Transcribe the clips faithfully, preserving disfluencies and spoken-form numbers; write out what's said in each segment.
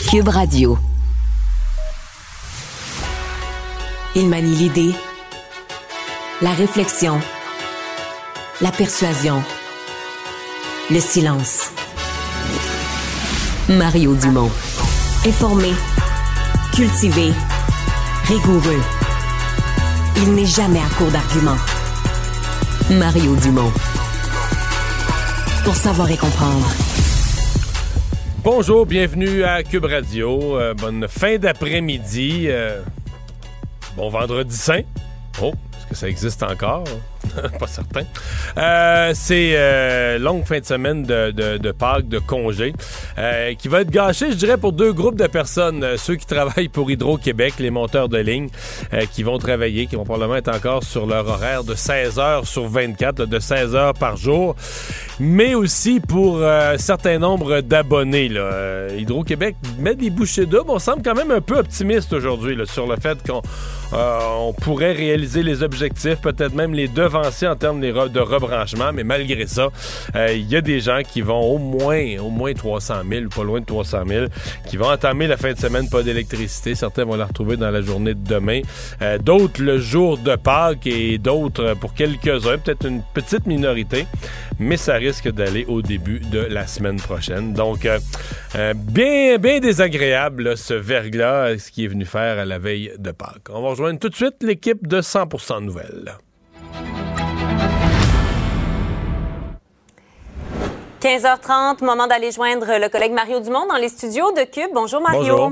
Cube Radio. Il manie l'idée, la réflexion, la persuasion, le silence. Mario Dumont. Informé, cultivé, rigoureux. Il n'est jamais à court d'arguments. Mario Dumont. Pour savoir et comprendre. Bonjour, bienvenue à Cube Radio. Euh, bonne fin d'après-midi. Euh, bon vendredi saint. Oh, est-ce que ça existe encore? Pas certain. Euh, c'est euh, longue fin de semaine de, de, de Pâques, de congé, euh, qui va être gâchée, je dirais, pour deux groupes de personnes. Euh, ceux qui travaillent pour Hydro-Québec, les monteurs de ligne, euh, qui vont travailler, qui vont probablement être encore sur leur horaire de seize heures sur vingt-quatre, là, de seize heures par jour, mais aussi pour euh, un certain nombre d'abonnés. Là. Euh, Hydro-Québec met des bouchées doubles. On semble quand même un peu optimiste aujourd'hui là, sur le fait qu'on euh, on pourrait réaliser les objectifs, peut-être même les devancer en termes de rebranchement, mais malgré ça, il euh, y a des gens qui vont au moins, au moins trois cent mille, ou pas loin de trois cent mille, qui vont entamer la fin de semaine, pas d'électricité. Certains vont la retrouver dans la journée de demain. Euh, d'autres le jour de Pâques et d'autres pour quelques-uns, peut-être une petite minorité, mais ça risque d'aller au début de la semaine prochaine. Donc, euh, euh, bien, bien désagréable, là, ce verglas, ce qui est venu faire à la veille de Pâques. On va rejoindre tout de suite l'équipe de cent pour cent Nouvelles. quinze heures trente, moment d'aller joindre le collègue Mario Dumont dans les studios de Cube. Bonjour Mario. Bonjour.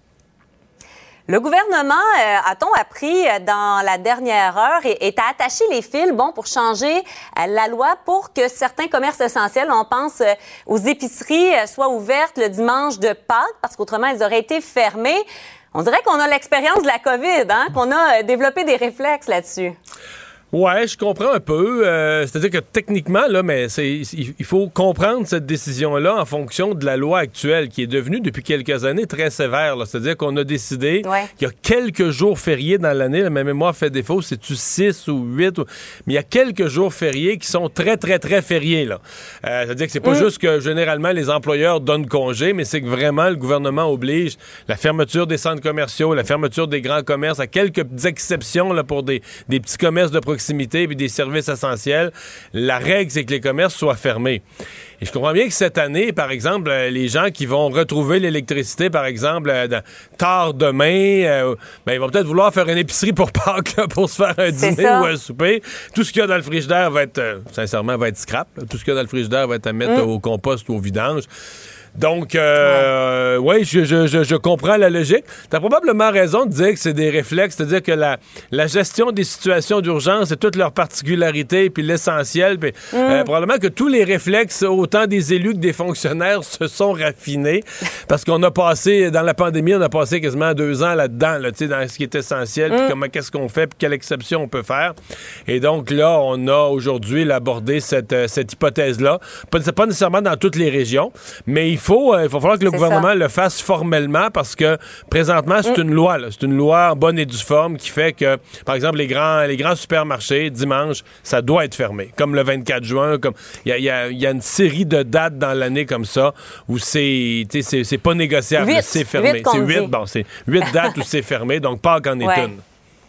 Le gouvernement, euh, a-t-on appris dans la dernière heure, est à attacher les fils bon, pour changer euh, la loi pour que certains commerces essentiels, on pense euh, aux épiceries, euh, soient ouvertes le dimanche de Pâques, parce qu'autrement, elles auraient été fermées. On dirait qu'on a l'expérience de la COVID, hein, qu'on a euh, développé des réflexes là-dessus. Ouais, je comprends un peu. Euh, c'est-à-dire que techniquement, là, mais c'est, il faut comprendre cette décision-là en fonction de la loi actuelle qui est devenue depuis quelques années très sévère. Là. C'est-à-dire qu'on a décidé ouais. qu'il y a quelques jours fériés dans l'année. Là, ma mémoire fait défaut, c'est-tu six ou huit? Ou... Mais il y a quelques jours fériés qui sont très, très, très fériés. Là. Euh, c'est-à-dire que c'est pas mmh. juste que généralement les employeurs donnent congé, mais c'est que vraiment le gouvernement oblige la fermeture des centres commerciaux, la fermeture des grands commerces, à quelques exceptions là, pour des, des petits commerces de proximité et des services essentiels. La règle, c'est que les commerces soient fermés. Et je comprends bien que cette année, par exemple, les gens qui vont retrouver l'électricité, par exemple, dans, tard demain, euh, ben, ils vont peut-être vouloir faire une épicerie pour Pâques, là, pour se faire un c'est dîner ça. ou un souper. Tout ce qu'il y a dans le frigidaire va être, euh, sincèrement, va être scrap. Là. Tout ce qu'il y a dans le frigidaire va être à mettre mmh. au compost ou au vidange. Donc, euh, ouais, ouais je, je, je, je comprends la logique. T'as probablement raison de dire que c'est des réflexes, c'est-à-dire que la, la gestion des situations d'urgence et toutes leurs particularités, puis l'essentiel, puis mm. euh, probablement que tous les réflexes, autant des élus que des fonctionnaires, se sont raffinés, parce qu'on a passé, dans la pandémie, on a passé quasiment deux ans là-dedans, là, tu sais, dans ce qui est essentiel, mm. puis comment, qu'est-ce qu'on fait, puis quelle exception on peut faire. Et donc là, on a aujourd'hui là, abordé cette, cette hypothèse-là. Pas, pas nécessairement dans toutes les régions, mais il Il faut, euh, il va falloir que le c'est gouvernement ça. le fasse formellement parce que présentement, c'est mm. une loi. Là. C'est une loi en bonne et due forme qui fait que, par exemple, les grands, les grands supermarchés, dimanche, ça doit être fermé. Comme le vingt-quatre juin, comme il y a, y a, y a une série de dates dans l'année comme ça où c'est, c'est, c'est pas négociable, huit, c'est fermé. huit c'est huit, bon, c'est huit dates où c'est fermé, donc Pâques en est ouais. une.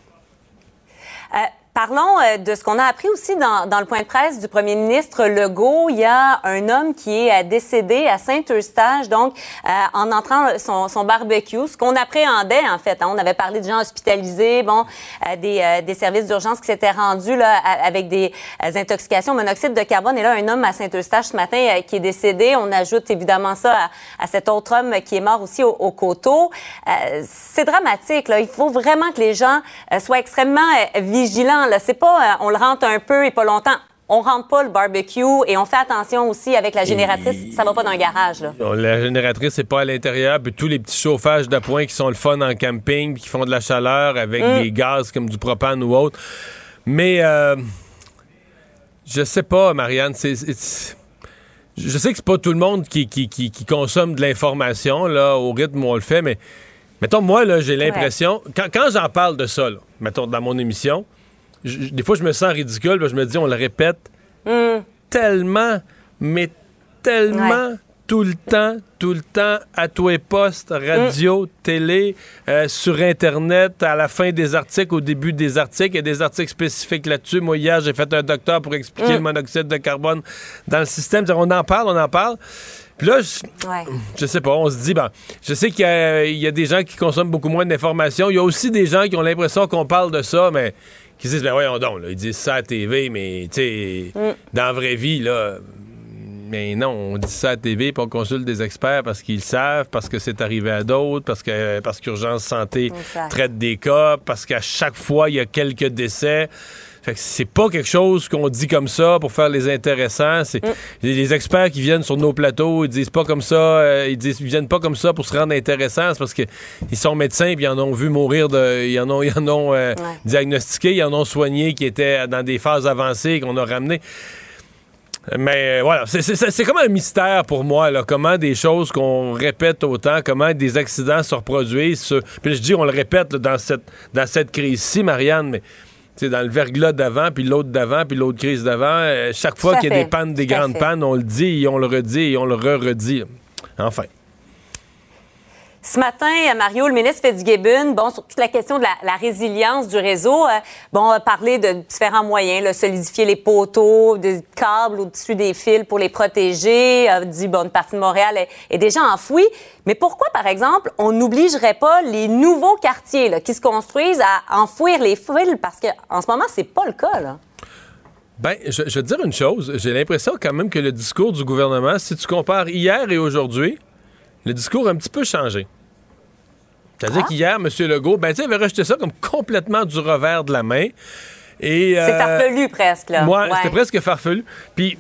Euh, Parlons euh, de ce qu'on a appris aussi dans, dans le point de presse du premier ministre Legault. Il y a un homme qui est décédé à Saint-Eustache, donc euh, en entrant son, son barbecue, ce qu'on appréhendait en fait. Hein, on avait parlé de gens hospitalisés, bon, euh, des, euh, des services d'urgence qui s'étaient rendus là avec des euh, intoxications au monoxyde de carbone. Et là, un homme à Saint-Eustache ce matin euh, qui est décédé. On ajoute évidemment ça à, à cet autre homme qui est mort aussi au, au coteau. Euh, c'est dramatique. Là. Il faut vraiment que les gens euh, soient extrêmement euh, vigilants. Là. C'est pas, euh, on le rentre un peu et pas longtemps. On rentre pas le barbecue et on fait attention aussi avec la génératrice. Et... ça va pas dans le garage, là. La génératrice, c'est pas à l'intérieur. Puis tous les petits chauffages d'appoint qui sont le fun en camping, puis qui font de la chaleur avec mm. des gaz comme du propane ou autre. Mais, euh, je sais pas, Marianne, c'est... c'est... Je sais que c'est pas tout le monde qui, qui, qui, qui consomme de l'information, là, au rythme où on le fait, mais mettons, moi, là, j'ai l'impression... Ouais. Quand, quand j'en parle de ça, là, mettons, dans mon émission... Je, des fois, je me sens ridicule. Je me dis, on le répète mm. tellement, mais tellement, ouais. tout le temps, tout le temps, à tous les postes, radio, mm. télé, euh, sur Internet, à la fin des articles, au début des articles. Il y a des articles spécifiques là-dessus. Moi, hier, j'ai fait un docteur pour expliquer mm. le monoxyde de carbone dans le système. On en parle, on en parle. Puis là, je, ouais. je sais pas, on se dit, ben, je sais qu'il y a, il y a des gens qui consomment beaucoup moins d'informations. Il y a aussi des gens qui ont l'impression qu'on parle de ça, mais qui disent, ben voyons donc, là, ils disent ça à la T V, mais tu sais, mm. dans la vraie vie, là... Mais non, on dit ça à la T V, puis on consulte des experts parce qu'ils savent, parce que c'est arrivé à d'autres, parce que parce qu'Urgence Santé exact. Traite des cas, parce qu'à chaque fois, il y a quelques décès. Fait que c'est pas quelque chose qu'on dit comme ça pour faire les intéressants. C'est mm. les experts qui viennent sur nos plateaux, ils disent pas comme ça, euh, ils disent ils viennent pas comme ça pour se rendre intéressants, c'est parce que ils sont médecins puis ils en ont vu mourir de ils en ont ils en ont euh, ouais. diagnostiqué, ils en ont soigné qui étaient dans des phases avancées qu'on a ramenés. Mais euh, voilà, c'est, c'est, c'est comme un mystère pour moi, là, comment des choses qu'on répète autant, comment des accidents se reproduisent. Sur... Puis je dis, on le répète là, dans cette dans cette crise-ci, Marianne, mais dans le verglas d'avant, puis l'autre d'avant, puis l'autre crise d'avant, euh, chaque fois qu'il y a des pannes, des grandes pannes, on le dit, et on le redit, et on le re-redit. Enfin. Ce matin, Mario, le ministre Fitzgibbon, bon, sur toute la question de la, la résilience du réseau, euh, bon, a parlé de différents moyens, là, solidifier les poteaux, des câbles au-dessus des fils pour les protéger, a dit, bon, une partie de Montréal est, est déjà enfouie. Mais pourquoi, par exemple, on n'obligerait pas les nouveaux quartiers là, qui se construisent à enfouir les fils? Parce qu'en ce moment, c'est pas le cas, là. Bien, je, je vais te dire une chose. J'ai l'impression quand même que le discours du gouvernement, si tu compares hier et aujourd'hui, le discours a un petit peu changé. C'est-à-dire ah. qu'hier, M. Legault, ben, tu sais, avait rejeté ça comme complètement du revers de la main. Et, euh, c'est farfelu presque, là. Moi, ouais. C'était presque farfelu. Puis,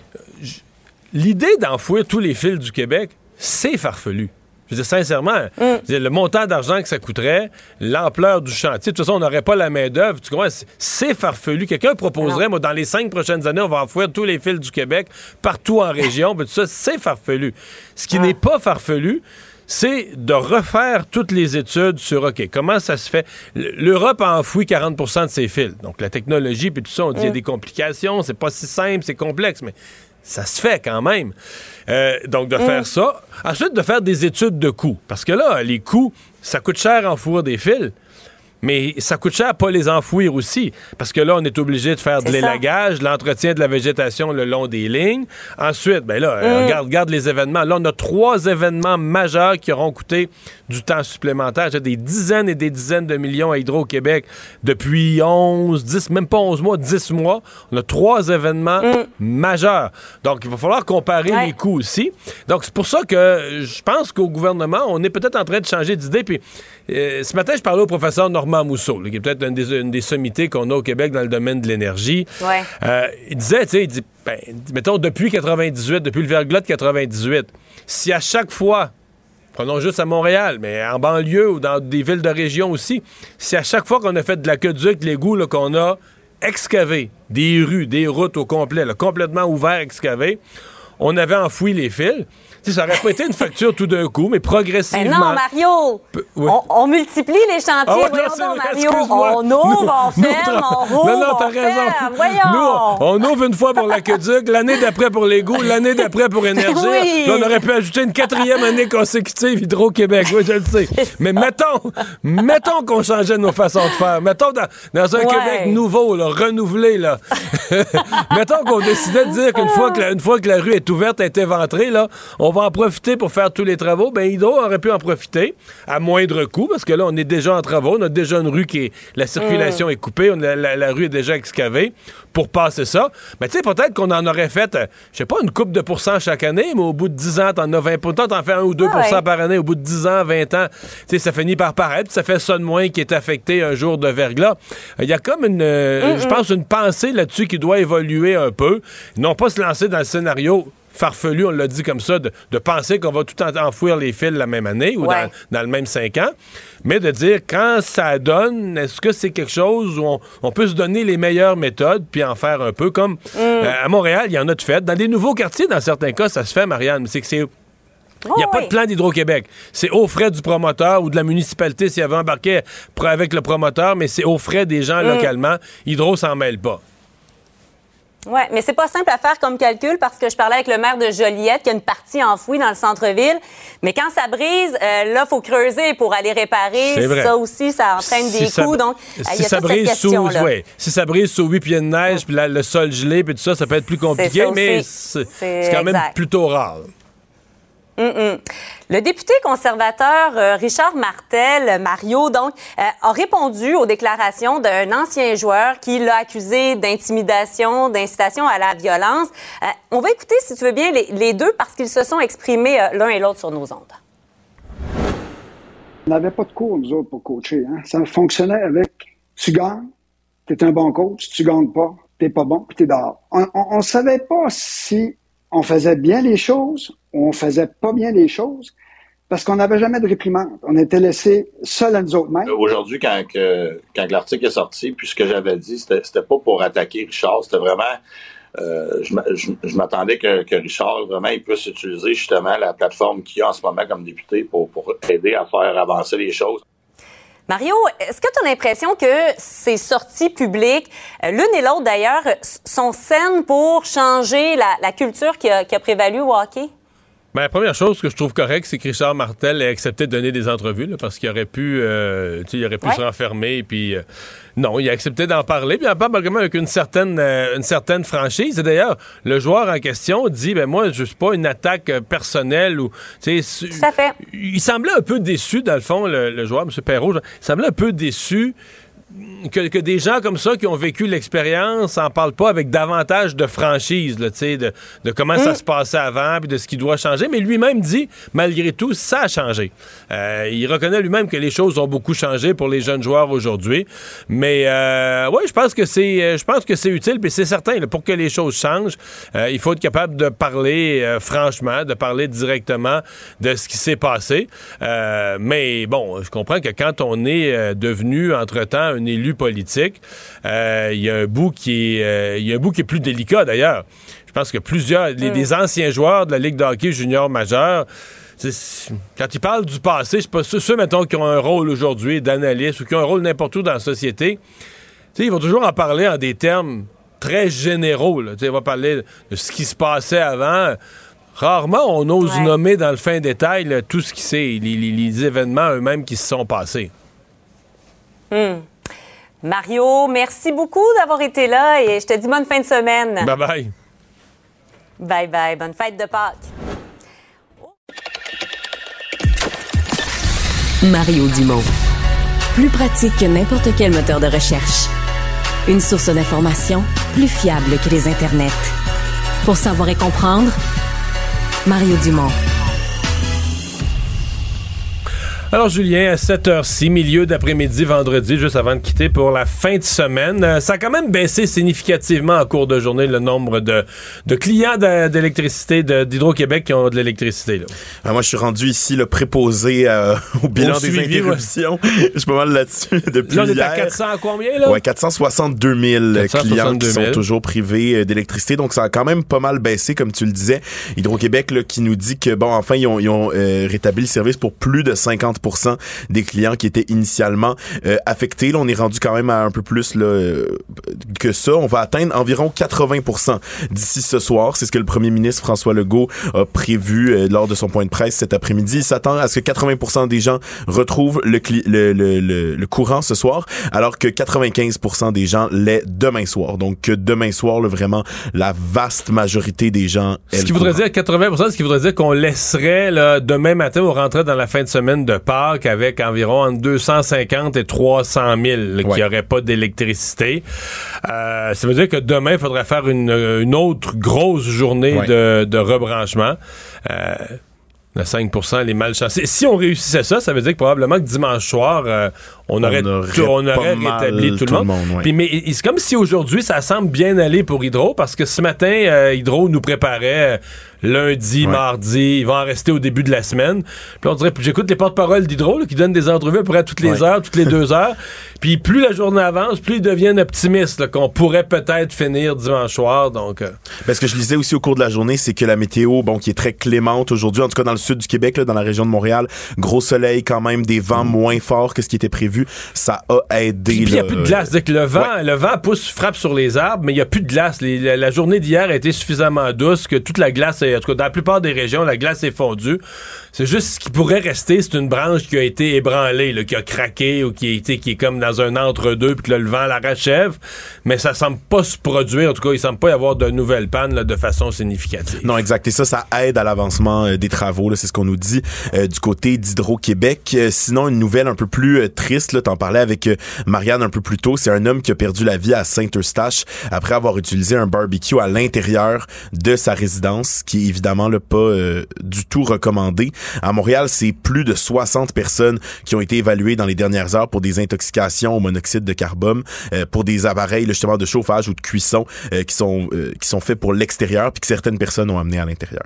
j- l'idée d'enfouir tous les fils du Québec, c'est farfelu. Je veux dire, sincèrement, mm. je veux dire, le montant d'argent que ça coûterait, l'ampleur du chantier, de toute façon, on n'aurait pas la main-d'œuvre. Tu comprends? C'est, c'est farfelu. Quelqu'un proposerait, moi, dans les cinq prochaines années, on va enfouir tous les fils du Québec, partout en région. Puis tout ça, c'est farfelu. Ce qui ah. n'est pas farfelu, c'est de refaire toutes les études sur, OK, comment ça se fait? L'Europe a enfoui quarante pour cent de ses fils. Donc, la technologie, puis tout ça, on dit qu'il mm. y a des complications, c'est pas si simple, c'est complexe, mais ça se fait quand même. Euh, donc, de mm. faire ça. Ensuite, de faire des études de coûts. Parce que là, les coûts, ça coûte cher enfouir des fils. Mais ça coûte cher pas les enfouir aussi, parce que là, on est obligé de faire c'est de l'élagage, ça. L'entretien de la végétation le long des lignes. Ensuite, ben là, mm. regarde, regarde les événements. Là, on a trois événements majeurs qui auront coûté du temps supplémentaire. J'ai des dizaines et des dizaines de millions à Hydro-Québec depuis onze, dix, même pas onze mois, dix mois. On a trois événements mm. majeurs. Donc, il va falloir comparer ouais. les coûts aussi. Donc, c'est pour ça que je pense qu'au gouvernement, on est peut-être en train de changer d'idée. Puis, euh, ce matin, je parlais au professeur Normand Mousseau, là, qui est peut-être une des, une des sommités qu'on a au Québec dans le domaine de l'énergie. Ouais. Euh, il disait, tu sais, il dit, ben, mettons, depuis quatre-vingt-dix-huit, depuis le verglas de quatre-vingt-dix-huit, si à chaque fois, prenons juste à Montréal, mais en banlieue ou dans des villes de région aussi, si à chaque fois qu'on a fait de l'aqueduc, l'égout, là, qu'on a excavé des rues, des routes au complet, là, complètement ouvert, excavé, on avait enfoui les fils. T'sais, ça aurait pas été une facture tout d'un coup, mais progressivement. Ben non, Mario! P- oui. on, on multiplie les chantiers. Ah ouais, voyons non, donc, Mario. On ouvre, nous, on ferme, nous, on rouvre, non, non, t'as on raison. Ferme. Voyons! Nous, on, on ouvre une fois pour l'aqueduc, l'année d'après pour l'égout, l'année d'après pour Énergie. Oui. Là, on aurait pu ajouter une quatrième année consécutive Hydro-Québec. Oui, je le sais. Mais mettons, mettons qu'on changeait nos façons de faire. Mettons dans, dans un ouais. Québec nouveau, là, renouvelé, là. Mettons qu'on décidait de dire qu'une fois que la, une fois que la rue est ouverte, est éventrée, là, on va en profiter pour faire tous les travaux. Ben Hydro aurait pu en profiter à moindre coût, parce que là, on est déjà en travaux. On a déjà une rue qui est... La circulation mmh. est coupée. On a, la, la rue est déjà excavée pour passer ça. Mais tu sais, peut-être qu'on en aurait fait, euh, je sais pas, une coupe de pourcents chaque année, mais au bout de dix ans, t'en as vingt pour cent. T'en fais un ou deux pour cent ouais. par année. Au bout de dix ans, vingt ans, tu sais, ça finit par paraître. Ça fait ça de moins qui est affecté un jour de verglas. Il y a comme une, euh, mmh. je pense, une pensée là-dessus qui doit évoluer un peu. Non pas se lancer dans le scénario farfelu, on l'a dit comme ça, de, de penser qu'on va tout enfouir les fils la même année ou ouais. dans, dans le même cinq ans, mais de dire quand ça donne, est-ce que c'est quelque chose où on, on peut se donner les meilleures méthodes puis en faire un peu comme mm. euh, à Montréal, il y en a de fait. Dans des nouveaux quartiers, dans certains cas, ça se fait, Marianne, mais c'est que c'est... Il n'y a oh, pas oui. de plan d'Hydro-Québec. C'est aux frais du promoteur ou de la municipalité s'il y avait embarqué avec le promoteur, mais c'est aux frais des gens mm. localement. Hydro s'en mêle pas. Oui, mais c'est pas simple à faire comme calcul parce que je parlais avec le maire de Joliette qui a une partie enfouie dans le centre-ville. Mais quand ça brise, euh, là, il faut creuser pour aller réparer. C'est vrai. Ça aussi, ça entraîne si des ça, coûts. Donc, si il y a ça toute cette brise sous, question-là. ouais, si ça brise sous huit pieds de neige, ouais. puis la, le sol gelé, puis tout ça, ça peut être plus compliqué, mais c'est, c'est, c'est quand même exact. Plutôt rare. Mm-mm. Le député conservateur euh, Richard Martel, Mario, donc, euh, a répondu aux déclarations d'un ancien joueur qui l'a accusé d'intimidation, d'incitation à la violence. Euh, on va écouter, si tu veux bien, les, les deux parce qu'ils se sont exprimés euh, l'un et l'autre sur nos ondes. On n'avait pas de cours, nous autres, pour coacher. Hein? Ça fonctionnait avec tu gagnes, t'es un bon coach, tu gagnes pas, t'es pas bon, puis t'es dehors. On ne savait pas si on faisait bien les choses ou on faisait pas bien les choses parce qu'on n'avait jamais de réprimande. On était laissés seuls à nous autres mêmes. Aujourd'hui, quand, que, quand l'article est sorti, puis ce que j'avais dit, c'était, c'était pas pour attaquer Richard, c'était vraiment... Euh, je, je, je m'attendais que, que Richard, vraiment, il puisse utiliser justement la plateforme qu'il a en ce moment comme député pour, pour aider à faire avancer les choses. Mario, est-ce que tu as l'impression que ces sorties publiques, euh, l'une et l'autre d'ailleurs, sont saines pour changer la, la culture qui a, qui a prévalu au hockey? Ben, la première chose que je trouve correcte, c'est que Richard Martel ait accepté de donner des entrevues, là, parce qu'il aurait pu, euh, tu sais, il aurait pu ouais. se renfermer, puis euh, non, il a accepté d'en parler, puis il en parle vraiment avec une certaine, euh, une certaine franchise. Et d'ailleurs, le joueur en question dit, ben moi, je suis pas une attaque personnelle ou, tu sais, tout à fait. Il semblait un peu déçu dans le fond, le, le joueur, M. Perrault, il semblait un peu déçu. Que, que des gens comme ça qui ont vécu l'expérience en parlent pas avec davantage de franchise, là, de, de comment mmh. ça se passait avant puis de ce qui doit changer. Mais lui-même dit, malgré tout, ça a changé. Euh, il reconnaît lui-même que les choses ont beaucoup changé pour les jeunes joueurs aujourd'hui. Mais euh, oui, je pense que c'est je pense que c'est utile. Puis c'est certain, là, pour que les choses changent, euh, il faut être capable de parler euh, franchement, de parler directement de ce qui s'est passé. Euh, mais bon, je comprends que quand on est euh, devenu entre-temps un élu politique, il euh, y a un bout qui est, euh, y a un bout qui est plus délicat d'ailleurs. Je pense que plusieurs, les, mm. des anciens joueurs de la Ligue de hockey junior majeur, quand ils parlent du passé, je sais pas, ceux, ceux mettons qui ont un rôle aujourd'hui d'analyste ou qui ont un rôle n'importe où dans la société, ils vont toujours en parler en des termes très généraux. Là. Ils vont parler de ce qui se passait avant. Rarement on ose ouais. nommer dans le fin détail là, tout ce qui s'est, les, les, les événements eux-mêmes qui se sont passés. Mm. Mario, merci beaucoup d'avoir été là et je te dis bonne fin de semaine. Bye bye. Bye bye. Bonne fête de Pâques. Mario Dumont. Plus pratique que n'importe quel moteur de recherche. Une source d'information plus fiable que les internets. Pour savoir et comprendre, Mario Dumont. Alors, Julien, à cette heure-ci, milieu d'après-midi, vendredi, juste avant de quitter pour la fin de semaine, euh, ça a quand même baissé significativement en cours de journée le nombre de, de clients de, d'électricité de, d'Hydro-Québec qui ont de l'électricité. Là. Alors moi, je suis rendu ici le préposé euh, au bilan au des suivi, interruptions. Ouais. Je suis pas mal là-dessus depuis là, on est hier. à quatre cents combien, là? Ouais, quatre cent soixante-deux mille clients qui sont toujours privés d'électricité. Donc, ça a quand même pas mal baissé, comme tu le disais. Hydro-Québec, là, qui nous dit que, bon, enfin, ils ont, ils ont euh, rétabli le service pour plus de cinquante pour cent des clients qui étaient initialement euh, affectés. Là, on est rendu quand même à un peu plus là, euh, que ça. On va atteindre environ quatre-vingts pour cent d'ici ce soir. C'est ce que le premier ministre François Legault a prévu euh, lors de son point de presse cet après-midi. Il s'attend à ce que quatre-vingts pour cent des gens retrouvent le, cli- le, le, le, le courant ce soir, alors que quatre-vingt-quinze pour cent des gens l'aient demain soir. Donc, que demain soir, là, vraiment, la vaste majorité des gens aient Ce qui le voudrait courant. dire quatre-vingts pour cent, ce qui voudrait dire qu'on laisserait là, demain matin, on rentrait dans la fin de semaine de Pâques avec environ entre deux cent cinquante et trois cent mille là, ouais. qui n'auraient pas d'électricité. Euh, ça veut dire que demain, il faudrait faire une, une autre grosse journée ouais. de, de rebranchement. Euh, de cinq pour cent les malchancés. Si on réussissait ça, ça veut dire que probablement que dimanche soir, euh, on, on aurait, aurait, tout, on aurait rétabli tout, tout le monde. monde ouais. Puis, mais c'est comme si aujourd'hui, ça semble bien aller pour Hydro, parce que ce matin, euh, Hydro nous préparait lundi, ouais. mardi, il va en rester au début de la semaine. Puis on dirait, puis j'écoute les porte-paroles d'Hydro là, qui donnent des entrevues à peu près toutes les ouais. heures, toutes les deux heures. Puis plus la journée avance, plus ils deviennent optimistes là, qu'on pourrait peut-être finir dimanche soir. Donc, euh... ben, ce que je lisais aussi au cours de la journée, c'est que la météo, bon, qui est très clémente aujourd'hui, en tout cas dans le sud du Québec, là, dans la région de Montréal, gros soleil quand même, des vents mmh. moins forts que ce qui était prévu, ça a aidé. Puis il n'y a plus de glace, c'est que le vent, ouais. le vent pousse, frappe sur les arbres, mais il n'y a plus de glace. Les, la, la journée d'hier a été suffisamment douce que toute la glace, est, en tout cas dans la plupart des régions, la glace est fondue. C'est juste ce qui pourrait rester, c'est une branche qui a été ébranlée, là, qui a craqué ou qui a été, qui est comme dans un entre-deux, puis que là, le vent la rachève, mais ça semble pas se produire. En tout cas, il semble pas y avoir de nouvelles pannes là, de façon significative. Non, exact. Et ça, ça aide à l'avancement euh, des travaux. Là, c'est ce qu'on nous dit euh, du côté d'Hydro-Québec. Euh, sinon, une nouvelle un peu plus euh, triste. Là, t'en parlais avec euh, Marianne un peu plus tôt. C'est un homme qui a perdu la vie à Saint-Eustache après avoir utilisé un barbecue à l'intérieur de sa résidence, qui est évidemment là, pas euh, du tout recommandé. À Montréal, c'est plus de soixante personnes qui ont été évaluées dans les dernières heures pour des intoxications au monoxyde de carbone, euh, pour des appareils là, justement de chauffage ou de cuisson euh, qui sont euh, qui sont faits pour l'extérieur puis que certaines personnes ont amené à l'intérieur.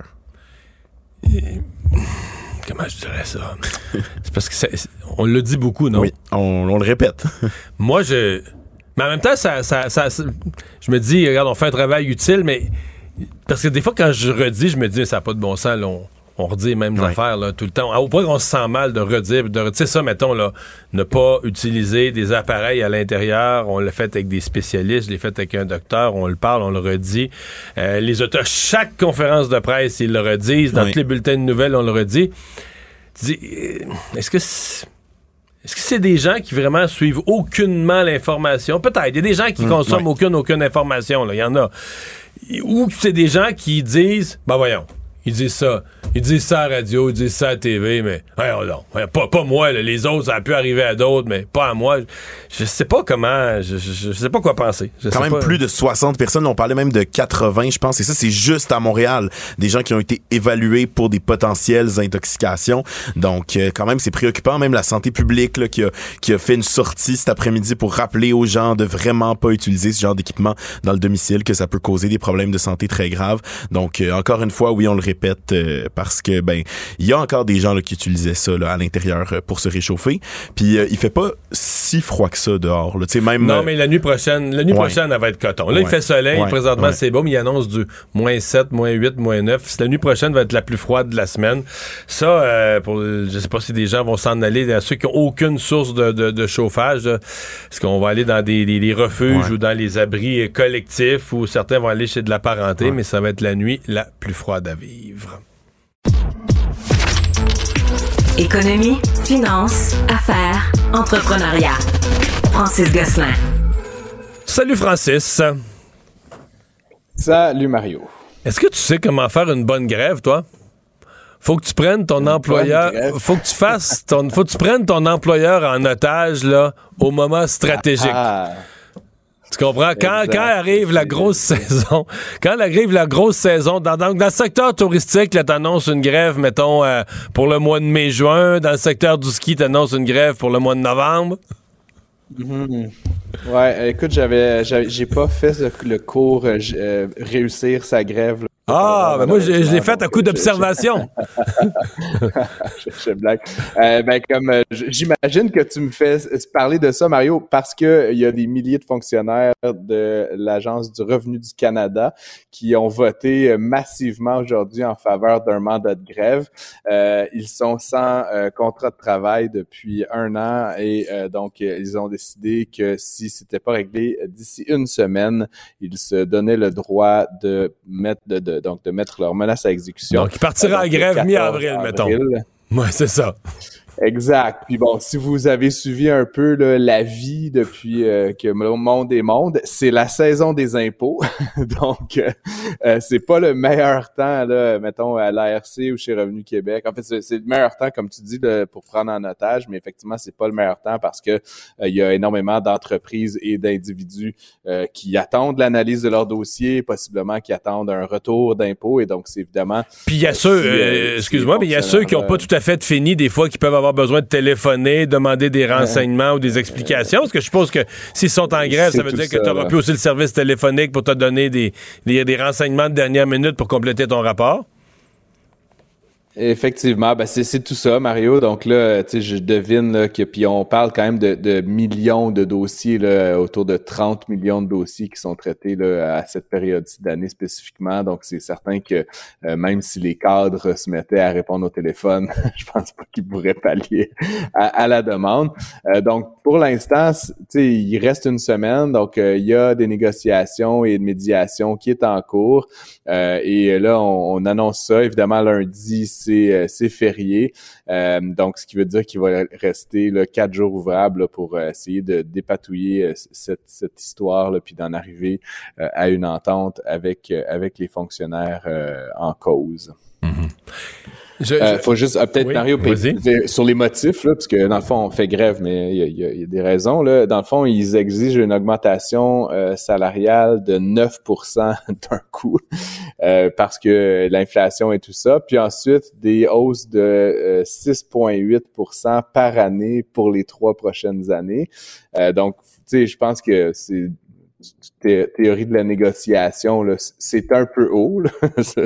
Et... Comment je dirais ça? C'est parce que c'est, c'est, on le dit beaucoup, non? Oui, on, on le répète. Moi, je... Mais en même temps, ça, ça, ça, ça, je me dis, regarde, on fait un travail utile, mais... Parce que des fois, quand je redis, je me dis, ça n'a pas de bon sens, là, on... On redit les mêmes ouais. affaires là, tout le temps. Au point qu'on se sent mal de redire. De, tu sais ça, mettons, là, ne pas utiliser des appareils à l'intérieur. On l'a fait avec des spécialistes, je l'ai fait avec un docteur, on le parle, on le redit. Euh, les auteurs, chaque conférence de presse, ils le redisent. Dans oui. tous les bulletins de nouvelles, on le redit. Tu dis, est-ce que c'est... Est-ce que c'est des gens qui vraiment suivent aucunement l'information? Peut-être. Il y a des gens qui mmh, consomment ouais. aucune, aucune information. Là. Il y en a. Ou c'est des gens qui disent, ben voyons, ils disent ça. Ils disent ça à la radio, ils disent ça à la T V, mais voyons donc, voyons, pas, pas moi, là, les autres, ça a pu arriver à d'autres, mais pas à moi. Je, je sais pas comment, je, je, je sais pas quoi penser. Je Quand même pas. Plus de soixante personnes, on parlait même de quatre-vingts, je pense, et ça, c'est juste à Montréal. Des gens qui ont été évalués pour des potentielles intoxications. Donc, euh, quand même, c'est préoccupant. Même la santé publique là, qui, a, qui a fait une sortie cet après-midi pour rappeler aux gens de vraiment pas utiliser ce genre d'équipement dans le domicile, que ça peut causer des problèmes de santé très graves. Donc, euh, encore une fois, oui, on le répète, euh, parce que ben il y a encore des gens là, qui utilisaient ça là, à l'intérieur euh, pour se réchauffer. Puis euh, il fait pas si froid que ça dehors. Là. Même, non, euh, mais la nuit prochaine, la nuit ouais. prochaine, elle va être coton. Là, ouais. il fait soleil. Ouais. Présentement, ouais. c'est beau, mais il annonce du moins sept, moins huit, moins neuf. La nuit prochaine va être la plus froide de la semaine. Ça, euh, pour, je sais pas si des gens vont s'en aller. À ceux qui ont aucune source de, de, de chauffage, là, est-ce qu'on va aller dans des, des, des refuges ouais. ou dans les abris collectifs, ou certains vont aller chez de la parenté, ouais. mais ça va être la nuit la plus froide à vivre. Économie, finance, affaires, entrepreneuriat. Francis Gosselin. Salut Francis. Salut Mario. Est-ce que tu sais comment faire une bonne grève, toi? Faut que tu prennes ton une employeur. Faut que tu fasses ton. Faut que tu prennes ton employeur en otage là au moment stratégique. Ah, ah. Tu comprends? Quand, quand arrive la grosse saison, quand arrive la grosse saison, dans, dans, dans le secteur touristique, là, t'annonces une grève, mettons, euh, pour le mois de mai-juin. Dans le secteur du ski, t'annonces une grève pour le mois de novembre. Mm-hmm. Ouais, écoute, j'avais, j'avais, j'ai pas fait le, le cours euh, réussir sa grève. Là. Ah, ben moi, je, je l'ai fait à coup d'observation. je, je blague. Euh, ben, comme euh, j'imagine que tu me fais parler de ça, Mario, parce que il y a des milliers de fonctionnaires de l'Agence du revenu du Canada qui ont voté massivement aujourd'hui en faveur d'un mandat de grève. Euh, ils sont sans euh, contrat de travail depuis un an et euh, donc ils ont décidé que si c'était pas réglé d'ici une semaine, ils se donnaient le droit de mettre de, de donc de mettre leur menace à exécution. Donc, il partira en grève mi-avril, mettons. Ouais, c'est ça. Exact. Puis bon, si vous avez suivi un peu là, la vie depuis euh, que le monde est monde, c'est la saison des impôts. Donc, euh, c'est pas le meilleur temps, là, mettons, à l'A R C ou chez Revenu Québec. En fait, c'est, c'est le meilleur temps, comme tu dis, là, pour prendre en otage, mais effectivement, c'est pas le meilleur temps parce que euh, il y a énormément d'entreprises et d'individus euh, qui attendent l'analyse de leur dossier, possiblement qui attendent un retour d'impôts, et donc c'est évidemment... Puis il y a ceux, si, euh, excuse-moi, mais il y a ceux qui n'ont pas tout à fait fini, des fois, qui peuvent avoir besoin de téléphoner, demander des renseignements euh, ou des explications, parce que je suppose que s'ils sont en grève, ça veut dire que tu n'auras plus aussi le service téléphonique pour te donner des, des, des renseignements de dernière minute pour compléter ton rapport. Effectivement, ben c'est, c'est tout ça, Mario. Donc là, tu sais, je devine là, que puis on parle quand même de, de millions de dossiers, là, autour de trente millions de dossiers qui sont traités là, à cette période-ci d'année spécifiquement. Donc c'est certain que euh, même si les cadres se mettaient à répondre au téléphone, je pense pas qu'ils pourraient pallier à, à la demande. Euh, donc pour l'instant, tu sais, il reste une semaine. Donc euh, il y a des négociations et de médiation qui est en cours. Euh, et là, on, on annonce ça. Évidemment, lundi, c'est, euh, c'est férié. Euh, donc, ce qui veut dire qu'il va rester là, quatre jours ouvrables là, pour euh, essayer de dépatouiller euh, cette, cette histoire, là, puis d'en arriver euh, à une entente avec, euh, avec les fonctionnaires euh, en cause. Mm-hmm. Je, euh, je... faut juste euh, peut-être oui, Mario peut, sur les motifs là, parce que dans le fond on fait grève, mais il y a, y a, y a des raisons là. Dans le fond, ils exigent une augmentation euh, salariale de neuf pour cent d'un coup euh, parce que l'inflation et tout ça. Puis ensuite des hausses de euh, six virgule huit pour cent par année pour les trois prochaines années. Euh, donc, tu sais, je pense que c'est Thé- théorie de la négociation, là, c'est un peu haut. Là.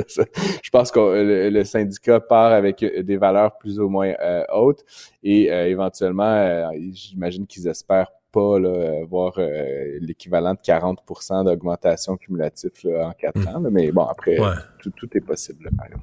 Je pense que le, le syndicat part avec des valeurs plus ou moins euh, hautes et euh, éventuellement, euh, j'imagine qu'ils espèrent pas là, voir euh, l'équivalent de quarante pour cent d'augmentation cumulative là, en quatre mmh. ans. Là. Mais bon, après, ouais. tout, tout est possible, Mario.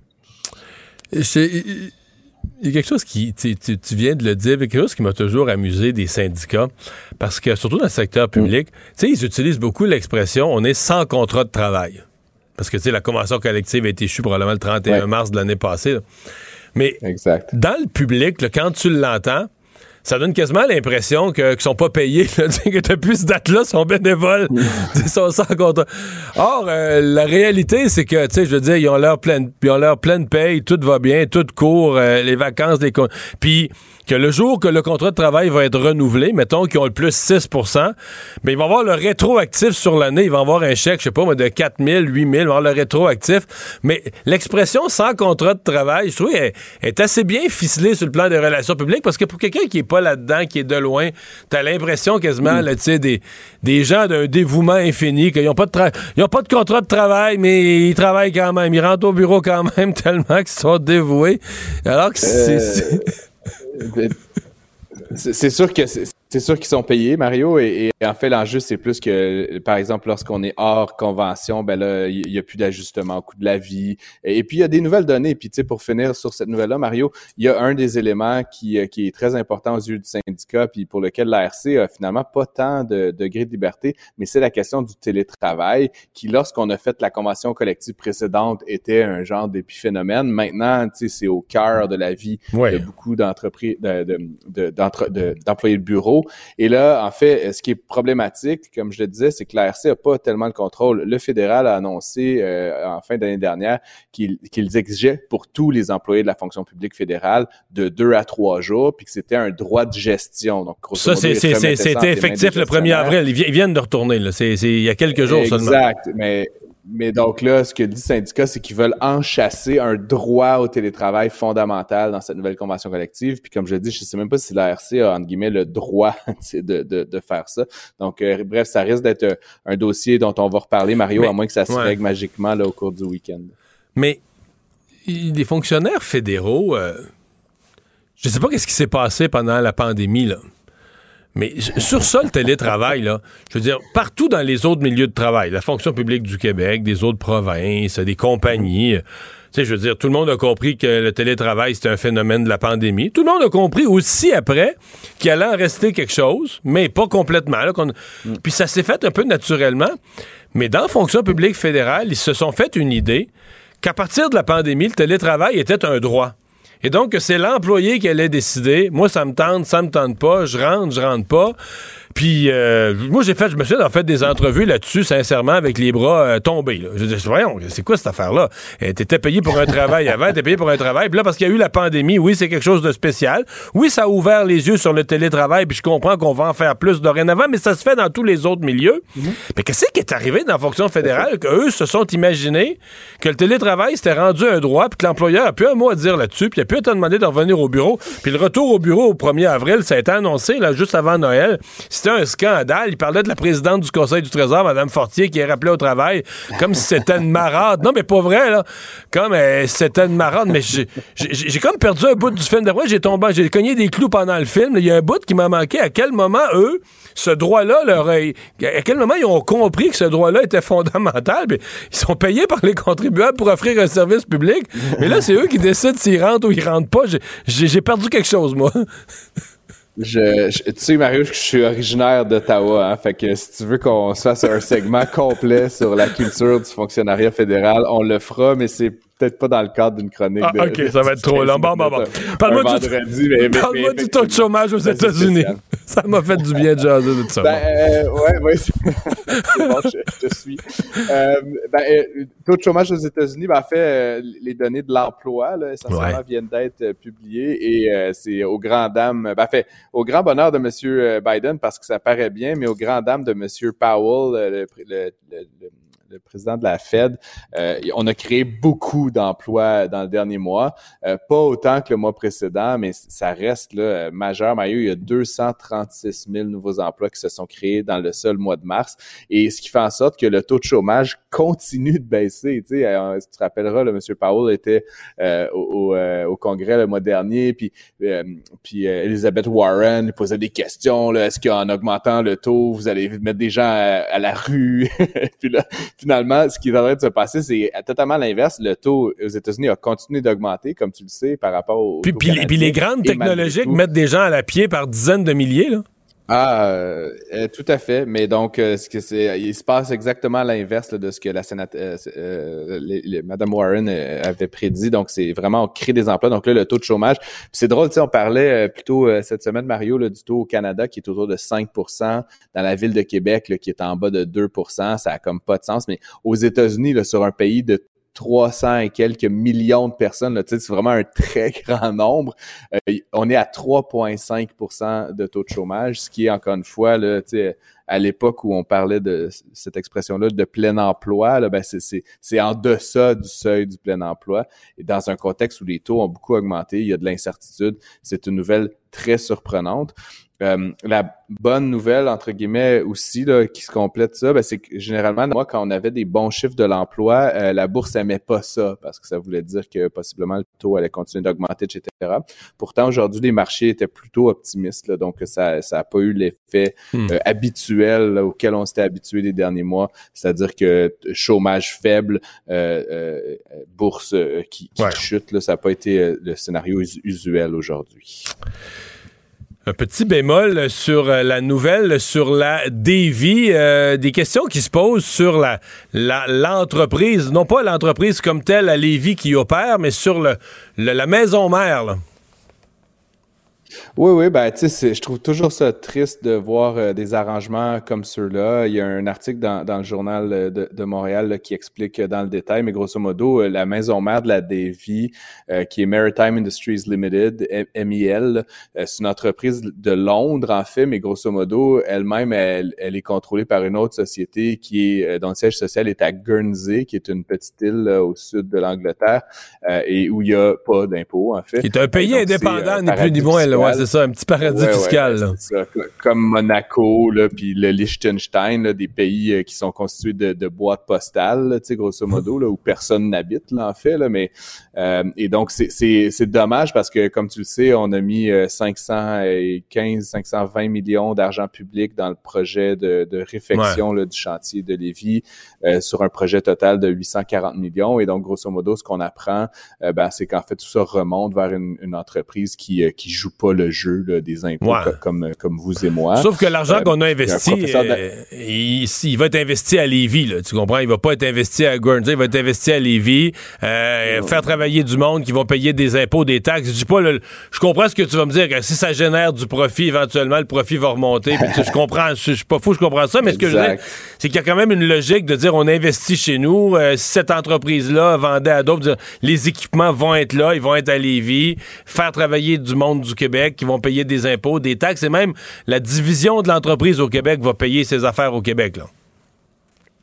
C'est... Il y a quelque chose qui, tu, tu, tu viens de le dire, quelque chose qui m'a toujours amusé des syndicats, parce que surtout dans le secteur public, mmh. tu sais, ils utilisent beaucoup l'expression « on est sans contrat de travail ». Parce que, tu sais, la convention collective a été échue probablement le trente et un ouais. mars de l'année passée. Là. Mais exact. Dans le public, là, quand tu l'entends, ça donne quasiment l'impression que, qu'ils sont pas payés, là, que depuis cette date-là, ils sont bénévoles, ils sont sans contrat. Or, euh, la réalité, c'est que, tu sais, je veux dire, ils ont leur pleine, ils ont leur pleine paye, tout va bien, tout court, euh, les vacances, les con... puis que le jour que le contrat de travail va être renouvelé, mettons qu'ils ont le plus six pour cent, ben ils vont avoir le rétroactif sur l'année, ils vont avoir un chèque, je sais pas moi, de quatre mille, huit mille, ils vont avoir le rétroactif. Mais l'expression sans contrat de travail, je trouve, est, est assez bien ficelée sur le plan des relations publiques, parce que pour quelqu'un qui est pas là-dedans, qui est de loin, t'as l'impression quasiment, mmh. là, tu sais, des, des gens d'un dévouement infini, qu'ils n'ont pas de tra- ils ont pas de contrat de travail, mais ils travaillent quand même, ils rentrent au bureau quand même tellement qu'ils sont dévoués. Alors que c'est... Euh... c'est... C'est, c'est sûr que c'est, c'est sûr qu'ils sont payés, Mario, et, et en fait l'enjeu c'est plus que, par exemple, lorsqu'on est hors convention, ben là il y, y a plus d'ajustement au coût de la vie, et, et puis il y a des nouvelles données. Puis tu sais, pour finir sur cette nouvelle-là, Mario, il y a un des éléments qui qui est très important aux yeux du syndicat, puis pour lequel l'A R C a finalement pas tant de degrés de liberté, mais c'est la question du télétravail, qui lorsqu'on a fait la convention collective précédente était un genre d'épiphénomène. Maintenant, tu sais, c'est au cœur de la vie ouais. de beaucoup d'entreprises, de, de, de, d'entre, de, d'employés de bureau. Et là, en fait, ce qui est problématique, comme je le disais, c'est que l'A R C n'a pas tellement le contrôle. Le fédéral a annoncé euh, en fin d'année dernière qu'il, qu'ils exigeaient pour tous les employés de la fonction publique fédérale de deux à trois jours, puis que c'était un droit de gestion. Donc, ça, modo, c'est, c'est, c'est, c'était effectif le premier avril. Ils viennent de retourner. Là. C'est, c'est il y a quelques jours exact, seulement. Exact, mais... Mais donc là, ce que dit le syndicat, c'est qu'ils veulent enchasser un droit au télétravail fondamental dans cette nouvelle convention collective. Puis comme je le dis, je ne sais même pas si l'A R C a, entre guillemets, le droit de, de, de faire ça. Donc, euh, bref, ça risque d'être un dossier dont on va reparler, Mario, mais, à moins que ça se ouais. règle magiquement là, au cours du week-end. Mais les fonctionnaires fédéraux, euh, je ne sais pas qu'est-ce qui s'est passé pendant la pandémie, là. Mais sur ça, le télétravail, là, je veux dire, partout dans les autres milieux de travail, la fonction publique du Québec, des autres provinces, des compagnies, tu sais, je veux dire, tout le monde a compris que le télétravail, c'était un phénomène de la pandémie. Tout le monde a compris aussi après qu'il allait en rester quelque chose, mais pas complètement. Là, qu'on... Mm. Puis ça s'est fait un peu naturellement. Mais dans la fonction publique fédérale, ils se sont fait une idée qu'à partir de la pandémie, le télétravail était un droit. Et donc, c'est l'employé qui allait décider. Moi, ça me tente, ça me tente pas. Je rentre, je rentre pas. Puis, euh, moi, j'ai fait, je me suis en fait des entrevues là-dessus, sincèrement, avec les bras euh, tombés. Là. Je dis, voyons, c'est quoi cette affaire-là? Euh, t'étais payé pour un travail avant, t'étais payé pour un travail. Puis là, parce qu'il y a eu la pandémie, oui, c'est quelque chose de spécial. Oui, ça a ouvert les yeux sur le télétravail, puis je comprends qu'on va en faire plus dorénavant, mais ça se fait dans tous les autres milieux. Mm-hmm. Mais qu'est-ce qui est arrivé dans la fonction fédérale? Qu'eux se sont imaginés que le télétravail, c'était rendu un droit, puis que l'employeur a plus un mot à dire là-dessus, puis il a plus à te demander de revenir au bureau. Puis le retour au bureau au premier avril, ça a été annoncé, là, juste avant Noël. c'était un scandale. Il parlait de la présidente du Conseil du Trésor, Mme Fortier, qui est rappelée au travail, comme si c'était une marade. Non, mais pas vrai, là. Comme euh, c'était une marade. Mais j'ai, j'ai, j'ai comme perdu un bout du film. D'après, j'ai tombé, j'ai cogné des clous pendant le film. Il y a un bout qui m'a manqué. À quel moment, eux, ce droit-là, leur a, à quel moment ils ont compris que ce droit-là était fondamental? Puis ils sont payés par les contribuables pour offrir un service public. Mais là, c'est eux qui décident s'ils rentrent ou ils rentrent pas. J'ai, j'ai, j'ai perdu quelque chose, moi. Je, je, tu sais, Mario, je suis originaire d'Ottawa, hein, fait que si tu veux qu'on se fasse un segment complet sur la culture du fonctionnariat fédéral, on le fera, mais c'est peut-être pas dans le cadre d'une chronique. Ah, de, OK, de, ça va être trop long. Bon, bon, bon. Parle-moi du, vendredi, mais, mais, parle-moi mais, du taux de chômage aux États-Unis. Ça m'a fait du bien de jaser de ça. Ben, euh, ouais, ouais, c'est, c'est bon, je, je te suis. Euh, ben, euh, taux de chômage aux États-Unis, ben, en fait, euh, les données de l'emploi, là, essentiellement, ouais. viennent d'être euh, publiées et euh, c'est aux grandes dames, ben, en fait, au grand bonheur de M. Biden, parce que ça paraît bien, mais aux grandes dames de M. Powell, le, le, le, le le président de la Fed, euh, on a créé beaucoup d'emplois dans le dernier mois, euh, pas autant que le mois précédent, mais ça reste là majeur. Mario, il y a deux cent trente-six mille nouveaux emplois qui se sont créés dans le seul mois de mars, et ce qui fait en sorte que le taux de chômage continue de baisser. Tu sais, euh, si tu te rappelleras, là, M. Powell était euh, au, au, euh, au Congrès le mois dernier, puis euh, puis euh, Elizabeth Warren posait des questions. Là, est-ce qu'en augmentant le taux, vous allez mettre des gens à, à la rue? Puis là, finalement, ce qui est en train de se passer, c'est totalement l'inverse. Le taux aux États-Unis a continué d'augmenter, comme tu le sais, par rapport au Puis, puis, puis les grandes technologiques mettent des gens à la pied par dizaines de milliers, là? Ah, euh, euh, tout à fait. Mais donc, euh, ce que c'est, il se passe exactement l'inverse là, de ce que la sénatrice, euh, euh, les, les, Mme Warren euh, avait prédit. Donc, c'est vraiment on crée des emplois. Donc là, le taux de chômage. Puis c'est drôle, tu sais, on parlait euh, plutôt euh, cette semaine, Mario, là, du taux au Canada qui est autour de cinq pour cent, dans la ville de Québec là, qui est en bas de deux pour cent. Ça a comme pas de sens. Mais aux États-Unis, là, sur un pays de trois cents et quelques millions de personnes, là, tu sais, c'est vraiment un très grand nombre. Euh, on est à trois virgule cinq pour cent de taux de chômage, ce qui est encore une fois, là, tu sais, à l'époque où on parlait de cette expression-là de plein emploi, là, ben c'est, c'est, c'est en deçà du seuil du plein emploi. Et dans un contexte où les taux ont beaucoup augmenté, il y a de l'incertitude, c'est une nouvelle très surprenante. Euh, la bonne nouvelle, entre guillemets, aussi, là, qui se complète ça, ben, c'est que généralement, moi, quand on avait des bons chiffres de l'emploi, euh, la bourse aimait pas ça, parce que ça voulait dire que possiblement le taux allait continuer d'augmenter, et cetera. Pourtant, aujourd'hui, les marchés étaient plutôt optimistes, là, donc ça ça a pas eu l'effet hmm. euh, habituel là, auquel on s'était habitué les derniers mois, c'est-à-dire que chômage faible, euh, euh, bourse euh, qui, qui ouais. chute, là, ça n'a pas été euh, le scénario us- usuel aujourd'hui. Un petit bémol sur la nouvelle, sur la Davy, euh, des questions qui se posent sur la, la l'entreprise, non pas l'entreprise comme telle à Lévis qui opère, mais sur le, le la maison mère, là. Oui, oui, ben tu sais, je trouve toujours ça triste de voir euh, des arrangements comme ceux-là. Il y a un article dans, dans le journal de, de Montréal là, qui explique dans le détail, mais grosso modo, la maison mère de la Davy, euh, qui est Maritime Industries Limited, M I L, euh, c'est une entreprise de Londres en fait, mais grosso modo, elle-même, elle, elle est contrôlée par une autre société qui est dont le siège social est à Guernsey, qui est une petite île là, au sud de l'Angleterre, euh, et où il y a pas d'impôts en fait. Qui est un pays donc, indépendant, ni plus ni moins, là. Ouais, c'est ça, un petit paradis ouais, fiscal. Ouais, là. C'est ça, comme Monaco, là, puis le Liechtenstein, là, des pays euh, qui sont constitués de, de boîtes postales, tu sais, grosso modo, là, où personne n'habite, là, en fait, là, mais euh, et donc c'est c'est c'est dommage parce que, comme tu le sais, on a mis euh, cinq cent quinze, cinq cent vingt millions d'argent public dans le projet de, de réfection ouais. là, du chantier de Lévis euh, sur un projet total de huit cent quarante millions, et donc grosso modo, ce qu'on apprend, euh, ben c'est qu'en fait tout ça remonte vers une, une entreprise qui euh, qui joue pas le jeu là, des impôts ouais. comme comme vous et moi. Sauf que l'argent euh, qu'on a investi, euh, il, il va être investi à Lévis, là, tu comprends? Il va pas être investi à Guernsey, il va être investi à Lévis, euh, ouais. faire travailler du monde qui vont payer des impôts, des taxes. Je dis pas, là, je comprends ce que tu vas me dire, que si ça génère du profit, éventuellement, le profit va remonter. Puis, tu, je comprends, je, je suis pas fou, je comprends ça, mais ce que je veux dire, c'est qu'il y a quand même une logique de dire on investit chez nous, euh, si cette entreprise-là vendait à d'autres, dire, les équipements vont être là, ils vont être à Lévis, faire travailler du monde du Québec qui vont payer des impôts, des taxes, et même la division de l'entreprise au Québec va payer ses affaires au Québec, là.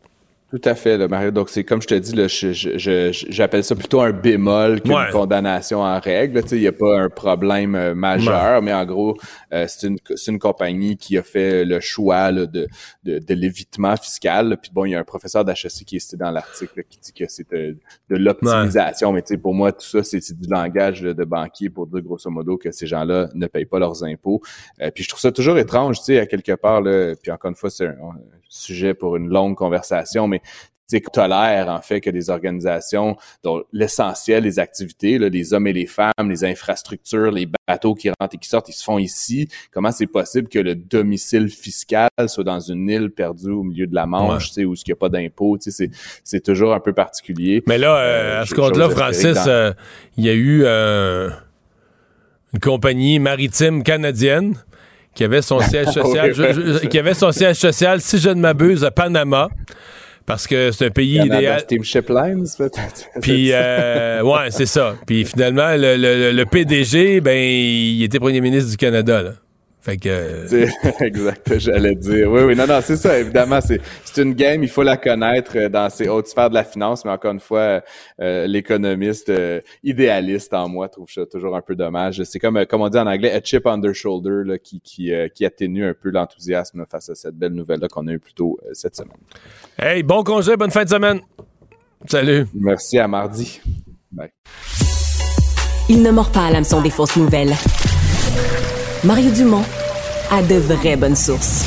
Tout à fait, là, Mario. Donc, c'est comme je te dis, là, je, je, je, j'appelle ça plutôt un bémol qu'une ouais. condamnation en règle. Tu sais, il n'y a pas un problème euh, majeur, ouais. mais en gros, euh, c'est une c'est une compagnie qui a fait le choix là, de, de de l'évitement fiscal. Là. Puis bon, il y a un professeur d'H E C qui est cité dans l'article là, qui dit que c'est de, de l'optimisation. Ouais. Mais tu sais, pour moi, tout ça, c'est, c'est du langage là, de banquier pour dire grosso modo que ces gens-là ne payent pas leurs impôts. Euh, puis je trouve ça toujours étrange, tu sais, à quelque part là. Puis encore une fois, c'est un, un sujet pour une longue conversation, mais tu sais, tolère en fait que des organisations dont l'essentiel des activités, là, les hommes et les femmes, les infrastructures, les bateaux qui rentrent et qui sortent, ils se font ici. Comment c'est possible que le domicile fiscal soit dans une île perdue au milieu de la Manche, ouais. tu sais, où il n'y a pas d'impôts, tu sais, c'est, c'est toujours un peu particulier. Mais là, euh, à ce compte-là, Francis, dans... euh, il y a eu euh, une compagnie maritime canadienne qui avait son siège social, oui, je, je, qui avait son siège social, si je ne m'abuse, à Panama. Parce que c'est un pays Canada idéal. Steamship Lines, peut-être. Puis, euh, ouais, c'est ça. Puis finalement, le, le, le P D G, ben, il était premier ministre du Canada, là. Fait que. Euh... Exact, j'allais dire. Oui, oui, non, non, c'est ça. Évidemment, c'est, c'est une game, il faut la connaître dans ces hautes sphères de la finance, mais encore une fois, euh, l'économiste euh, idéaliste en moi trouve ça toujours un peu dommage. C'est comme, comme on dit en anglais, a chip on their shoulder, là, qui, qui, euh, qui atténue un peu l'enthousiasme face à cette belle nouvelle-là qu'on a eue plus tôt euh, cette semaine. Hey, bon congé, bonne fin de semaine. Salut. Merci, à mardi. Bye. Il ne mord pas à l'hameçon des fausses nouvelles. Mario Dumont a de vraies bonnes sources.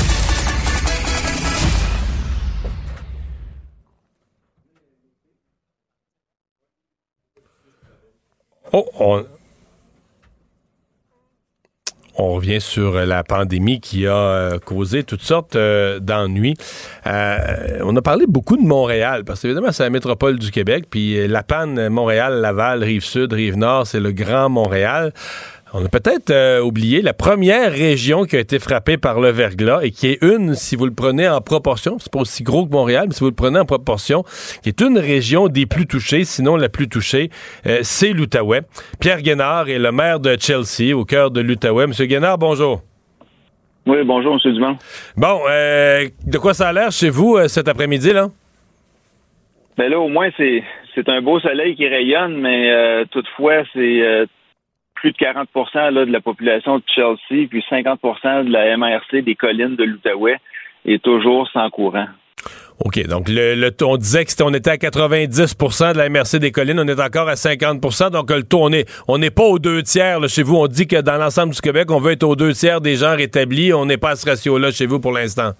Oh, on... on revient sur la pandémie qui a euh, causé toutes sortes euh, d'ennuis. Euh, on a parlé beaucoup de Montréal, parce qu'évidemment, c'est la métropole du Québec, puis la panne, Montréal, Laval, Rive-Sud, Rive-Nord, c'est le Grand Montréal. On a peut-être euh, oublié la première région qui a été frappée par le verglas et qui est une, si vous le prenez en proportion, c'est pas aussi gros que Montréal, mais si vous le prenez en proportion, qui est une région des plus touchées, sinon la plus touchée, euh, c'est l'Outaouais. Pierre Guénard est le maire de Chelsea, au cœur de l'Outaouais. Monsieur Guénard, bonjour. Oui, bonjour, M. Dumont. Bon, euh, de quoi ça a l'air chez vous euh, cet après-midi, là? Ben là, au moins, c'est, c'est un beau soleil qui rayonne, mais euh, toutefois, c'est... Euh, plus de quarante pour cent là, de la population de Chelsea, puis cinquante pour cent de la M R C des collines de l'Outaouais est toujours sans courant. OK, donc le, le, on disait que on était à quatre-vingt-dix pour cent de la M R C des collines, on est encore à cinquante pour cent, donc le taux, on n'est on n'est pas aux deux tiers là, chez vous. On dit que dans l'ensemble du Québec, on veut être aux deux tiers des gens rétablis, on n'est pas à ce ratio-là chez vous pour l'instant.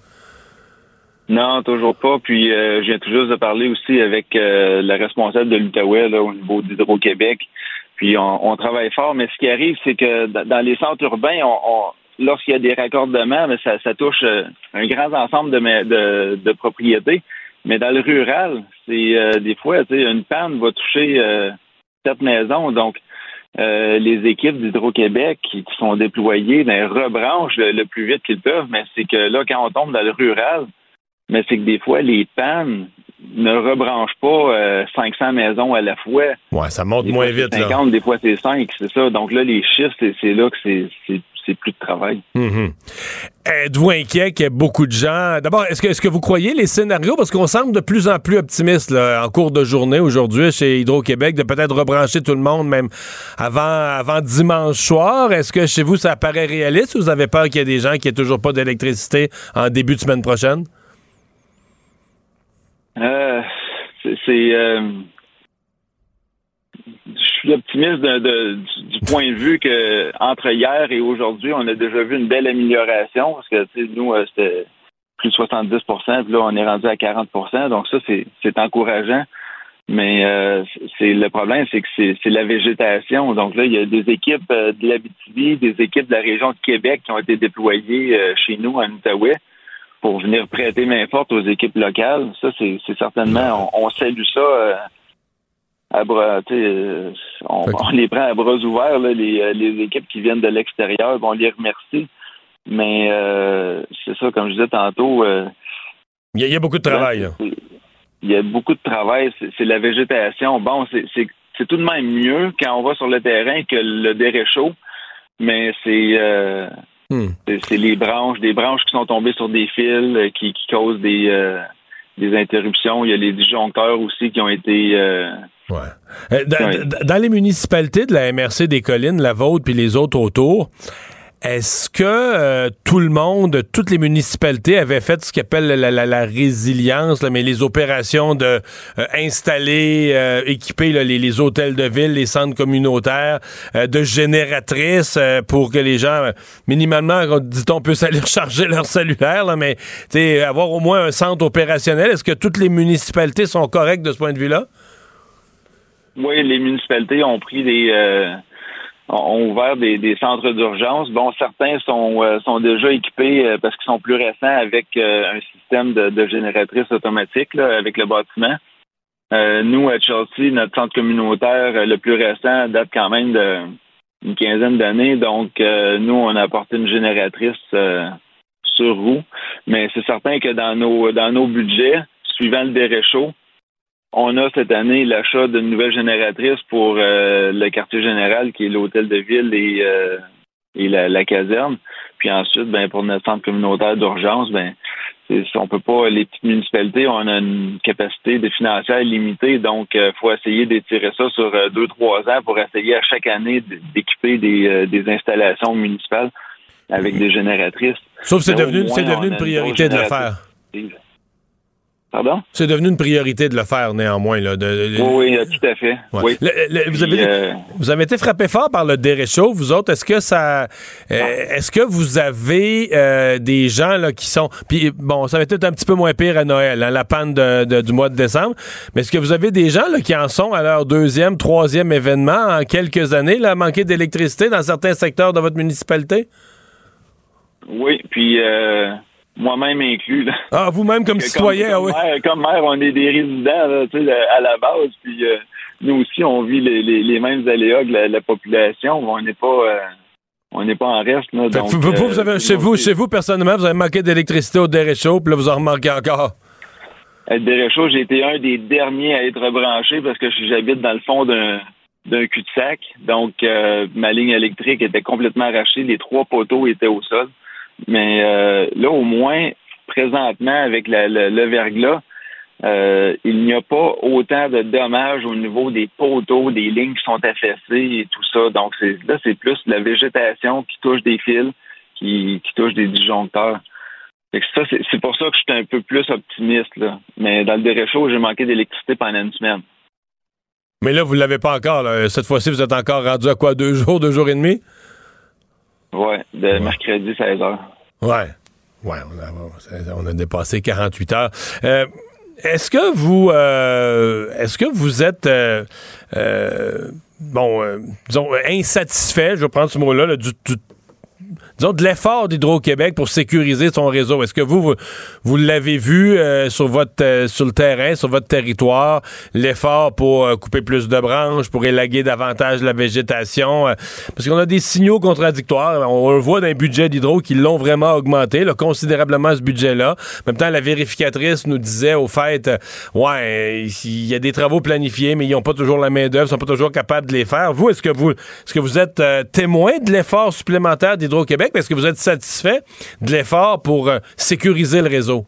Non, toujours pas. Puis euh, je viens tout juste de parler aussi avec euh, la responsable de l'Outaouais là, au niveau d'Hydro-Québec. Puis on, on travaille fort, mais ce qui arrive, c'est que dans les centres urbains, on, on, lorsqu'il y a des raccordements, mais ça, ça touche un grand ensemble de, de, de propriétés. Mais dans le rural, c'est euh, des fois, tu sais, une panne va toucher euh, cette maison. Donc, euh, les équipes d'Hydro-Québec qui, qui sont déployées, ben, rebranchent le, le plus vite qu'ils peuvent. Mais c'est que là, quand on tombe dans le rural, mais c'est que des fois, les pannes ne rebranchent pas euh, cinq cents maisons à la fois. Ouais, ça monte des moins fois, vite, c'est cinquante, là. Des fois, c'est cinq, c'est ça. Donc là, les chiffres, c'est, c'est là que c'est, c'est, c'est plus de travail. Mm-hmm. Êtes-vous inquiet qu'il y ait beaucoup de gens... D'abord, est-ce que, est-ce que vous croyez les scénarios? Parce qu'on semble de plus en plus optimiste là, en cours de journée aujourd'hui chez Hydro-Québec de peut-être rebrancher tout le monde même avant, avant dimanche soir. Est-ce que chez vous, ça paraît réaliste ou vous avez peur qu'il y ait des gens qui n'aient toujours pas d'électricité en début de semaine prochaine? Euh, c'est, c'est euh, je suis optimiste de, de, du, du point de vue que entre hier et aujourd'hui, on a déjà vu une belle amélioration parce que tu sais, nous, euh, c'était plus de soixante-dix pour cent, puis là, on est rendu à quarante pour cent, donc ça, c'est, c'est encourageant. Mais euh, c'est le problème, c'est que c'est, c'est la végétation. Donc là, il y a des équipes euh, de l'Abitibi, des équipes de la région de Québec qui ont été déployées euh, chez nous, en Outaouais, pour venir prêter main forte aux équipes locales. Ça, c'est, c'est certainement... On, on salue ça euh, à bras... Euh, on, okay. on les prend à bras ouverts, là, les, les équipes qui viennent de l'extérieur. On les remercie. Mais euh, c'est ça, comme je disais tantôt... Euh, il, y a, il y a beaucoup de travail. Là, il y a beaucoup de travail. C'est, c'est la végétation. Bon, c'est, c'est, c'est tout de même mieux quand on va sur le terrain que le déréchaud. Mais c'est... Euh, Hmm. C'est, c'est les branches, des branches qui sont tombées sur des fils, euh, qui, qui causent des, euh, des interruptions. Il y a les disjoncteurs aussi qui ont été... Euh, ouais. Euh, dans, dans les municipalités de la M R C des Collines, la vôtre puis les autres autour, est-ce que euh, tout le monde, toutes les municipalités avaient fait ce qu'ils appellent la, la, la résilience, là, mais les opérations de euh, installer, euh, équiper là, les, les hôtels de ville, les centres communautaires, euh, de génératrices euh, pour que les gens, euh, minimalement, dit-on, puissent aller recharger leur cellulaire, là, mais avoir au moins un centre opérationnel. Est-ce que toutes les municipalités sont correctes de ce point de vue-là? Oui, les municipalités ont pris des... Euh ont ouvert des, des centres d'urgence. Bon, certains sont euh, sont déjà équipés euh, parce qu'ils sont plus récents avec euh, un système de, de génératrice automatique là, avec le bâtiment. Euh, nous, à Chelsea, notre centre communautaire euh, le plus récent date quand même d'une quinzaine d'années. Donc, euh, nous, on a apporté une génératrice euh, sur roue. Mais c'est certain que dans nos dans nos budgets, suivant le déréchaud, on a cette année l'achat d'une nouvelle génératrice pour euh, le quartier général, qui est l'hôtel de ville et, euh, et la, la caserne. Puis ensuite, ben pour notre centre communautaire d'urgence, ben c'est, on peut pas, les petites municipalités, on a une capacité de financière limitée, donc il euh, faut essayer d'étirer ça sur euh, deux, trois ans pour essayer à chaque année d'équiper des, euh, des installations municipales avec des génératrices. Sauf que c'est devenu, c'est devenu une priorité de le faire. Pardon? C'est devenu une priorité de le faire, néanmoins. Là, de, de... Oui, oui, tout à fait. Ouais. Oui. Le, le, vous, avez, Puis, euh... vous avez été frappé fort par le déréchaud, vous autres. Est-ce que ça... Euh, est-ce que vous avez euh, des gens là qui sont... Puis, bon, ça va être un petit peu moins pire à Noël, hein, la panne de, de, du mois de décembre. Mais est-ce que vous avez des gens là, qui en sont à leur deuxième, troisième événement en quelques années, là, à manquer d'électricité dans certains secteurs de votre municipalité? Oui, puis... Euh... moi-même inclus. Là. Ah, vous-même comme citoyen, comme, oui. Comme maire, comme maire, on est des résidents là, à la base, puis euh, nous aussi, on vit les, les, les mêmes aléas que la, la population. On n'est pas, euh, on n'est pas en reste. Là, donc, vous, vous, vous avez, euh, chez, vous, chez vous, personnellement, vous avez manqué d'électricité au déréchaud, puis là, vous en remarquez encore. Le déréchaud, j'ai été un des derniers à être branché parce que j'habite dans le fond d'un, d'un cul-de-sac. Donc, euh, ma ligne électrique était complètement arrachée. Les trois poteaux étaient au sol. Mais euh, là, au moins, présentement, avec la, la, le verglas, euh, il n'y a pas autant de dommages au niveau des poteaux, des lignes qui sont affaissées et tout ça. Donc, c'est, là, c'est plus la végétation qui touche des fils, qui, qui touche des disjoncteurs. Fait que ça, c'est, c'est pour ça que je suis un peu plus optimiste. Là. Mais dans le déréchaud, j'ai manqué d'électricité pendant une semaine. Mais là, vous ne l'avez pas encore. Là. Cette fois-ci, vous êtes encore rendu à quoi? Deux jours, deux jours et demi? Oui, de ouais. mercredi seize heures. Oui. Ouais, on a, on a dépassé quarante-huit heures. Euh, est-ce que vous euh, est-ce que vous êtes euh, euh, bon euh, disons insatisfait, je vais prendre ce mot-là, là, du, du disons, de l'effort d'Hydro-Québec pour sécuriser son réseau. Est-ce que vous, vous, vous l'avez vu euh, sur votre euh, sur le terrain, sur votre territoire, l'effort pour euh, couper plus de branches, pour élaguer davantage la végétation? Euh, parce qu'on a des signaux contradictoires. On, on le voit dans les budgets d'Hydro qui l'ont vraiment augmenté, là, considérablement ce budget-là. En même temps, la vérificatrice nous disait, au fait, euh, ouais, il y a des travaux planifiés, mais ils n'ont pas toujours la main-d'œuvre, ils sont pas toujours capables de les faire. Vous, est-ce que vous, est-ce que vous êtes euh, témoin de l'effort supplémentaire d'Hydro-Québec? Est-ce que vous êtes satisfait de l'effort pour euh, sécuriser le réseau?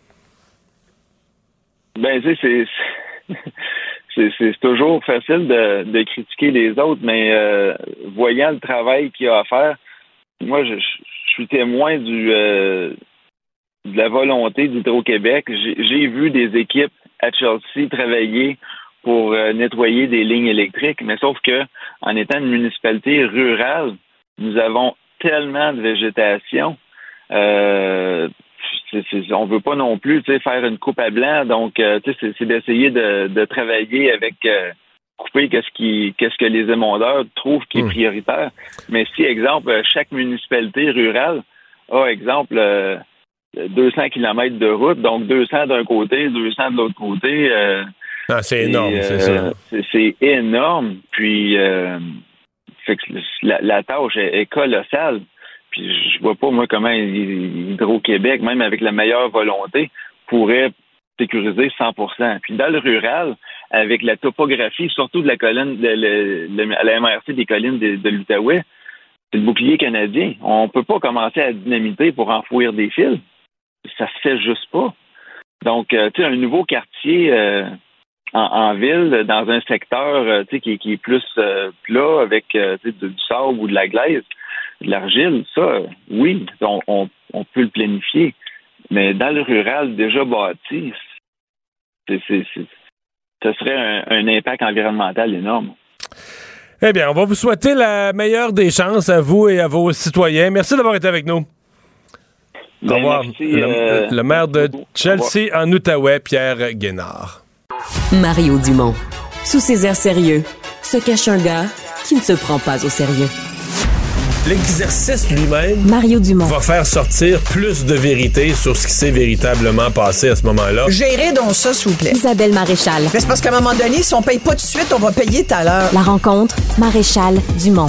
Ben, tu sais, c'est, c'est, c'est, c'est toujours facile de, de critiquer les autres, mais euh, voyant le travail qu'il y a à faire, moi, je, je suis témoin du euh, de la volonté d'Hydro-Québec. J'ai, j'ai vu des équipes à Chelsea travailler pour euh, nettoyer des lignes électriques, mais sauf que en étant une municipalité rurale, nous avons tellement de végétation, euh, c'est, c'est, on veut pas non plus, tu sais, faire une coupe à blanc. Donc, euh, tu sais, c'est, c'est d'essayer de, de travailler avec euh, couper qu'est-ce qui, qu'est-ce que les émondeurs trouvent qui est mmh. prioritaire. Mais si, exemple, chaque municipalité rurale a, exemple, euh, deux cents kilomètres de route, donc deux cents d'un côté, deux cents de l'autre côté. Euh, ah, c'est énorme, et, euh, c'est ça. C'est, c'est énorme. Puis. Euh, Fait que la, la tâche est, est colossale. Puis je vois pas, moi, comment Hydro-Québec, même avec la meilleure volonté, pourrait sécuriser cent pour cent. Puis dans le rural, avec la topographie, surtout de la colline, de, de, de, à la M R C des collines de, de l'Outaouais, c'est le bouclier canadien. On peut pas commencer à dynamiter pour enfouir des fils. Ça se fait juste pas. Donc, euh, tu sais, un nouveau quartier euh, en, en ville, dans un secteur euh, tu sais, qui, qui est plus euh, plat, avec euh, tu sais, du sable ou de la glaise, de l'argile, ça, euh, oui, on, on, on peut le planifier. Mais dans le rural déjà bâti, c'est, c'est, c'est, ce serait un, un impact environnemental énorme. Eh bien, on va vous souhaiter la meilleure des chances à vous et à vos citoyens. Merci d'avoir été avec nous. Au revoir. Merci, le, euh, le maire de Chelsea en Outaouais, Pierre Guénard. Mario Dumont. Sous ses airs sérieux, se cache un gars qui ne se prend pas au sérieux. L'exercice lui-même Mario Dumont va faire sortir plus de vérité sur ce qui s'est véritablement passé à ce moment-là. Gérez donc ça, s'il vous plaît. Isabelle Maréchal. Mais c'est parce qu'à un moment donné, si on paye pas tout de suite, on va payer tout à l'heure. La rencontre, Maréchal Dumont.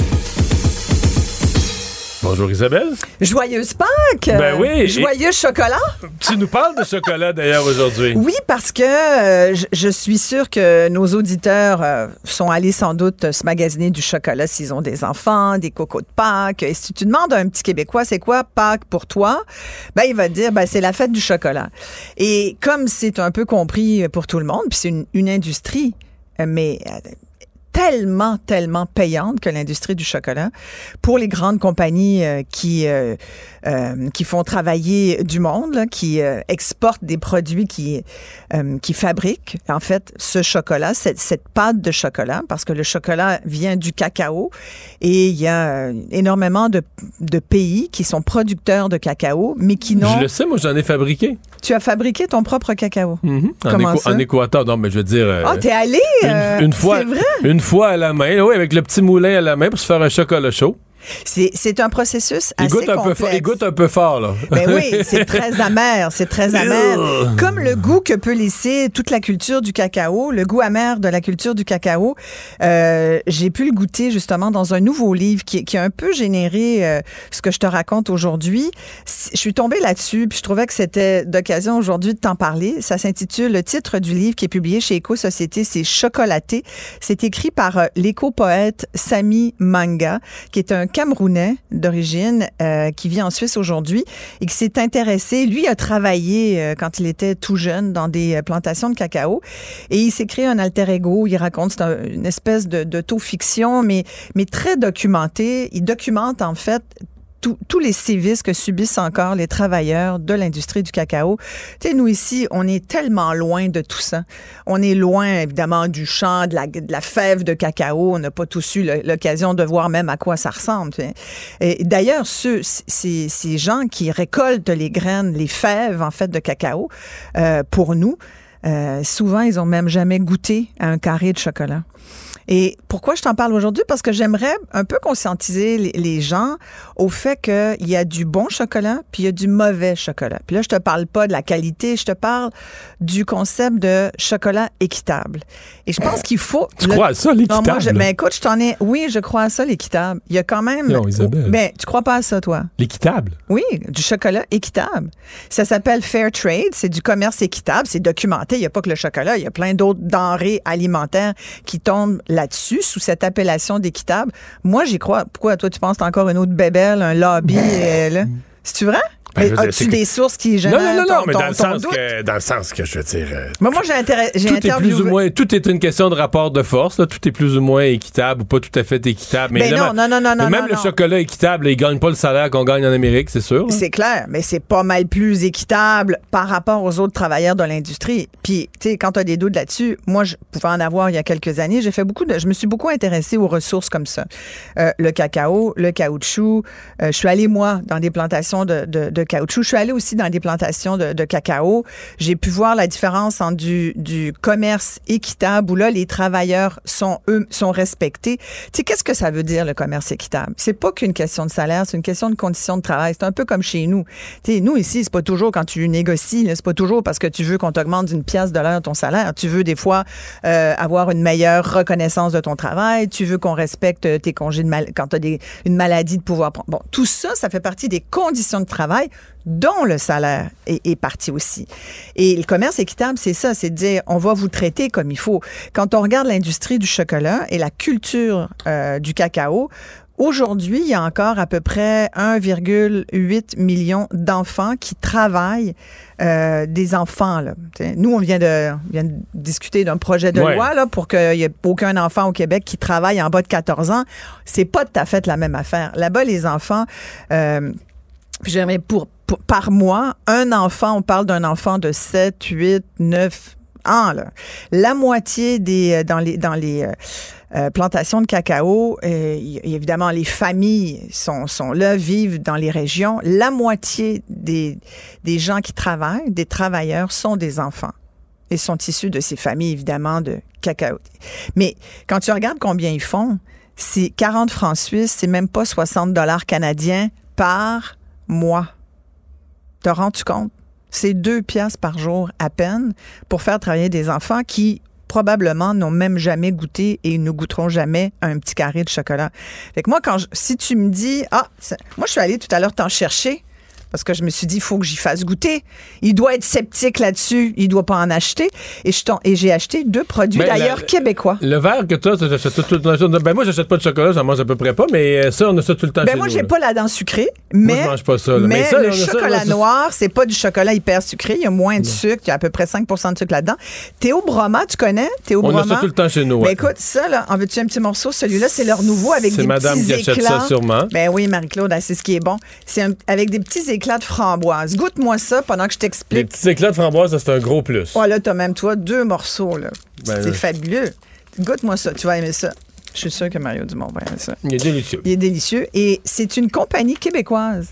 Bonjour Isabelle. Joyeuse Pâques! Ben oui. Joyeux chocolat! Tu nous parles de chocolat d'ailleurs aujourd'hui. Oui, parce que euh, je, je suis sûre que nos auditeurs euh, sont allés sans doute se magasiner du chocolat s'ils ont des enfants, des cocos de Pâques. Et si tu demandes à un petit Québécois, c'est quoi Pâques pour toi? Ben, il va te dire, ben, c'est la fête du chocolat. Et comme c'est un peu compris pour tout le monde, puis c'est une, une industrie, mais... Euh, tellement, tellement payante que l'industrie du chocolat pour les grandes compagnies euh, qui euh, euh, qui font travailler du monde, là, qui euh, exportent des produits qui euh, qui fabriquent en fait ce chocolat, cette, cette pâte de chocolat, parce que le chocolat vient du cacao et il y a énormément de, de pays qui sont producteurs de cacao, mais qui n'ont... Je le sais, moi j'en ai fabriqué. Tu as fabriqué ton propre cacao. Mm-hmm. Comment en, éco- ça? en Équateur, non, mais je veux dire... Ah, oh, t'es allé? Euh, une, une fois, c'est vrai? Une fois à la main, oui, avec le petit moulin à la main pour se faire un chocolat chaud. C'est, c'est un processus il assez goûte un complexe. Peu fort, il goûte un peu fort, là. Ben oui, c'est très amer, c'est très amer. Comme le goût que peut laisser toute la culture du cacao, le goût amer de la culture du cacao, euh, j'ai pu le goûter justement dans un nouveau livre qui, qui a un peu généré euh, ce que je te raconte aujourd'hui. Je suis tombée là-dessus, puis je trouvais que c'était d'occasion aujourd'hui de t'en parler. Ça s'intitule, le titre du livre qui est publié chez Éco-Société, c'est Chocolaté. C'est écrit par euh, l'éco-poète Sami Manga, qui est un Camerounais d'origine euh, qui vit en Suisse aujourd'hui et qui s'est intéressé. Lui a travaillé euh, quand il était tout jeune dans des euh, plantations de cacao et il s'est créé un alter ego. Il raconte, c'est un, une espèce de, d'auto-fiction, mais, mais très documentée. Il documente en fait tous les sévices que subissent encore les travailleurs de l'industrie du cacao. Tu sais, nous ici, on est tellement loin de tout ça. On est loin, évidemment, du champ, de la, de la fève de cacao. On n'a pas tous eu l'occasion de voir même à quoi ça ressemble. Tu sais. Et d'ailleurs, ceux, ces, ces gens qui récoltent les graines, les fèves, en fait, de cacao, euh, pour nous, euh, souvent, ils ont même jamais goûté à un carré de chocolat. Et pourquoi je t'en parle aujourd'hui? Parce que j'aimerais un peu conscientiser les, les gens au fait qu'il y a du bon chocolat puis il y a du mauvais chocolat. Puis là, je te parle pas de la qualité, je te parle du concept de chocolat équitable. Et je pense qu'il faut... Tu le... crois à ça, l'équitable? Non, moi, je... Ben écoute, je t'en ai... Oui, je crois à ça, l'équitable. Il y a quand même... Non, Isabelle. Ben, tu crois pas à ça, toi? L'équitable? Oui, du chocolat équitable. Ça s'appelle Fair Trade, c'est du commerce équitable, c'est documenté. Il n'y a pas que le chocolat, il y a plein d'autres denrées alimentaires qui tombent là-dessus, sous cette appellation d'équitable. Moi, j'y crois. Pourquoi, toi, tu penses que t'as encore une autre bébelle, un lobby, euh, là? C'est-tu vrai? Ben, mais as-tu des sources qui gênent? Non, non, non, non, ton, mais ton, dans, le ton sens doute? que, dans le sens que, je veux dire... Euh, mais moi, j'ai, intérêt, j'ai tout interviewé... Est plus ou moins, tout est une question de rapport de force. Là. Tout est plus ou moins équitable ou pas tout à fait équitable. Mais ben là, non, non, non, non, mais non, même non, le non. chocolat équitable, là, il gagne pas le salaire qu'on gagne en Amérique, c'est sûr. Là. C'est clair, mais c'est pas mal plus équitable par rapport aux autres travailleurs de l'industrie. Puis, tu sais, quand tu as des doutes là-dessus, moi, je pouvais en avoir il y a quelques années. J'ai fait beaucoup de... Je me suis beaucoup intéressée aux ressources comme ça. Euh, le cacao, le caoutchouc. Euh, je suis allée, moi, dans des plantations de, de, de caoutchouc. Je suis allée aussi dans des plantations De, de cacao. J'ai pu voir la différence entre du, du commerce équitable où là, les travailleurs sont, eux, sont respectés. Tu sais, qu'est-ce que ça veut dire, le commerce équitable? C'est pas qu'une question de salaire, c'est une question de conditions de travail. C'est un peu comme chez nous. Tu sais, nous, ici, c'est pas toujours quand tu négocies, là, c'est pas toujours parce que tu veux qu'on t'augmente d'une pièce de l'heure ton salaire. Tu veux des fois euh, avoir une meilleure reconnaissance de ton travail. Tu veux qu'on respecte tes congés de mal- quand tu as une maladie de pouvoir prendre. Bon, tout ça, ça fait partie des conditions de travail dont le salaire est, est parti aussi. Et le commerce équitable, c'est ça, c'est de dire, on va vous traiter comme il faut. Quand on regarde l'industrie du chocolat et la culture euh, du cacao, aujourd'hui, il y a encore à peu près un virgule huit million d'enfants qui travaillent, euh, des enfants. Là. Nous, on vient, de, on vient de discuter d'un projet de ouais. loi là, pour qu'il n'y ait aucun enfant au Québec qui travaille en bas de quatorze ans. C'est pas tout à fait la même affaire. Là-bas, les enfants, euh, j'aimerais pour, pour par mois, un enfant, on parle d'un enfant de sept, huit, neuf ans. Là. La moitié des dans les dans les euh, Euh, plantations de cacao, euh, y, évidemment, les familles sont, sont là, vivent dans les régions. La moitié des, des gens qui travaillent, des travailleurs, sont des enfants et sont issus de ces familles, évidemment, de cacao. Mais quand tu regardes combien ils font, c'est quarante francs suisses, c'est même pas soixante dollars canadiens par mois. Te rends-tu compte? C'est deux piastres par jour à peine pour faire travailler des enfants qui probablement n'ont même jamais goûté et ne goûteront jamais un petit carré de chocolat. Fait que moi, quand je, si tu me dis, ah, moi, je suis allée tout à l'heure t'en chercher parce que je me suis dit, il faut que j'y fasse goûter. Il doit être sceptique là-dessus. Il doit pas en acheter. Et, je et j'ai acheté deux produits, mais d'ailleurs, la, québécois. Le verre que tu as, j'achète tout, tout, tout le temps. Ben moi, j'achète pas de chocolat, j'en mange à peu près pas, mais ça, on a ça tout le temps ben chez moi, nous. j'ai là. pas la dent sucrée, mais, moi, je mange pas ça, là. mais, mais ça, le chocolat ça, là, noir, c'est pas du chocolat hyper sucré. Il y a moins de non. sucre. Il y a à peu près cinq pour cent de sucre là-dedans. Théo Broma, tu connais? Théo on Broma? a ça tout le temps chez nous, ouais. Ben écoute, ça, là, en veux-tu un petit morceau? Celui-là, c'est leur nouveau avec c'est des madame petits éclats. C'est madame qui achète ça, sûrement. Ben oui, Marie-Claude, c'est ce qui est bon. C'est un, avec des petits éclats de framboise. Goûte-moi ça pendant que je t'explique. Les petits éclats de framboise, ça, c'est un gros plus. Oh là, t'as même, toi, deux morceaux, là. Ben, c'est là. Fabuleux. Goûte-moi ça. Tu vas aimer ça. Je suis sûre que Mario Dumont va aimer ça. Il est délicieux. Il est délicieux. Et c'est une compagnie québécoise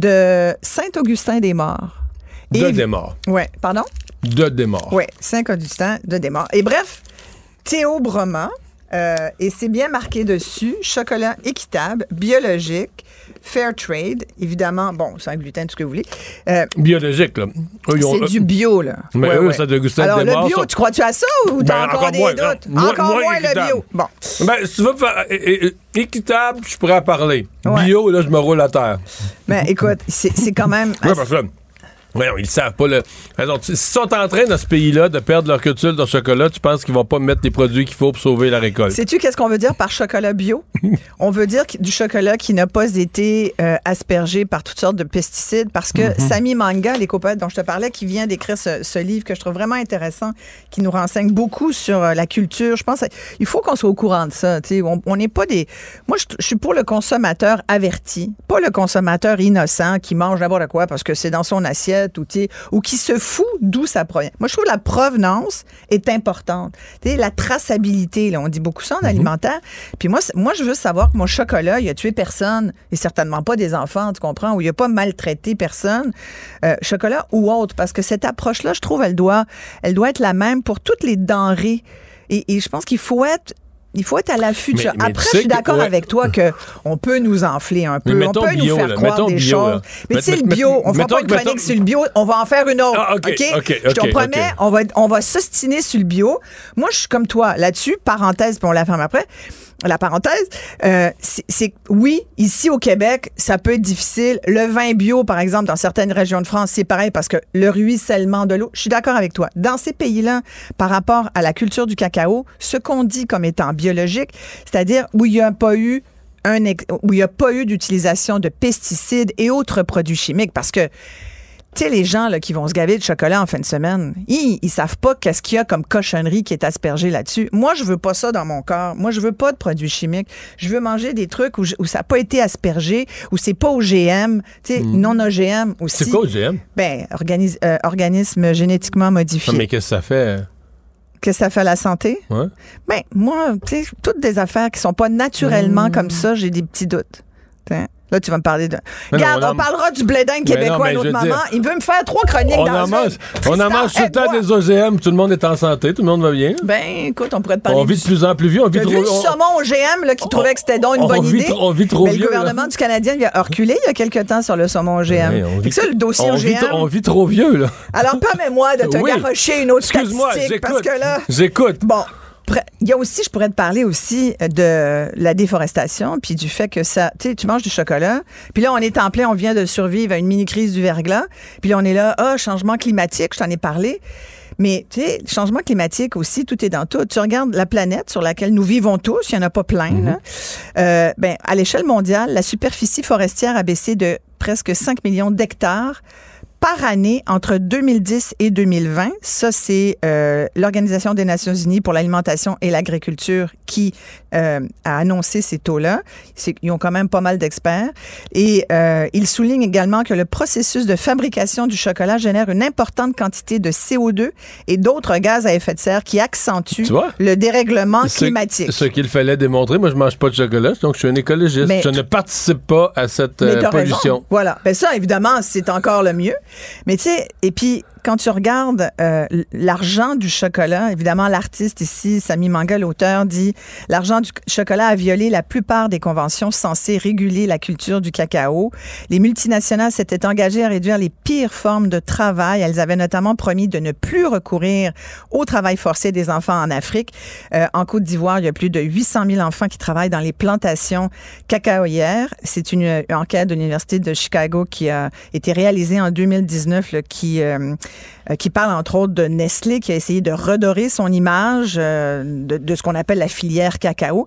de Saint-Augustin-des-Morts. De Desmaures. Oui, pardon? De Desmaures. Oui, Saint-Augustin de Desmaures. Et bref, Théo Broma, euh, et c'est bien marqué dessus, chocolat équitable, biologique, fair trade, évidemment, bon, sans gluten, tout ce que vous voulez. Euh, biologique, là. Eux, c'est ont, du bio, là. Mais ouais, eux, ouais. ça de Gustave Alors, Desmaures, le bio, ça... tu crois-tu à ça ou t'as ben, encore, encore des moins, doutes? Non. Encore moins, moins équitable. le bio. Bon. Ben, si tu veux faire é- é- équitable, je pourrais en parler. Ouais. Bio, là, je me roule à terre. Ben, écoute, c'est, c'est quand même... Oui, parce que... Voyons, ils savent pas. Le... S'ils sont en train, dans ce pays-là, de perdre leur culture de chocolat, tu penses qu'ils vont pas mettre les produits qu'il faut pour sauver la récolte? Sais-tu qu'est-ce qu'on veut dire par chocolat bio? On veut dire du chocolat qui n'a pas été euh, aspergé par toutes sortes de pesticides parce que mm-hmm. Samy Manga, l'écopète dont je te parlais, qui vient d'écrire ce, ce livre que je trouve vraiment intéressant, qui nous renseigne beaucoup sur euh, la culture. Je pense qu'il faut qu'on soit au courant de ça. T'sais. On n'est pas des... Moi, je, je suis pour le consommateur averti, pas le consommateur innocent qui mange n'importe quoi parce que c'est dans son assiette ou, ou qui se fout d'où ça provient. Moi, je trouve que la provenance est importante. T'sais, la traçabilité, là, on dit beaucoup ça en mm-hmm. alimentaire. Puis moi, moi, je veux savoir que mon chocolat, il a tué personne, et certainement pas des enfants, tu comprends, ou il a pas maltraité personne, euh, chocolat ou autre, parce que cette approche-là, je trouve, elle doit, elle doit être la même pour toutes les denrées. Et, et je pense qu'il faut être Il faut être à l'affût de ça. Après, je suis d'accord ouais. avec toi qu'on peut nous enfler un peu. On peut bio, nous faire là, croire des bio, choses. Là. Mais tu sais, le bio, on ne fera pas une chronique mettons... sur le bio, on va en faire une autre. Ah, OK? okay? okay je te okay, promets, okay. on va, on va s'ostiner sur le bio. Moi, je suis comme toi là-dessus, parenthèse, puis on la ferme après. La parenthèse, euh, c'est, c'est oui, ici au Québec, ça peut être difficile. Le vin bio, par exemple, dans certaines régions de France, c'est pareil parce que le ruissellement de l'eau, je suis d'accord avec toi. Dans ces pays-là, par rapport à la culture du cacao, ce qu'on dit comme étant biologique, c'est-à-dire où il n'y a pas eu un ex- où il n'y a pas eu d'utilisation de pesticides et autres produits chimiques, parce que tu sais, les gens là, qui vont se gaver de chocolat en fin de semaine, ils, ils savent pas qu'est-ce qu'il y a comme cochonnerie qui est aspergée là-dessus. Moi, je veux pas ça dans mon corps. Moi, je veux pas de produits chimiques. Je veux manger des trucs où, je, où ça n'a pas été aspergé, où c'est pas O G M, tu sais, mmh. non O G M aussi. C'est quoi O G M? Ben, organis- euh, organisme génétiquement modifié. Non, mais qu'est-ce que ça fait? Qu'est-ce que ça fait à la santé? Ouais. Ben, moi, tu sais, toutes des affaires qui sont pas naturellement mmh. comme ça, j'ai des petits doutes. T'sais. Là, tu vas me parler de... Mais Regarde, non, on, on parlera du blé d'Inde québécois à un autre moment. Dire, il veut me faire trois chroniques on dans en mange, On en mange tout le temps des O G M. Tout le monde est en santé. Tout le monde va bien. Ben, écoute, on pourrait te parler... On vit de plus en plus vieux. On vit trop... vu le saumon O G M là, qui on, trouvait que c'était donc une bonne vit, idée. On vit trop ben, vieux. Le gouvernement là. du Canadien il a reculé il y a quelque temps sur le saumon O G M. Ouais, vit, ça, le dossier on O G M... Vit, on vit trop vieux, là. Alors, permets-moi de te oui. garrocher une autre Excuse-moi, statistique. J'écoute. Parce que là... J'écoute. Bon... Il y a aussi, je pourrais te parler aussi de la déforestation, puis du fait que ça, tu sais, tu manges du chocolat, puis là, on est en plein, on vient de survivre à une mini-crise du verglas, puis là, on est là, ah, oh, changement climatique, je t'en ai parlé. Mais, tu sais, le changement climatique aussi, tout est dans tout. Tu regardes la planète sur laquelle nous vivons tous, il n'y en a pas plein, mm-hmm. là. Euh, ben, à l'échelle mondiale, la superficie forestière a baissé de presque cinq millions d'hectares par année entre deux mille dix et deux mille vingt. Ça, c'est euh, l'Organisation des Nations Unies pour l'alimentation et l'agriculture qui euh, a annoncé ces taux-là. C'est, ils ont quand même pas mal d'experts. Et euh, ils soulignent également que le processus de fabrication du chocolat génère une importante quantité de C O deux et d'autres gaz à effet de serre qui accentuent le dérèglement ce, climatique. Ce qu'il fallait démontrer, moi, je mange pas de chocolat, donc je suis un écologiste. Mais, je ne participe pas à cette euh, pollution. Raison. Voilà. Ben ça, évidemment, c'est encore le mieux. Mais tu sais, et puis quand tu regardes euh, l'argent du chocolat, évidemment, l'artiste ici, Samy Manga, l'auteur, dit « L'argent du chocolat a violé la plupart des conventions censées réguler la culture du cacao. Les multinationales s'étaient engagées à réduire les pires formes de travail. Elles avaient notamment promis de ne plus recourir au travail forcé des enfants en Afrique. Euh, en Côte d'Ivoire, il y a plus de huit cent mille enfants qui travaillent dans les plantations cacaoyères. C'est une, une enquête de l'Université de Chicago qui a été réalisée en deux mille dix-neuf, là, qui... Euh, Euh, qui parle entre autres de Nestlé qui a essayé de redorer son image euh, de, de ce qu'on appelle la filière cacao.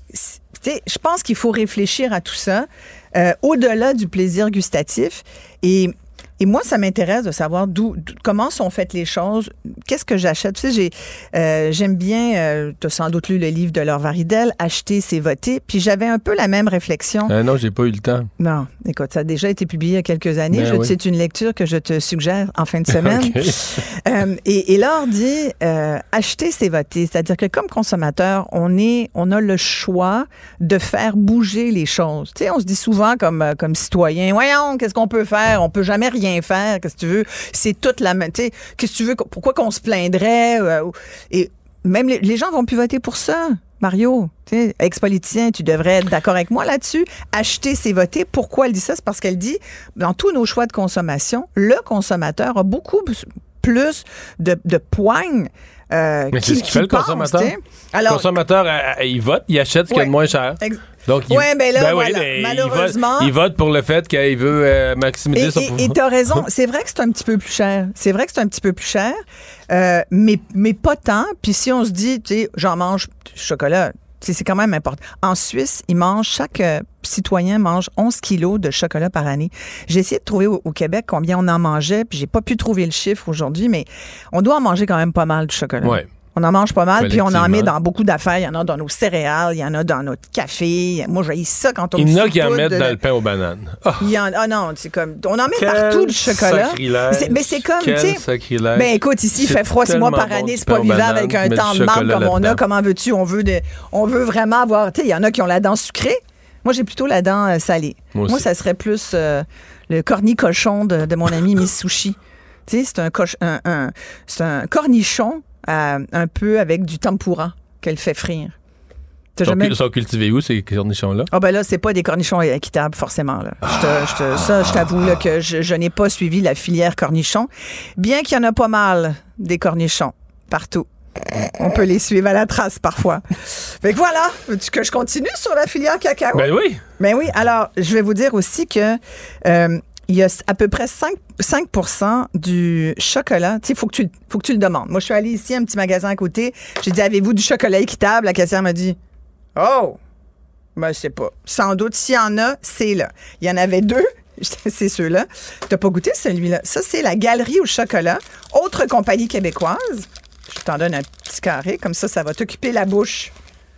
Je pense qu'il faut réfléchir à tout ça euh, au-delà du plaisir gustatif. Et Et moi, ça m'intéresse de savoir d'où, d'où comment sont faites les choses. Qu'est-ce que j'achète? Tu sais, j'ai, euh, j'aime bien, euh, tu as sans doute lu le livre de Laure Varidel, Acheter, c'est voter. Puis j'avais un peu la même réflexion. Euh, non, j'ai pas eu le temps. Non, écoute, ça a déjà été publié il y a quelques années. Ben je, oui. C'est une lecture que je te suggère en fin de semaine. Okay. euh, et, et Laure dit, euh, acheter, c'est voter. C'est-à-dire que comme consommateur, on est, on a le choix de faire bouger les choses. Tu sais, on se dit souvent comme, comme citoyen, voyons, qu'est-ce qu'on peut faire? On peut jamais rien faire, qu'est-ce que tu veux, c'est toute la même, tu sais, qu'est-ce que tu veux, pourquoi qu'on se plaindrait, euh, et même les, les gens vont plus voter pour ça, Mario, tu sais, ex-politicien, tu devrais être d'accord avec moi là-dessus, acheter c'est voter. Pourquoi elle dit ça? C'est parce qu'elle dit, dans tous nos choix de consommation, le consommateur a beaucoup plus de, de poignes. Euh, Mais qui, c'est ce qu'il fait le pense, consommateur. Alors, le consommateur, il vote, il achète ce qu'il y a de moins cher. Ex- Donc, il, ouais, ben là, ben voilà, oui, ben, malheureusement. Il vote, il vote pour le fait qu'il veut euh, maximiser et, son et, pouvoir. Et t'as raison, c'est vrai que c'est un petit peu plus cher. C'est vrai que c'est un petit peu plus cher, euh, mais, mais pas tant. Puis si on se dit, tu sais, j'en mange du chocolat, c'est quand même important. En Suisse, ils mangent, chaque euh, citoyen mange onze kilos de chocolat par année. J'ai essayé de trouver au, au Québec combien on en mangeait, puis j'ai pas pu trouver le chiffre aujourd'hui, mais on doit en manger quand même pas mal de chocolat. Ouais. On en mange pas mal, puis on en met dans beaucoup d'affaires. Il y en a dans nos céréales, il y en a dans notre café. Moi, j'haïs ça quand on Il y en a qui en saupoudre mettent de... dans le pain aux bananes. Oh. Il y en a, ah non, c'est comme, on en met Quel partout du chocolat. Sacrilège. Mais c'est comme, tu sais. Sacrilège. Ben écoute, ici, il fait froid six mois par bon année, c'est pas vivable avec un temps de marde comme on a. Comment veux-tu? On veut, de, on veut vraiment avoir, tu sais, il y en a qui ont la dent sucrée. Moi, j'ai plutôt la dent euh, salée. Moi, Moi, ça serait plus euh, le cornicochon de, de mon ami Miss Sushi. Tu sais, c'est un, coche, un, un, c'est un cornichon. Euh, un peu avec du tempura qu'elle fait frire. Ils jamais... sont cultivés où, ces cornichons-là? Ah, ben là, c'est pas des cornichons équitables, forcément. Là. Je te, je te, ça, je t'avoue là, que je, je n'ai pas suivi la filière cornichon, bien qu'il y en a pas mal des cornichons partout. On peut les suivre à la trace parfois. Fait que voilà, veux-tu que je continue sur la filière cacao? Ben oui. Ben oui, alors, je vais vous dire aussi que euh, il y a à peu près cinq pour cent du chocolat. Tu sais, il faut que tu, faut que tu le demandes. Moi, je suis allée ici, un petit magasin à côté. J'ai dit, avez-vous du chocolat équitable? La caissière m'a dit, oh, ben, je sais pas. Sans doute, s'il y en a, c'est là. Il y en avait deux. C'est ceux-là. T'as pas goûté celui-là? Ça, c'est la Galerie au chocolat. Autre compagnie québécoise. Je t'en donne un petit carré. Comme ça, ça va t'occuper la bouche.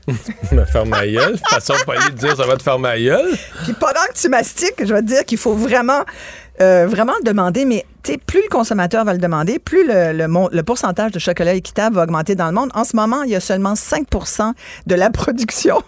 Me faire ma gueule. Façon polie de dire ça va te faire ma gueule. Puis pendant que tu mastiques, je vais te dire qu'il faut vraiment, euh, vraiment le demander. Mais tu sais, plus le consommateur va le demander, plus le, le, le pourcentage de chocolat équitable va augmenter dans le monde. En ce moment, il y a seulement cinq pour cent de la production.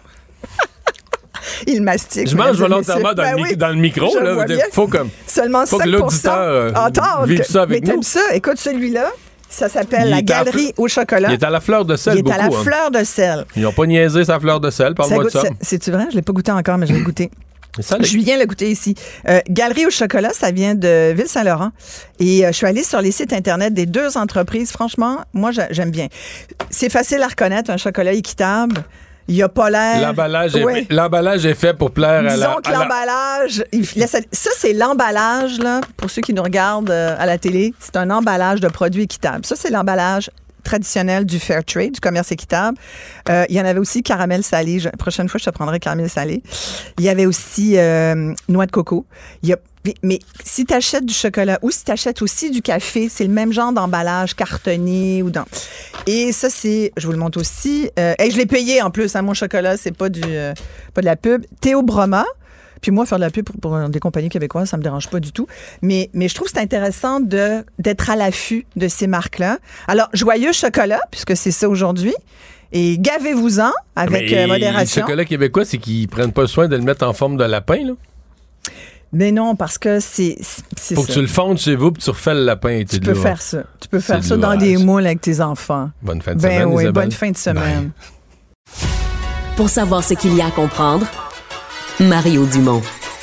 Il mastique. Je mange volontairement dans, ben le, oui, dans le micro. Il faut comme. Seulement faut cinq pour cent. Que l'auditeur euh, vive ça avec mais nous. t'aimes ça? Écoute, celui-là. Ça s'appelle la Galerie au chocolat. Il est à la fleur de sel. Il est beaucoup, à la hein. fleur de sel. Ils n'ont pas niaisé sa fleur de sel. Parle-moi de ça. C'est-tu vrai? Je ne l'ai pas goûté encore, mais je vais le goûter. Ça, Julien l'a goûté ici. Euh, Galerie au chocolat, ça vient de Ville-Saint-Laurent. Et euh, je suis allée sur les sites Internet des deux entreprises. Franchement, moi, j'aime bien. C'est facile à reconnaître, un chocolat équitable. Il a pas l'air... L'emballage, est, ouais. l'emballage est fait pour plaire Disons à la... que l'emballage... Il, ça, ça, c'est l'emballage, là, pour ceux qui nous regardent euh, à la télé. C'est un emballage de produits équitables. Ça, c'est l'emballage traditionnel du fair trade, du commerce équitable. Euh, il y en avait aussi caramel salé. Je, la prochaine fois, je te prendrai caramel salé. Il y avait aussi euh, noix de coco. Il y a, mais si tu achètes du chocolat ou si tu achètes aussi du café, c'est le même genre d'emballage cartonné ou dans. Et ça, c'est, je vous le montre aussi. Euh, et je l'ai payé en plus. Hein, mon chocolat, c'est pas du, euh, pas de la pub. Théo Broma. Puis moi, faire de la pub pour, pour des compagnies québécoises, ça me dérange pas du tout. Mais, mais je trouve que c'est intéressant de, d'être à l'affût de ces marques-là. Alors, joyeux chocolat, puisque c'est ça aujourd'hui. Et gavez-vous-en avec mais euh, modération. Le chocolat québécois, c'est qu'ils prennent pas soin de le mettre en forme de lapin, là. Mais non, parce que c'est, c'est Faut ça. que tu le fondes chez vous puis tu refais le lapin. Tu peux faire ça. Tu peux faire c'est ça de dans l'orage. des moules avec tes enfants. Bonne fin de ben semaine, oui, Isabelle. bonne fin de semaine. Bye. Pour savoir ce qu'il y a à comprendre, Mario Dumont.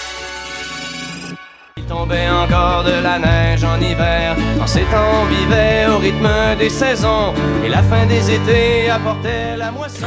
Il tombait encore de la neige en hiver. En ces temps, on vivait au rythme des saisons. Et la fin des étés apportait la moisson.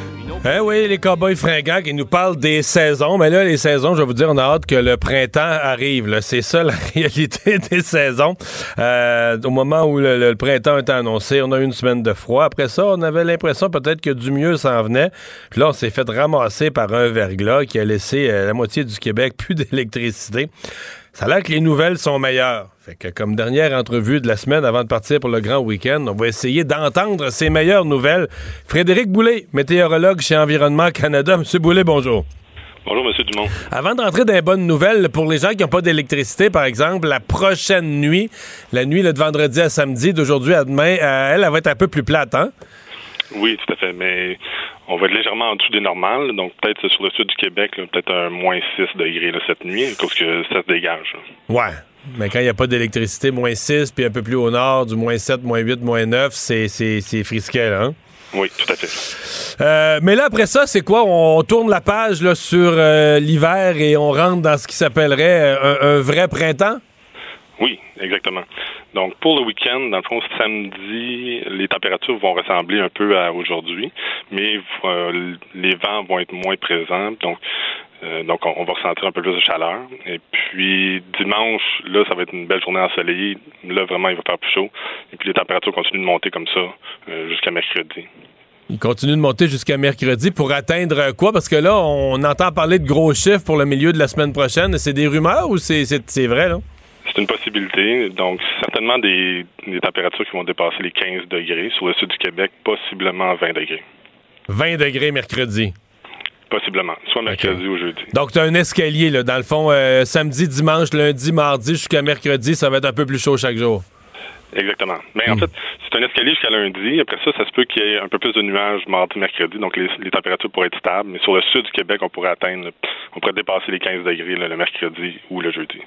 Eh oui, les cowboys fringants qui nous parlent des saisons. Mais là, les saisons, je vais vous dire, on a hâte que le printemps arrive. Là. C'est ça la réalité des saisons. Euh, au moment où le, le, le printemps était annoncé, on a eu une semaine de froid. Après ça, on avait l'impression peut-être que du mieux s'en venait. Puis là, on s'est fait ramasser par un verglas qui a laissé euh, la moitié du Québec plus d'électricité. Ça a l'air que les nouvelles sont meilleures. Fait que comme dernière entrevue de la semaine avant de partir pour le grand week-end, on va essayer d'entendre ces meilleures nouvelles. Frédéric Boulay, météorologue chez Environnement Canada. Monsieur Boulay, bonjour. Bonjour, M. Dumont. Avant d'entrer dans les bonnes nouvelles, pour les gens qui n'ont pas d'électricité, par exemple, la prochaine nuit, la nuit là, de vendredi à samedi, d'aujourd'hui à demain, euh, elle, elle va être un peu plus plate, hein? Oui, tout à fait, mais on va être légèrement en dessous des normales, donc peut-être sur le sud du Québec, là, peut-être un moins six degrés là, cette nuit, à cause que ça se dégage. Là. Ouais, mais quand il n'y a pas d'électricité, moins six, puis un peu plus au nord, du moins sept, moins huit, moins neuf, c'est, c'est, c'est frisquet, là, hein? Oui, tout à fait. Euh, mais là, après ça, c'est quoi? On tourne la page là, sur euh, l'hiver et on rentre dans ce qui s'appellerait un, un vrai printemps? Oui, exactement. Donc, pour le week-end, dans le fond, samedi, les températures vont ressembler un peu à aujourd'hui, mais euh, les vents vont être moins présents, donc euh, donc on, on va ressentir un peu plus de chaleur. Et puis, dimanche, là, ça va être une belle journée ensoleillée. Là, vraiment, il va faire plus chaud. Et puis, les températures continuent de monter comme ça euh, jusqu'à mercredi. Il continue de monter jusqu'à mercredi pour atteindre quoi? Parce que là, on entend parler de gros chiffres pour le milieu de la semaine prochaine. C'est des rumeurs ou c'est, c'est, c'est vrai, là? C'est une possibilité. Donc, certainement des, des températures qui vont dépasser les quinze degrés. Sur le sud du Québec, possiblement vingt degrés. vingt degrés mercredi? Possiblement. Soit mercredi okay. ou jeudi. Donc, tu as un escalier, là. Dans le fond, euh, samedi, dimanche, lundi, mardi, jusqu'à mercredi, ça va être un peu plus chaud chaque jour. Exactement. Mais mmh. en fait, c'est un escalier jusqu'à lundi. Après ça, ça se peut qu'il y ait un peu plus de nuages mardi, mercredi. Donc, les, les températures pourraient être stables. Mais sur le sud du Québec, on pourrait atteindre, on pourrait dépasser les quinze degrés là, le mercredi ou le jeudi.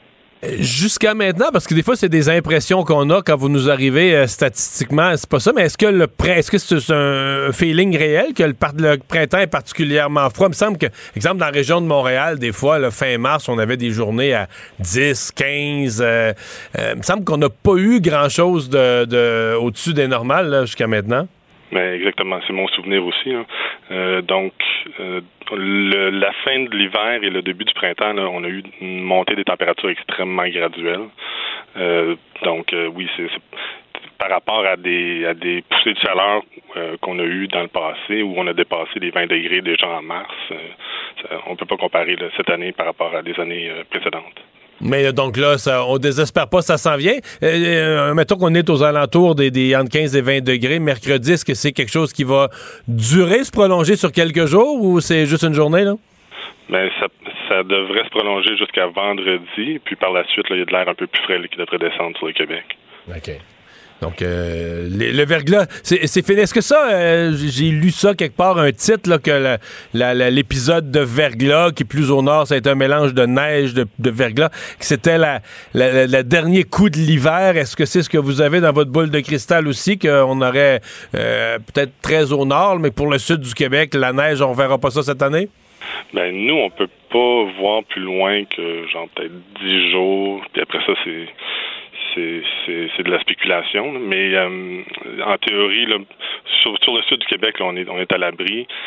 Jusqu'à maintenant, parce que des fois, c'est des impressions qu'on a quand vous nous arrivez euh, statistiquement. C'est pas ça, mais est-ce que le pr- est-ce que c'est un feeling réel que le, par- le printemps est particulièrement froid? Il me semble que, exemple, dans la région de Montréal, des fois, là, fin mars, on avait des journées à dix, quinze. Euh, euh, il me semble qu'on n'a pas eu grand-chose de, de au-dessus des normales là, jusqu'à maintenant. Mais exactement, c'est mon souvenir aussi. Hein. Euh, donc, euh, le, la fin de l'hiver et le début du printemps, là, on a eu une montée des températures extrêmement graduelle. Euh, donc, euh, oui, c'est, c'est par rapport à des à des poussées de chaleur euh, qu'on a eues dans le passé, où on a dépassé les vingt degrés déjà en mars. Euh, ça, on ne peut pas comparer là, cette année par rapport à des années euh, précédentes. Mais donc là, ça, on désespère pas, ça s'en vient. Euh, euh, mettons qu'on est aux alentours des, des entre quinze et vingt degrés. Mercredi, est-ce que c'est quelque chose qui va durer, se prolonger sur quelques jours ou c'est juste une journée, là? Bien, ça, ça devrait se prolonger jusqu'à vendredi. Puis par la suite, là, il y a de l'air un peu plus frais là, qui devrait descendre sur le Québec. OK. Donc, euh, les, le verglas, c'est, c'est fini. Est-ce que ça, euh, j'ai lu ça quelque part, un titre, là, que la, la, la, l'épisode de verglas, qui est plus au nord, ça a été un mélange de neige, de, de verglas, que c'était la, la, la, la dernier coup de l'hiver. Est-ce que c'est ce que vous avez dans votre boule de cristal aussi, qu'on aurait euh, peut-être très au nord, mais pour le sud du Québec, la neige, on verra pas ça cette année? Ben nous, on peut pas voir plus loin que, genre, peut-être dix jours, puis après ça, c'est... C'est, c'est, c'est de la spéculation, mais euh, en théorie, là, sur, sur le sud du Québec, là, on est on est à l'abri.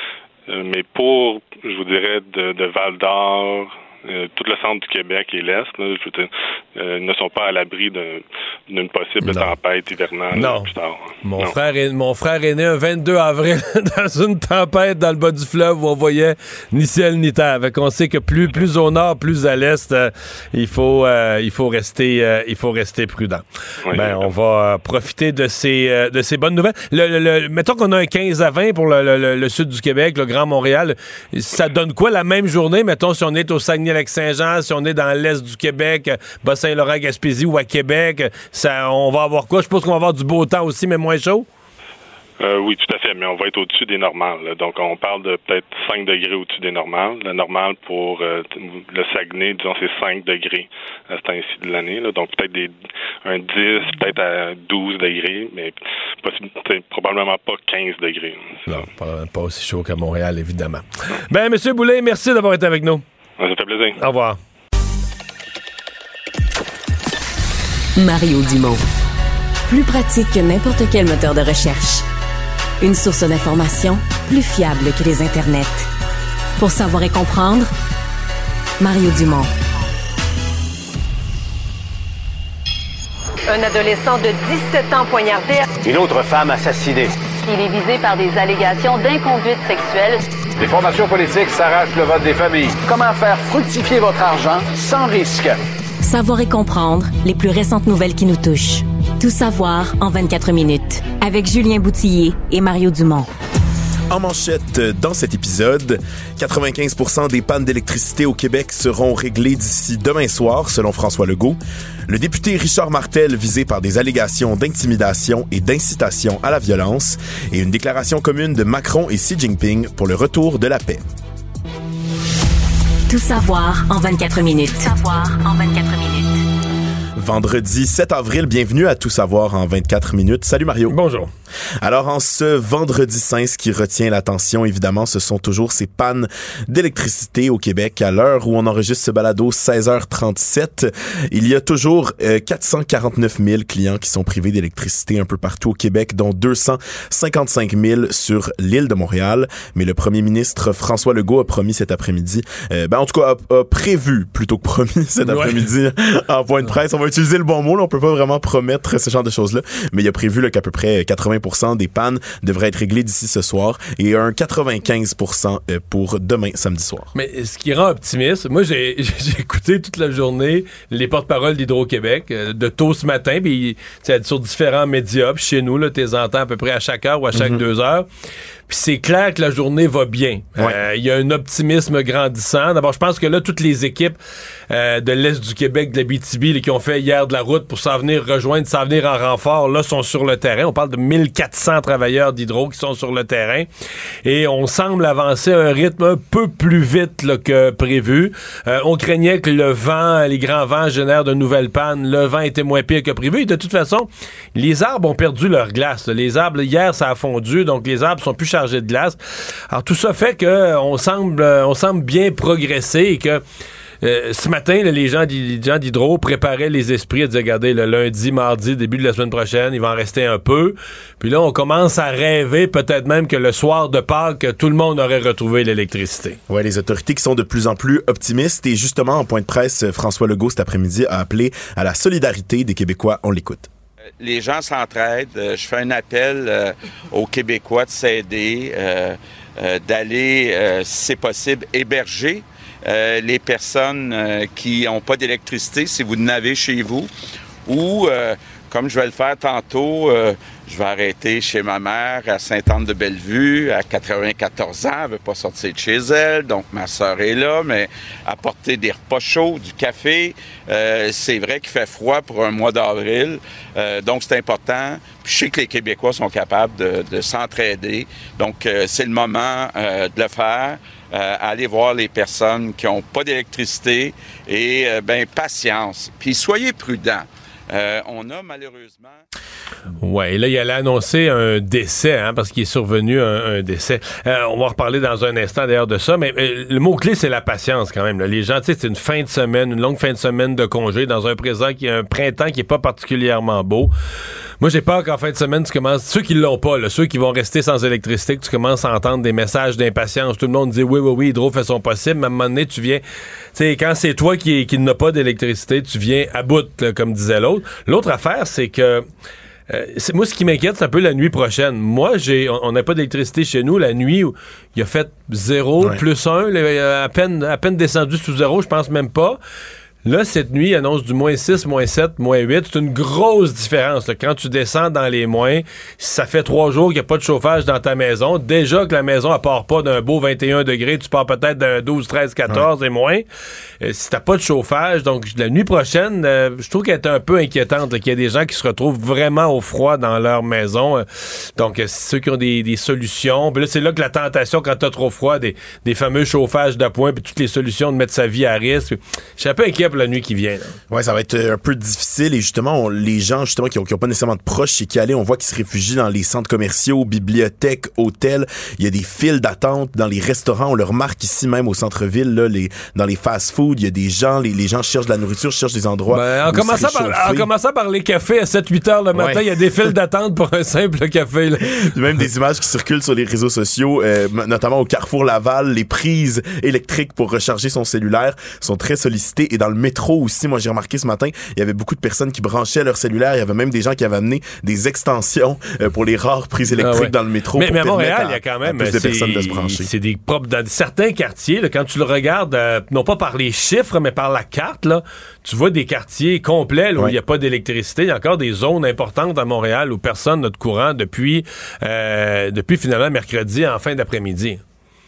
Euh, mais pour, je vous dirais, de, de Val-d'Or, Euh, tout le centre du Québec et l'Est, là, je veux dire, euh, ne sont pas à l'abri de, d'une possible non. tempête hivernale non. plus tard. Mon, non. Frère est, mon frère est né un vingt-deux avril dans une tempête dans le bas du fleuve où on voyait ni ciel ni terre. Fait qu'on sait que plus, plus au nord, plus à l'est, euh, il faut, euh, il faut rester, euh, il faut rester prudent. Oui, ben, on va euh, profiter de ces, euh, de ces bonnes nouvelles. Le, le, le, mettons qu'on a un quinze à vingt pour le, le, le sud du Québec, le Grand Montréal. Ça donne quoi la même journée, mettons, si on est au Saguenay-Lac-Saint-Jean, si on est dans l'est du Québec, Bas-Saint-Laurent, Gaspésie ou à Québec, ça, on va avoir quoi? Je pense qu'on va avoir du beau temps aussi, mais moins chaud? Euh, oui, tout à fait, mais on va être au-dessus des normales. Là. Donc, on parle de peut-être cinq degrés au-dessus des normales. La normale pour euh, le Saguenay, disons, c'est cinq degrés à ce temps-ci de l'année. Là. Donc, peut-être des, un dix, peut-être à douze degrés, mais probablement pas quinze degrés. Non, pas, pas aussi chaud qu'à Montréal, évidemment. Ben, M. Boulay, merci d'avoir été avec nous. Ça fait plaisir. Au revoir. Mario Dumont. Plus pratique que n'importe quel moteur de recherche. Une source d'information plus fiable que les internets. Pour savoir et comprendre, Mario Dumont. Un adolescent de dix-sept ans poignardé. Une autre femme assassinée. Il est visé par des allégations d'inconduite sexuelle. Les formations politiques s'arrachent le vote des familles. Comment faire fructifier votre argent sans risque? Savoir et comprendre les plus récentes nouvelles qui nous touchent. Tout savoir en vingt-quatre minutes. Avec Julien Boutillier et Mario Dumont. En manchette, dans cet épisode, quatre-vingt-quinze pour cent des pannes d'électricité au Québec seront réglées d'ici demain soir, selon François Legault. Le député Richard Martel visé par des allégations d'intimidation et d'incitation à la violence. Et une déclaration commune de Macron et Xi Jinping pour le retour de la paix. Tout savoir en vingt-quatre minutes. Tout savoir en vingt-quatre minutes. Vendredi sept avril, bienvenue à Tout savoir en vingt-quatre minutes. Salut Mario. Bonjour. Alors en ce vendredi saint, ce qui retient l'attention, évidemment, ce sont toujours ces pannes d'électricité au Québec. À l'heure où on enregistre ce balado, seize heures trente-sept, il y a toujours euh, quatre cent quarante-neuf mille clients qui sont privés d'électricité un peu partout au Québec, dont deux cent cinquante-cinq mille sur l'île de Montréal. Mais le premier ministre François Legault a promis cet après-midi, euh, ben en tout cas a, a prévu plutôt que promis cet après-midi ouais. en point de presse. On va utiliser le bon mot, là, on peut pas vraiment promettre ce genre de choses-là, mais il a prévu là, qu'à peu près quatre-vingts pour cent des pannes devraient être réglées d'ici ce soir et un quatre-vingt-quinze pour cent pour demain, samedi soir. Mais ce qui rend optimiste, moi j'ai, j'ai écouté toute la journée les porte-paroles d'Hydro-Québec euh, de tôt ce matin, puis sur différents médias, puis chez nous, tu les entends à peu près à chaque heure ou à chaque mm-hmm. deux heures. Puis c'est clair que la journée va bien. Il ouais. euh, y a un optimisme grandissant. D'abord, je pense que là, toutes les équipes euh, de l'Est du Québec, de l'Abitibi, qui ont fait hier de la route pour s'en venir rejoindre, s'en venir en renfort, là, sont sur le terrain. On parle de mille quatre cents travailleurs d'Hydro qui sont sur le terrain. Et on semble avancer à un rythme un peu plus vite là, que prévu. Euh, on craignait que le vent, les grands vents génèrent de nouvelles pannes. Le vent était moins pire que prévu. Et de toute façon, les arbres ont perdu leur glace. Les arbres, hier, ça a fondu, donc les arbres sont plus chargé de glace. Alors tout ça fait que on semble on semble bien progresser et que euh, ce matin là, les gens les gens d'Hydro préparaient les esprits à dire regardez le lundi, mardi, début de la semaine prochaine, il va en rester un peu. Puis là on commence à rêver peut-être même que le soir de Pâques tout le monde aurait retrouvé l'électricité. Ouais, les autorités qui sont de plus en plus optimistes et justement en point de presse François Legault cet après-midi a appelé à la solidarité des Québécois. On l'écoute. Les gens s'entraident. Je fais un appel euh, aux Québécois de s'aider, euh, euh, d'aller, euh, si c'est possible, héberger euh, les personnes euh, qui n'ont pas d'électricité, si vous en avez chez vous, ou, euh, comme je vais le faire tantôt, euh, je vais arrêter chez ma mère à Sainte-Anne-de-Bellevue, à quatre-vingt-quatorze ans, elle ne veut pas sortir de chez elle, donc ma sœur est là, mais apporter des repas chauds, du café, euh, c'est vrai qu'il fait froid pour un mois d'avril, euh, donc c'est important. Puis je sais que les Québécois sont capables de, de s'entraider, donc euh, c'est le moment euh, de le faire. Euh, aller voir les personnes qui n'ont pas d'électricité et, euh, ben patience. Puis soyez prudents. Euh, on a malheureusement... Ouais, là, il allait annoncer un décès, hein, parce qu'il est survenu un, un décès. Euh, on va en reparler dans un instant, d'ailleurs, de ça, mais euh, le mot-clé, c'est la patience, quand même. Là. Les gens, tu sais, c'est une fin de semaine, une longue fin de semaine de congé, dans un présent qui est un printemps qui est pas particulièrement beau. Moi, j'ai peur qu'en fin de semaine, tu commences... Ceux qui l'ont pas, là, ceux qui vont rester sans électricité, que tu commences à entendre des messages d'impatience. Tout le monde dit oui, oui, oui, Hydro fait son possible. Mais à un moment donné, tu viens... Tu sais, quand c'est toi qui, qui n'as pas d'électricité, tu viens à bout, là, comme disait l'autre. L'autre affaire, c'est que... Euh, c'est, moi, ce qui m'inquiète, c'est un peu la nuit prochaine. Moi, j'ai, on n'a pas d'électricité chez nous. La nuit, où il a fait zéro, ouais. plus un, à peine, à peine descendu sous zéro, je pense même pas. Là, cette nuit, il annonce du moins six, moins sept, moins huit. C'est une grosse différence. Là. Quand tu descends dans les moins, ça fait trois jours qu'il n'y a pas de chauffage dans ta maison. Déjà que la maison, elle part pas d'un beau vingt et un degrés, tu pars peut-être d'un douze, treize, quatorze ouais. et moins. Euh, si t'as pas de chauffage, donc la nuit prochaine, euh, je trouve qu'elle est un peu inquiétante, là, qu'il y a des gens qui se retrouvent vraiment au froid dans leur maison. Euh, donc, euh, ceux qui ont des, des solutions. Puis là, c'est là que la tentation, quand t'as trop froid, des, des fameux chauffages d'appoint, puis toutes les solutions de mettre sa vie à risque. Je suis un peu inquiet pour la nuit qui vient. Là. Ouais, ça va être un peu difficile et justement, on, les gens justement qui ont, qui ont pas nécessairement de proches chez qui aller, on voit qu'ils se réfugient dans les centres commerciaux, bibliothèques, hôtels. Il y a des files d'attente dans les restaurants. On le remarque ici même au centre-ville, là, les, dans les fast-food, il y a des gens, les, les gens cherchent de la nourriture, cherchent des endroits. Ben, en, commençant par, en commençant par les cafés à sept huit heures le matin, il ouais. y a des files d'attente pour un simple café. Là. Il y a même des images qui circulent sur les réseaux sociaux, euh, notamment au Carrefour Laval. Les prises électriques pour recharger son cellulaire sont très sollicitées et dans le métro aussi, moi j'ai remarqué ce matin, il y avait beaucoup de personnes qui branchaient leur cellulaire. Il y avait même des gens qui avaient amené des extensions euh, pour les rares prises électriques ah ouais. dans le métro. Mais, pour mais à Montréal, il y a quand même plus de personnes de se brancher. C'est des propres dans certains quartiers. Là, quand tu le regardes, euh, non pas par les chiffres, mais par la carte, là, tu vois des quartiers complets là, où il ouais. n'y a pas d'électricité. Il y a encore des zones importantes à Montréal où personne n'a de courant depuis, euh, depuis finalement mercredi en fin d'après-midi.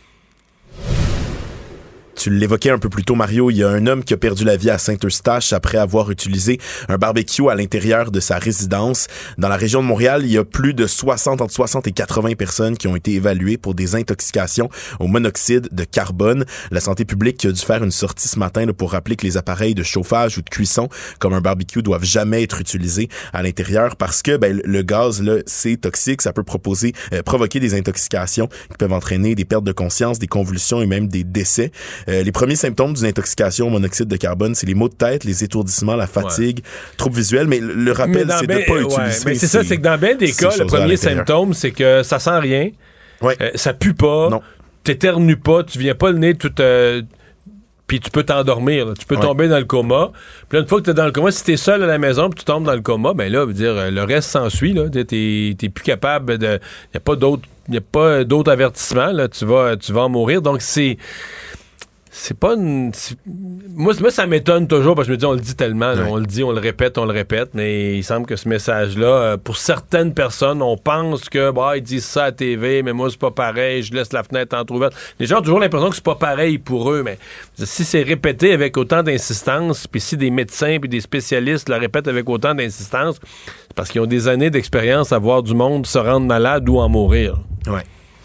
Tu l'évoquais un peu plus tôt, Mario, il y a un homme qui a perdu la vie à Saint-Eustache après avoir utilisé un barbecue à l'intérieur de sa résidence. Dans la région de Montréal, il y a plus de soixante, entre soixante et quatre-vingts personnes qui ont été évaluées pour des intoxications au monoxyde de carbone. La santé publique a dû faire une sortie ce matin là, pour rappeler que les appareils de chauffage ou de cuisson, comme un barbecue, doivent jamais être utilisés à l'intérieur parce que ben, le gaz, là, c'est toxique. Ça peut proposer, euh, provoquer des intoxications qui peuvent entraîner des pertes de conscience, des convulsions et même des décès. Euh, les premiers symptômes d'une intoxication au monoxyde de carbone, c'est les maux de tête, les étourdissements, la fatigue, ouais. troubles visuels, mais le rappel, c'est ben, de ne pas ouais, utiliser. Mais c'est ça, c'est que dans bien des cas, le premier symptôme, c'est que ça sent rien, ouais. euh, ça pue pas, non. t'éternues pas, tu viens pas le nez tout... Euh, puis tu peux t'endormir, là. Tu peux ouais. tomber dans le coma. Puis là, une fois que t'es dans le coma, si t'es seul à la maison puis tu tombes dans le coma, ben là, veut dire, le reste s'ensuit, là. T'es, t'es plus capable de... Y a pas d'autres, y a pas d'autres avertissements, là. Tu vas, tu vas en mourir. Donc, c'est... C'est pas une... C'est... Moi, moi, ça m'étonne toujours parce que je me dis, on le dit tellement, là, on le dit, on le répète, on le répète, mais il semble que ce message-là, euh, pour certaines personnes, on pense que, bah, ils disent ça à la T V, mais moi, c'est pas pareil, je laisse la fenêtre entrouverte. Les gens ont toujours l'impression que c'est pas pareil pour eux, mais si c'est répété avec autant d'insistance, puis si des médecins puis des spécialistes le répètent avec autant d'insistance, c'est parce qu'ils ont des années d'expérience à voir du monde se rendre malade ou en mourir. Ouais.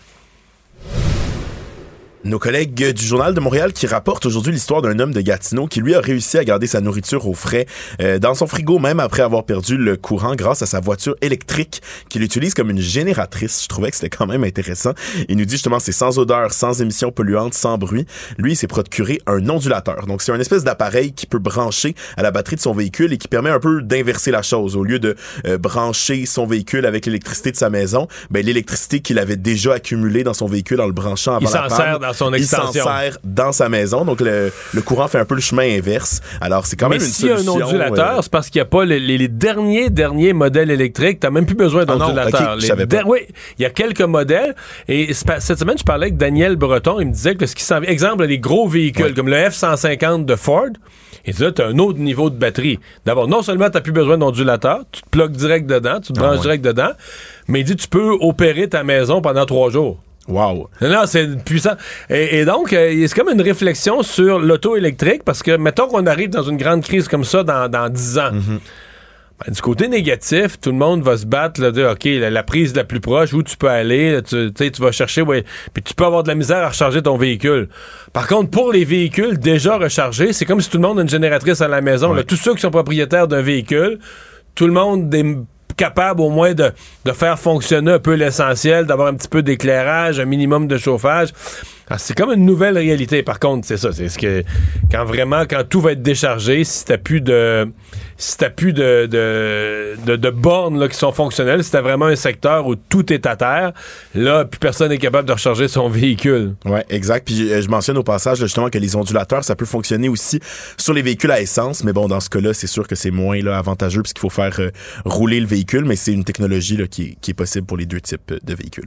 Nos collègues du Journal de Montréal qui rapportent aujourd'hui l'histoire d'un homme de Gatineau qui, lui, a réussi à garder sa nourriture au frais euh, dans son frigo, même après avoir perdu le courant grâce à sa voiture électrique qu'il utilise comme une génératrice. Je trouvais que c'était quand même intéressant. Il nous dit justement c'est sans odeur, sans émissions polluantes, sans bruit. Lui, il s'est procuré un ondulateur. Donc, c'est une espèce d'appareil qui peut brancher à la batterie de son véhicule et qui permet un peu d'inverser la chose. Au lieu de euh, brancher son véhicule avec l'électricité de sa maison, ben, l'électricité qu'il avait déjà accumulée dans son véhicule en le branchant avant il la panne, son extension. Il s'en sert dans sa maison, donc le, le courant fait un peu le chemin inverse. Alors, c'est quand même Mais une s'il y a solution. un ondulateur, euh... c'est parce qu'il n'y a pas les, les, les derniers, derniers modèles électriques. Tu n'as même plus besoin d'ondulateur. Ah non, okay, je savais pas. Der... Oui, il y a quelques modèles. Et cette semaine, je parlais avec Daniel Breton. Il me disait que ce qui s'en vient, exemple, les gros véhicules, ouais. comme le F cent cinquante de Ford, et là, tu as un autre niveau de batterie. D'abord, non seulement tu n'as plus besoin d'ondulateur, tu te plugues direct dedans, tu te branches ah, ouais. direct dedans, mais il dit tu peux opérer ta maison pendant trois jours. Wow. Non, c'est puissant. Et, et donc, euh, c'est comme une réflexion sur l'auto électrique parce que, mettons qu'on arrive dans une grande crise comme ça dans, dans dix ans. Mm-hmm. Ben, du côté négatif, tout le monde va se battre, là, dire, OK, la, la prise la plus proche, où tu peux aller, là, tu sais, tu vas chercher, ouais, puis tu peux avoir de la misère à recharger ton véhicule. Par contre, pour les véhicules déjà rechargés, c'est comme si tout le monde a une génératrice à la maison. Ouais. Là, tous ceux qui sont propriétaires d'un véhicule, tout le monde des capable au moins de, de faire fonctionner un peu l'essentiel, d'avoir un petit peu d'éclairage, un minimum de chauffage. Ah, c'est comme une nouvelle réalité, par contre, c'est ça. C'est ce que quand vraiment, quand tout va être déchargé, si t'as plus de si t'as plus de, de, de, de bornes là, qui sont fonctionnelles, si t'as vraiment un secteur où tout est à terre, là, plus personne n'est capable de recharger son véhicule. Oui, exact. Puis euh, je mentionne au passage là, justement que les ondulateurs, ça peut fonctionner aussi sur les véhicules à essence, mais bon, dans ce cas-là, c'est sûr que c'est moins là, avantageux puisqu'il faut faire euh, rouler le véhicule, mais c'est une technologie là, qui, est, qui est possible pour les deux types de véhicules.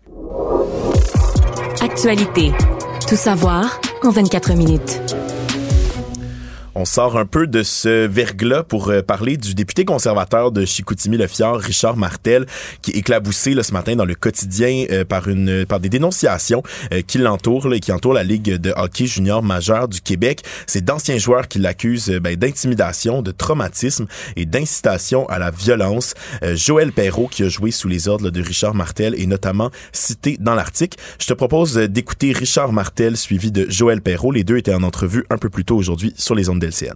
Actualité. Tout savoir en vingt-quatre minutes. On sort un peu de ce verglas pour euh, parler du député conservateur de Chicoutimi-Le-Fjord, Richard Martel, qui est éclaboussé là, ce matin dans le quotidien euh, par une par des dénonciations euh, qui l'entourent là, et qui entourent la Ligue de hockey junior majeur du Québec. C'est d'anciens joueurs qui l'accusent euh, ben, d'intimidation, de traumatisme et d'incitation à la violence. Euh, Joël Perreault, qui a joué sous les ordres là, de Richard Martel, est notamment cité dans l'article. Je te propose euh, d'écouter Richard Martel suivi de Joël Perreault. Les deux étaient en entrevue un peu plus tôt aujourd'hui sur les ondes de L C N.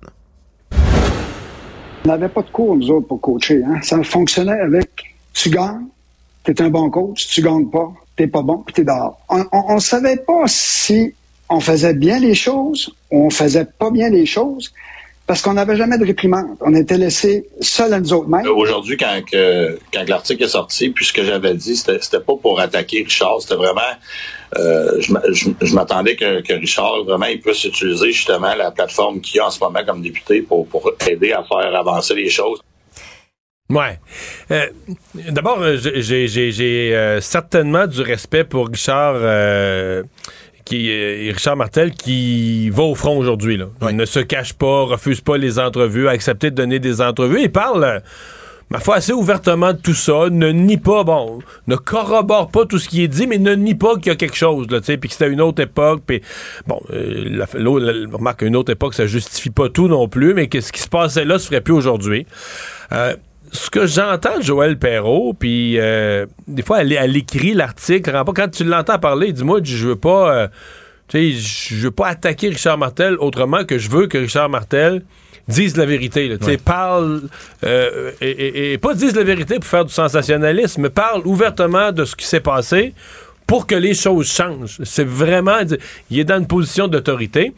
On n'avait pas de cours, nous autres, pour coacher. Hein? Ça fonctionnait avec tu gagnes, t'es un bon coach, tu gagnes pas, t'es pas bon, puis t'es dehors. On ne savait pas si on faisait bien les choses ou on faisait pas bien les choses parce qu'on n'avait jamais de réprimande. On était laissés seuls à nous autres mêmes. Aujourd'hui, quand, que, quand l'article est sorti, puis ce que j'avais dit, c'était, c'était pas pour attaquer Richard, c'était vraiment... Euh, je, je, je m'attendais que, que Richard, vraiment, il puisse utiliser justement la plateforme qu'il a en ce moment comme député pour, pour aider à faire avancer les choses. Ouais. Euh, d'abord, j'ai, j'ai, j'ai euh, certainement du respect pour Richard... Euh, Qui, euh, Richard Martel qui va au front aujourd'hui. Là. Ouais. Il ne se cache pas, refuse pas les entrevues, a accepté de donner des entrevues. Il parle, euh, ma foi, assez ouvertement de tout ça, ne nie pas, bon, ne corrobore pas tout ce qui est dit, mais ne nie pas qu'il y a quelque chose, là, tu sais, puis que c'était une autre époque, puis bon, euh, la, la, la, remarque qu'une autre époque, ça justifie pas tout non plus, mais que ce qui se passait là se ferait plus aujourd'hui. Euh, Ce que j'entends de Joël Perreault, puis euh, des fois, elle, elle écrit l'article, quand tu l'entends parler, dis-moi, je veux pas, euh, tu sais, je veux pas attaquer Richard Martel autrement que je veux que Richard Martel dise la vérité. Tu sais, ouais. parle, euh, et, et, et pas dise la vérité pour faire du sensationnalisme, mais parle ouvertement de ce qui s'est passé pour que les choses changent. C'est vraiment, il est dans une position d'autorité,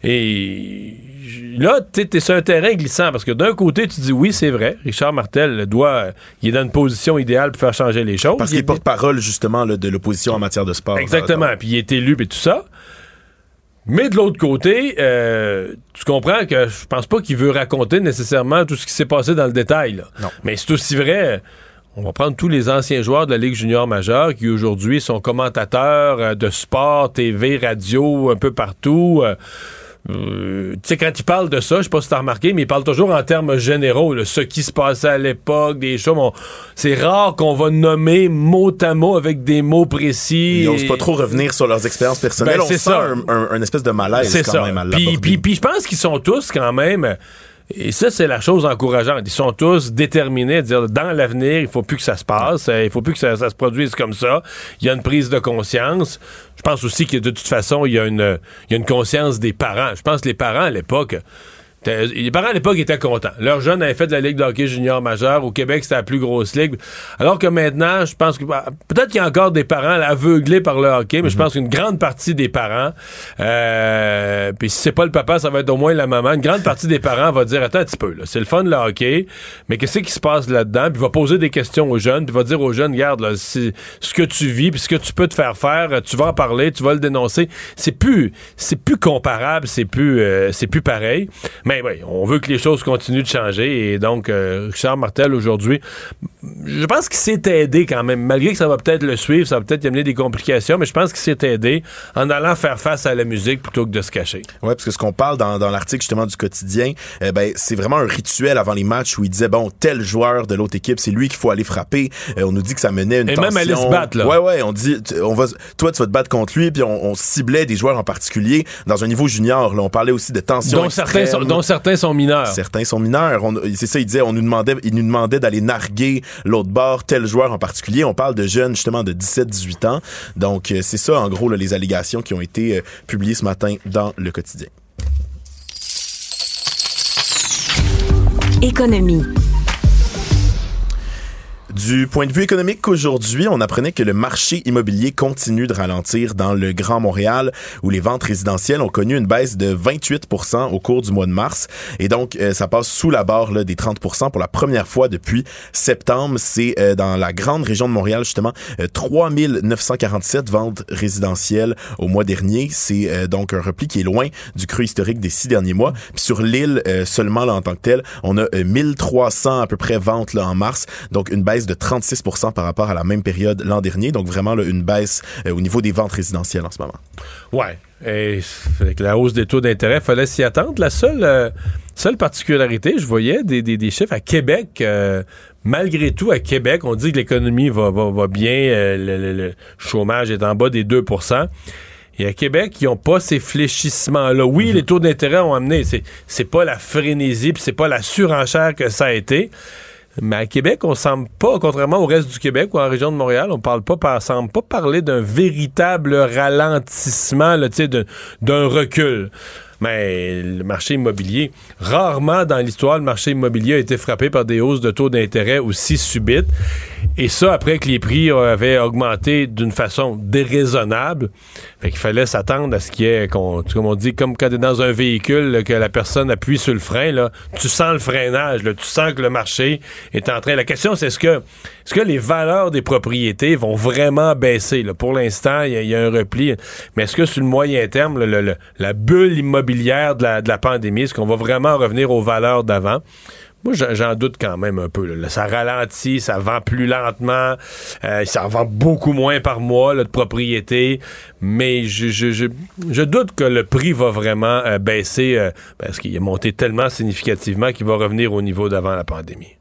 et... Là, tu es sur un terrain glissant parce que d'un côté, tu dis oui, c'est vrai, Richard Martel doit, il est dans une position idéale pour faire changer les choses. Parce qu'il est porte-parole, justement, là, de l'opposition en matière de sport. Exactement, puis il est élu et tout ça. Mais de l'autre côté, euh, tu comprends que je pense pas qu'il veut raconter nécessairement tout ce qui s'est passé dans le détail. Là. Non. Mais c'est aussi vrai... On va prendre tous les anciens joueurs de la Ligue junior majeure qui aujourd'hui sont commentateurs de sport, T V, radio, un peu partout... Euh, Euh, tu sais, quand il parle de ça, je sais pas si t'as remarqué, mais il parle toujours en termes généraux, là, ce qui se passait à l'époque, des choses. On, c'est rare qu'on va nommer mot à mot avec des mots précis. Ils n'osent pas trop revenir sur leurs expériences personnelles. Ben, c'est on ça. Sent un, un, un espèce de malaise c'est quand ça. même à l'aborder. Puis, puis je pense qu'ils sont tous quand même... Et ça, c'est la chose encourageante. Ils sont tous déterminés à dire, dans l'avenir, il faut plus que ça se passe, euh, il faut plus que ça, ça se produise comme ça. Il y a une prise de conscience. Je pense aussi que de toute façon, il y a une, il y a une conscience des parents. Je pense que les parents, à l'époque... Les parents à l'époque étaient contents. Leurs jeunes avaient fait de la Ligue de hockey junior majeur. Au Québec, c'était la plus grosse ligue. Alors que maintenant, je pense que peut-être qu'il y a encore des parents là, aveuglés par le hockey, mais mm-hmm. je pense qu'une grande partie des parents, euh, puis si c'est pas le papa, ça va être au moins la maman, une grande partie des parents va dire, attends un petit peu, là, c'est le fun le hockey, mais qu'est-ce qui se passe là-dedans? Puis va poser des questions aux jeunes, puis va dire aux jeunes, regarde, là, c'est ce que tu vis, puis ce que tu peux te faire faire, tu vas en parler, tu vas le dénoncer. C'est plus, c'est plus comparable, c'est plus, euh, c'est plus pareil. Mais oui, on veut que les choses continuent de changer, et donc euh, Richard Martel aujourd'hui, je pense qu'il s'est aidé quand même, malgré que ça va peut-être le suivre, ça va peut-être y amener des complications, mais je pense qu'il s'est aidé en allant faire face à la musique plutôt que de se cacher. Oui, parce que ce qu'on parle dans, dans l'article justement du quotidien, euh, ben c'est vraiment un rituel avant les matchs où il disait, bon, tel joueur de l'autre équipe, c'est lui qu'il faut aller frapper. Euh, on nous dit que ça menait une et tension. Et même aller se battre, là. Ouais, ouais, on dit, on va, toi, tu vas te battre contre lui, puis on, on ciblait des joueurs en particulier dans un niveau junior. Là, on parlait aussi de tension dont certains sont, dont certains sont mineurs. Certains sont mineurs. On, c'est ça, il disait, on nous demandait, il nous demandait d'aller narguer l'autre bord, tel joueur en particulier. On parle de jeunes, justement, de dix-sept à dix-huit ans. Donc, euh, c'est ça, en gros, là, les allégations qui ont été euh, publiées ce matin dans le quotidien. Économie. Du point de vue économique, aujourd'hui, on apprenait que le marché immobilier continue de ralentir dans le Grand Montréal, où les ventes résidentielles ont connu une baisse de vingt-huit pour cent au cours du mois de mars. Et donc, euh, ça passe sous la barre là, des trente pour cent pour la première fois depuis septembre. C'est euh, dans la grande région de Montréal, justement, euh, trois mille neuf cent quarante-sept ventes résidentielles au mois dernier. C'est euh, donc un repli qui est loin du creux historique des six derniers mois. Puis sur l'île, euh, seulement là, en tant que tel, on a euh, mille trois cents à peu près ventes là, en mars. Donc, une baisse de trente-six pour cent par rapport à la même période l'an dernier. Donc, vraiment, là, une baisse euh, au niveau des ventes résidentielles en ce moment. Ouais. Et avec la hausse des taux d'intérêt, il fallait s'y attendre. La seule, euh, seule particularité, je voyais des, des, des chiffres à Québec. Euh, malgré tout, à Québec, on dit que l'économie va, va, va bien. Euh, le, le, le chômage est en bas des deux pour cent. Et à Québec, ils n'ont pas ces fléchissements-là. Oui, mm-hmm. les taux d'intérêt ont amené. C'est, c'est pas la frénésie, puis c'est pas la surenchère que ça a été. Mais à Québec, on semble pas, contrairement au reste du Québec ou en région de Montréal, on parle pas, par, semble pas parler d'un véritable ralentissement, là, tu sais, d'un, d'un recul. Mais le marché immobilier, rarement dans l'histoire, le marché immobilier a été frappé par des hausses de taux d'intérêt aussi subites. Et ça, après que les prix avaient augmenté d'une façon déraisonnable. Fait qu'il fallait s'attendre à ce qu'il y ait, qu'on, comme on dit, comme quand t'es dans un véhicule, là, que la personne appuie sur le frein, là, tu sens le freinage, là, tu sens que le marché est en train... La question, c'est est-ce que, est-ce que les valeurs des propriétés vont vraiment baisser? Là? Pour l'instant, il y, y a un repli. Mais est-ce que sur le moyen terme, le, le, le, la bulle immobilière de la, de la pandémie, est-ce qu'on va vraiment revenir aux valeurs d'avant? Moi, j'en doute quand même un peu. Là. Ça ralentit, ça vend plus lentement, euh, ça vend beaucoup moins par mois là, de propriétés, mais je, je, je, je doute que le prix va vraiment euh, baisser euh, parce qu'il est monté tellement significativement qu'il va revenir au niveau d'avant la pandémie.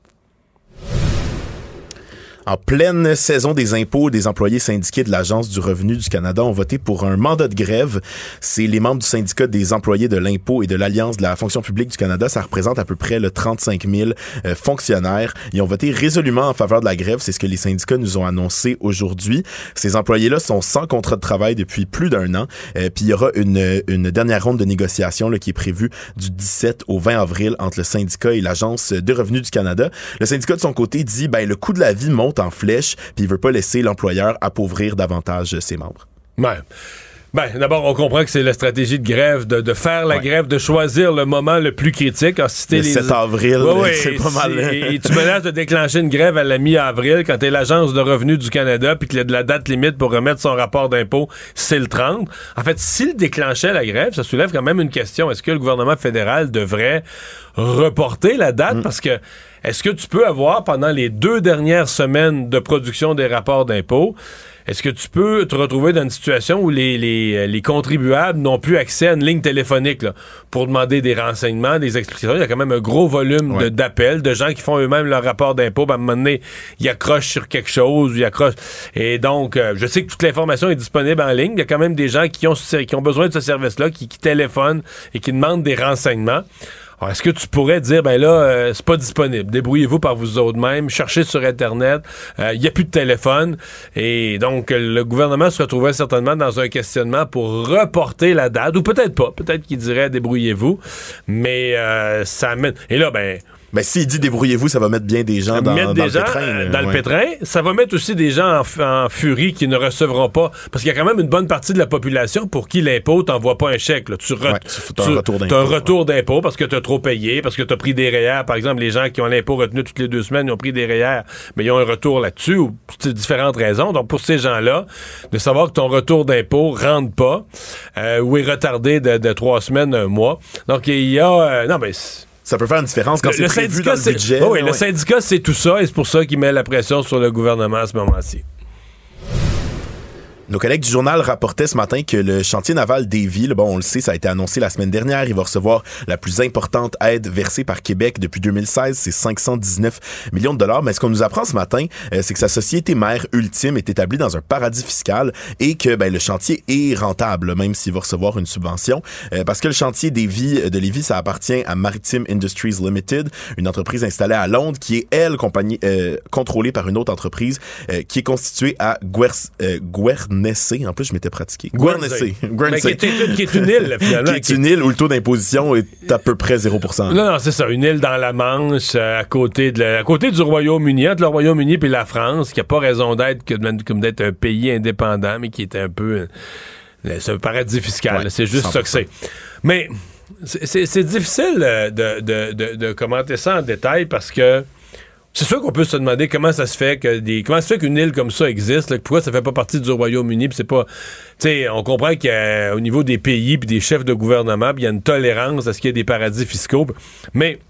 En pleine saison des impôts, des employés syndiqués de l'Agence du revenu du Canada ont voté pour un mandat de grève. C'est les membres du syndicat des employés de l'impôt et de l'Alliance de la fonction publique du Canada. Ça représente à peu près le trente-cinq mille euh, fonctionnaires. Ils ont voté résolument en faveur de la grève. C'est ce que les syndicats nous ont annoncé aujourd'hui. Ces employés-là sont sans contrat de travail depuis plus d'un an. Euh, puis il y aura une, une dernière ronde de négociation là, qui est prévue du dix-sept au vingt avril entre le syndicat et l'Agence de revenu du Canada. Le syndicat, de son côté, dit ben le coût de la vie monte en flèche, puis il veut pas laisser l'employeur appauvrir davantage ses membres. Ouais. Ben, d'abord, on comprend que c'est la stratégie de grève, de, de faire la ouais. grève, de choisir le moment le plus critique. Alors, si le les... sept avril, ouais, ouais, c'est pas mal. Et, et tu menaces de déclencher une grève à la mi-avril quand t'es l'Agence de revenu du Canada puis que la date limite pour remettre son rapport d'impôt, c'est le trente. En fait, s'il déclenchait la grève, ça soulève quand même une question. Est-ce que le gouvernement fédéral devrait reporter la date? Mm. Parce que est-ce que tu peux avoir, pendant les deux dernières semaines de production des rapports d'impôt, est-ce que tu peux te retrouver dans une situation où les, les, les contribuables n'ont plus accès à une ligne téléphonique là, pour demander des renseignements, des explications? Il y a quand même un gros volume ouais. de, d'appels, de gens qui font eux-mêmes leur rapport d'impôt. Ben, à un moment donné, ils accrochent sur quelque chose, ils accrochent. Et donc, euh, je sais que toute l'information est disponible en ligne. Il y a quand même des gens qui ont, qui ont besoin de ce service-là, qui, qui téléphonent et qui demandent des renseignements. Alors, est-ce que tu pourrais dire, ben là, euh, c'est pas disponible. Débrouillez-vous par vous autres mêmes. Cherchez sur Internet. Il euh, n'y a plus de téléphone. Et donc, le gouvernement se retrouvait certainement dans un questionnement pour reporter la date. Ou peut-être pas. Peut-être qu'il dirait, débrouillez-vous. Mais euh, ça amène... Et là, ben... Ben, s'il dit débrouillez-vous, ça va mettre bien des gens dans, mettre dans des le gens, pétrin. Euh, dans ouais. le pétrin. Ça va mettre aussi des gens en, en furie qui ne recevront pas. Parce qu'il y a quand même une bonne partie de la population pour qui l'impôt t'envoie pas un chèque. Là. Tu re, ouais, tu as un retour d'impôt. Tu as un retour d'impôt parce que tu as trop payé, parce que tu as pris des R E E R. Par exemple, les gens qui ont l'impôt retenu toutes les deux semaines, ils ont pris des R E E R, mais ils ont un retour là-dessus, ou pour différentes raisons. Donc, pour ces gens-là, de savoir que ton retour d'impôt rentre pas, euh, ou est retardé de, de trois semaines, un mois. Donc, il y a... Euh, non, mais... Ça peut faire une différence quand le, c'est le prévu dans le budget. Oh oui, là, le ouais. syndicat, c'est tout ça, et c'est pour ça qu'il met la pression sur le gouvernement à ce moment-ci. Nos collègues du journal rapportaient ce matin que le chantier naval Davie, bon, on le sait, ça a été annoncé la semaine dernière, il va recevoir la plus importante aide versée par Québec depuis deux mille seize, c'est cinq cent dix-neuf millions de dollars. Mais ce qu'on nous apprend ce matin, euh, c'est que sa société mère ultime est établie dans un paradis fiscal et que ben, le chantier est rentable, même s'il va recevoir une subvention. Euh, parce que le chantier Davie de Lévis, ça appartient à Maritime Industries Limited, une entreprise installée à Londres qui est, elle, compagnie euh, contrôlée par une autre entreprise euh, qui est constituée à Guer- euh, Guernsey Guernesey. En plus, je m'étais pratiqué. Guernesey. Guernesey. Mais qui est, qui est une île, finalement. qui est une île où le taux d'imposition est à peu près zéro pour cent. Non, non, c'est ça. Une île dans la Manche, à côté, de la, à côté du Royaume-Uni, entre le Royaume-Uni et la France, qui n'a pas raison d'être que comme d'être un pays indépendant, mais qui est un peu... C'est un paradis fiscal. Ouais, c'est juste cent pour cent. Ça que c'est. Mais c'est, c'est, c'est difficile de, de, de, de commenter ça en détail parce que c'est sûr qu'on peut se demander comment ça se fait que des comment ça se fait qu'une île comme ça existe, là, pourquoi ça fait pas partie du Royaume-Uni, puis c'est pas, tu sais, on comprend qu'au niveau des pays puis des chefs de gouvernement, il y a une tolérance à ce qu'il y ait des paradis fiscaux, mais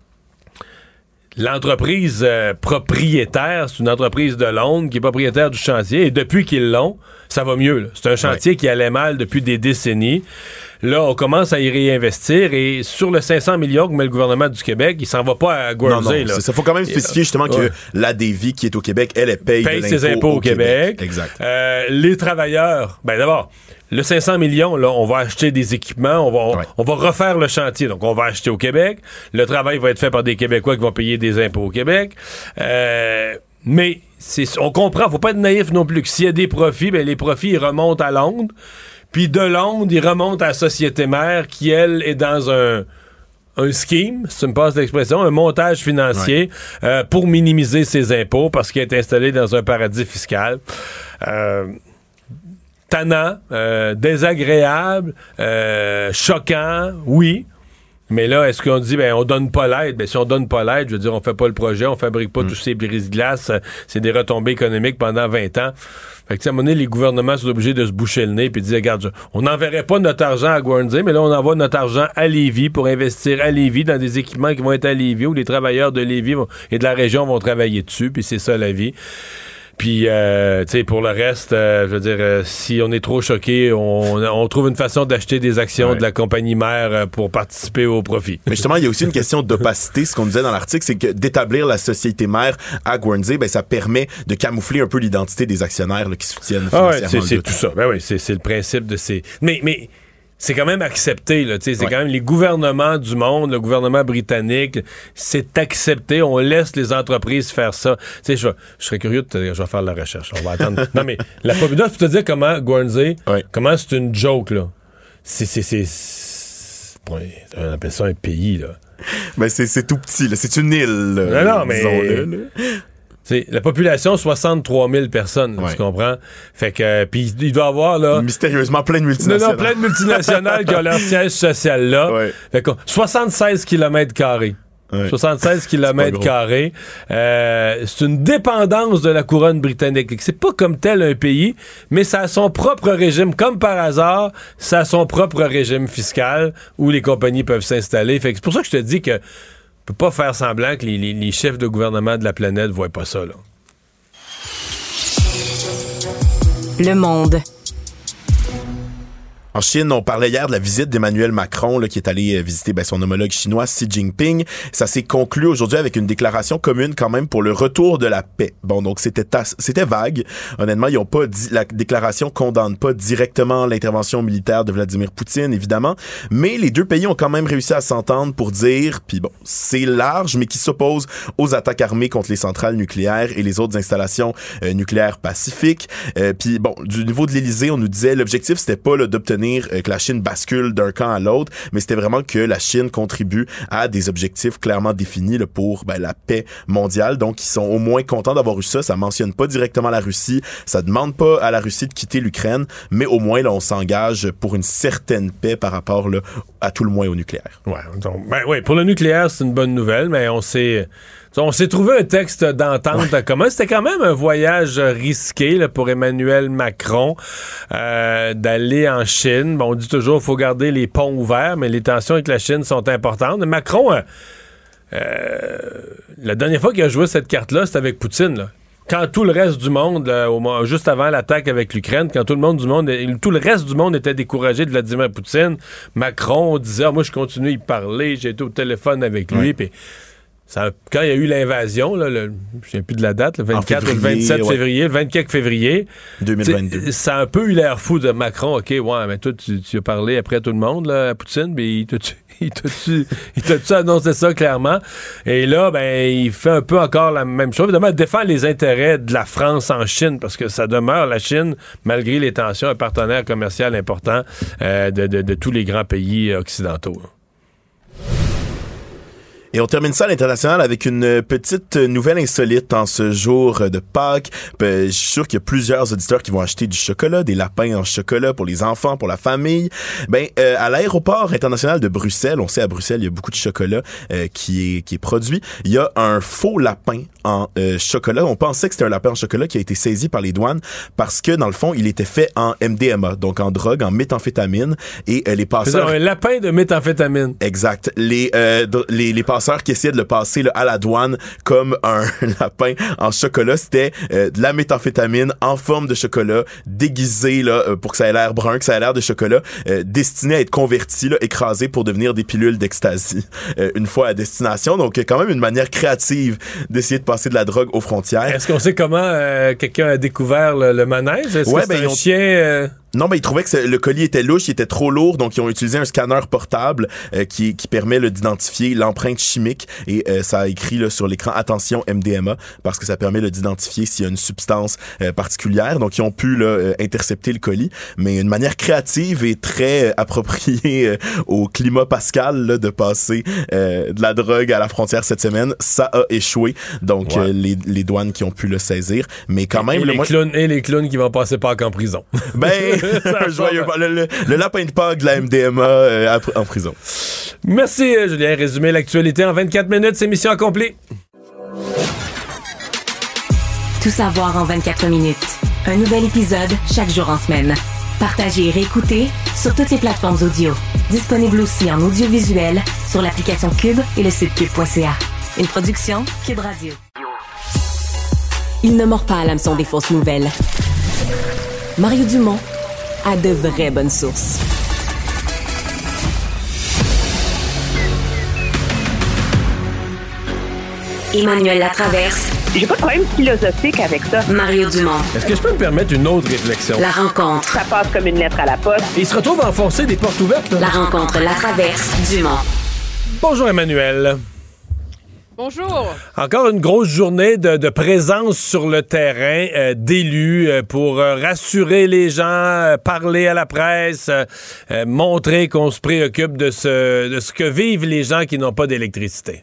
l'entreprise euh, propriétaire, c'est une entreprise de Londres qui est propriétaire du chantier, et depuis qu'ils l'ont, ça va mieux. Là. C'est un chantier ouais. qui allait mal depuis des décennies. Là, on commence à y réinvestir, et sur le cinq cents millions que met le gouvernement du Québec, il s'en va pas à Guernsey. Non, non, ça. Faut quand même spécifier justement que ouais. l'A D V qui est au Québec, elle, elle paye, paye de ses impôts au, au Québec. Québec. Exact. Euh, les travailleurs, ben d'abord, le cinq cents millions, là, on va acheter des équipements, on va, on, ouais. on va refaire le chantier. Donc, on va acheter au Québec. Le travail va être fait par des Québécois qui vont payer des impôts au Québec. Euh, mais c'est, on comprend, faut pas être naïf non plus, que s'il y a des profits, ben les profits, ils remontent à Londres. Puis de Londres, ils remontent à la société mère qui, elle, est dans un... un scheme, si tu me passes l'expression, un montage financier ouais. euh, pour minimiser ses impôts parce qu'il est installé dans un paradis fiscal. Euh, tannant, euh, désagréable, euh, choquant, oui. Mais là, est-ce qu'on dit, ben, on donne pas l'aide? Ben, si on donne pas l'aide, je veux dire, on fait pas le projet, on fabrique pas mm. tous ces brise-glaces, c'est des retombées économiques pendant vingt ans. Fait que, à un moment donné, les gouvernements sont obligés de se boucher le nez et de dire, regarde, on n'enverrait pas notre argent à Guernsey, mais là, on envoie notre argent à Lévis pour investir à Lévis dans des équipements qui vont être à Lévis, où les travailleurs de Lévis vont, et de la région vont travailler dessus, puis c'est ça la vie. Puis, euh, tu sais, pour le reste, euh, je veux dire, euh, si on est trop choqué, on, on trouve une façon d'acheter des actions ouais. de la compagnie mère euh, pour participer au profit. Mais justement, il y a aussi une question d'opacité. Ce qu'on disait dans l'article, c'est que d'établir la société mère à Guernsey, ben, ça permet de camoufler un peu l'identité des actionnaires là, qui soutiennent financièrement. Ah ouais, c'est, c'est tout, tout ça. Ben oui, c'est, c'est le principe de ces... Mais... mais... c'est quand même accepté, là, tu sais, c'est ouais. quand même les gouvernements du monde, le gouvernement britannique, c'est accepté, on laisse les entreprises faire ça. Tu sais, je, je serais curieux de te, je vais faire la recherche, on va attendre. Non, mais la population, pour te dire comment Guernsey, ouais. comment c'est une joke, là. C'est, c'est, c'est, c'est ouais, on appelle ça un pays, là. Ben, c'est, c'est tout petit, là, c'est une île, là, non, non, mais... disons-le, là. C'est la population, soixante-trois mille personnes, ouais. tu comprends? Fait que, puis il doit y avoir, là... mystérieusement plein de multinationales. Non, non, plein de multinationales qui ont leur siège social là. Ouais. Fait que, soixante-seize kilomètres carrés. Ouais. soixante-seize kilomètres carrés. Euh, c'est une dépendance de la couronne britannique. C'est pas comme tel un pays, mais ça a son propre régime. Comme par hasard, ça a son propre régime fiscal où les compagnies peuvent s'installer. Fait que c'est pour ça que je te dis que on peut pas faire semblant que les, les, les chefs de gouvernement de la planète voient pas ça, là. Le Monde. En Chine, on parlait hier de la visite d'Emmanuel Macron là, qui est allé visiter ben, son homologue chinois Xi Jinping. Ça s'est conclu aujourd'hui avec une déclaration commune quand même pour le retour de la paix. Bon, donc c'était tas- c'était vague. Honnêtement, ils ont pas dit, la déclaration condamne pas directement l'intervention militaire de Vladimir Poutine, évidemment, mais les deux pays ont quand même réussi à s'entendre pour dire, puis bon, c'est large, mais qui s'oppose aux attaques armées contre les centrales nucléaires et les autres installations euh, nucléaires pacifiques. Euh, puis bon, du niveau de l'Élysée, on nous disait l'objectif c'était pas là, d'obtenir que la Chine bascule d'un camp à l'autre, mais c'était vraiment que la Chine contribue à des objectifs clairement définis là, pour ben, la paix mondiale. Donc, ils sont au moins contents d'avoir eu ça. Ça mentionne pas directement la Russie. Ça demande pas à la Russie de quitter l'Ukraine, mais au moins, là, on s'engage pour une certaine paix par rapport là, à tout le moins au nucléaire. Ouais, donc, ben, ouais, pour le nucléaire, c'est une bonne nouvelle, mais on s'est... On s'est trouvé un texte d'entente ouais. commun. C'était quand même un voyage risqué là, pour Emmanuel Macron euh, d'aller en Chine. Bon, on dit toujours qu'il faut garder les ponts ouverts, mais les tensions avec la Chine sont importantes. Macron, euh, euh, la dernière fois qu'il a joué cette carte-là, c'était avec Poutine. Là. Quand tout le reste du monde, là, au, juste avant l'attaque avec l'Ukraine, quand tout le monde du monde, tout le reste du monde était découragé de Vladimir Poutine, Macron disait ah, « moi je continue à y parler, j'ai été au téléphone avec lui. Ouais. » Puis Ça, quand il y a eu l'invasion, là, le, je ne me souviens plus de la date, le vingt-quatre ou le vingt-sept ouais. février, le vingt-quatre février. deux mille vingt-deux. Ça a un peu eu l'air fou de Macron. OK, ouais, mais toi, tu, tu as parlé après tout le monde, là, à Poutine, mais il t'a-tu, il t'a-tu, il t'a-tu annoncé ça clairement? Et là, ben, il fait un peu encore la même chose. Évidemment, il défend les intérêts de la France en Chine, parce que ça demeure, la Chine, malgré les tensions, un partenaire commercial important euh, de, de, de tous les grands pays occidentaux. Et on termine ça à l'international avec une petite nouvelle insolite en ce jour de Pâques. Je suis sûr qu'il y a plusieurs auditeurs qui vont acheter du chocolat, des lapins en chocolat pour les enfants, pour la famille. Ben, euh, à l'aéroport international de Bruxelles, on sait à Bruxelles, il y a beaucoup de chocolat euh, qui est qui est produit. Il y a un faux lapin en euh, chocolat. On pensait que c'était un lapin en chocolat qui a été saisi par les douanes parce que, dans le fond, il était fait en M D M A, donc en drogue, en méthamphétamine. Et euh, les passeurs... C'est un lapin de méthamphétamine. Exact. Les, euh, les, les passeurs qui essayaient de le passer là, à la douane comme un lapin en chocolat, c'était euh, de la méthamphétamine en forme de chocolat, déguisé là, pour que ça ait l'air brun, que ça ait l'air de chocolat, euh, destiné à être converti, là, écrasé pour devenir des pilules d'ecstasy euh, une fois à destination. Donc, quand même une manière créative d'essayer de passer de la drogue aux frontières. Est-ce qu'on sait comment euh, quelqu'un a découvert le, le manège? Est-ce ouais, que c'est ben, un ont... chien... Euh... Non, ben ils trouvaient que le colis était louche, il était trop lourd, donc ils ont utilisé un scanner portable euh, qui, qui permet là, d'identifier l'empreinte chimique et euh, ça a écrit là, sur l'écran « Attention M D M A » parce que ça permet là, d'identifier s'il y a une substance euh, particulière. Donc, ils ont pu là, euh, intercepter le colis, mais une manière créative et très euh, appropriée euh, au climat pascal là, de passer euh, de la drogue à la frontière cette semaine. Ça a échoué, donc ouais. euh, les, les douanes qui ont pu le saisir. Mais quand même... Et, le les, moi... clowns, et les clowns qui vont passer Pâques en prison. Ben... un joyeux, le, le, le lapin de Pâques de la M D M A euh, en prison. Merci, Julien. Résumé l'actualité en vingt-quatre minutes. C'est mission accomplie. Tout savoir en vingt-quatre minutes. Un nouvel épisode chaque jour en semaine. Partagez et réécoutez sur toutes les plateformes audio. Disponible aussi en audiovisuel sur l'application Cube et le site cube point c a. Une production Cube Radio. Il ne mord pas à l'hameçon des fausses nouvelles. Mario Dumont a de vraies bonnes sources. Emmanuel Latraverse. J'ai pas de problème philosophique avec ça. Mario Dumont. Est-ce que je peux me permettre une autre réflexion? La rencontre. Ça passe comme une lettre à la poste. Et il se retrouve à enfoncer des portes ouvertes, là. La rencontre Latraverse Dumont. Bonjour Emmanuel. Bonjour. Encore une grosse journée de, de présence sur le terrain euh, d'élus euh, pour euh, rassurer les gens, euh, parler à la presse, euh, euh, montrer qu'on se préoccupe de ce, de ce que vivent les gens qui n'ont pas d'électricité.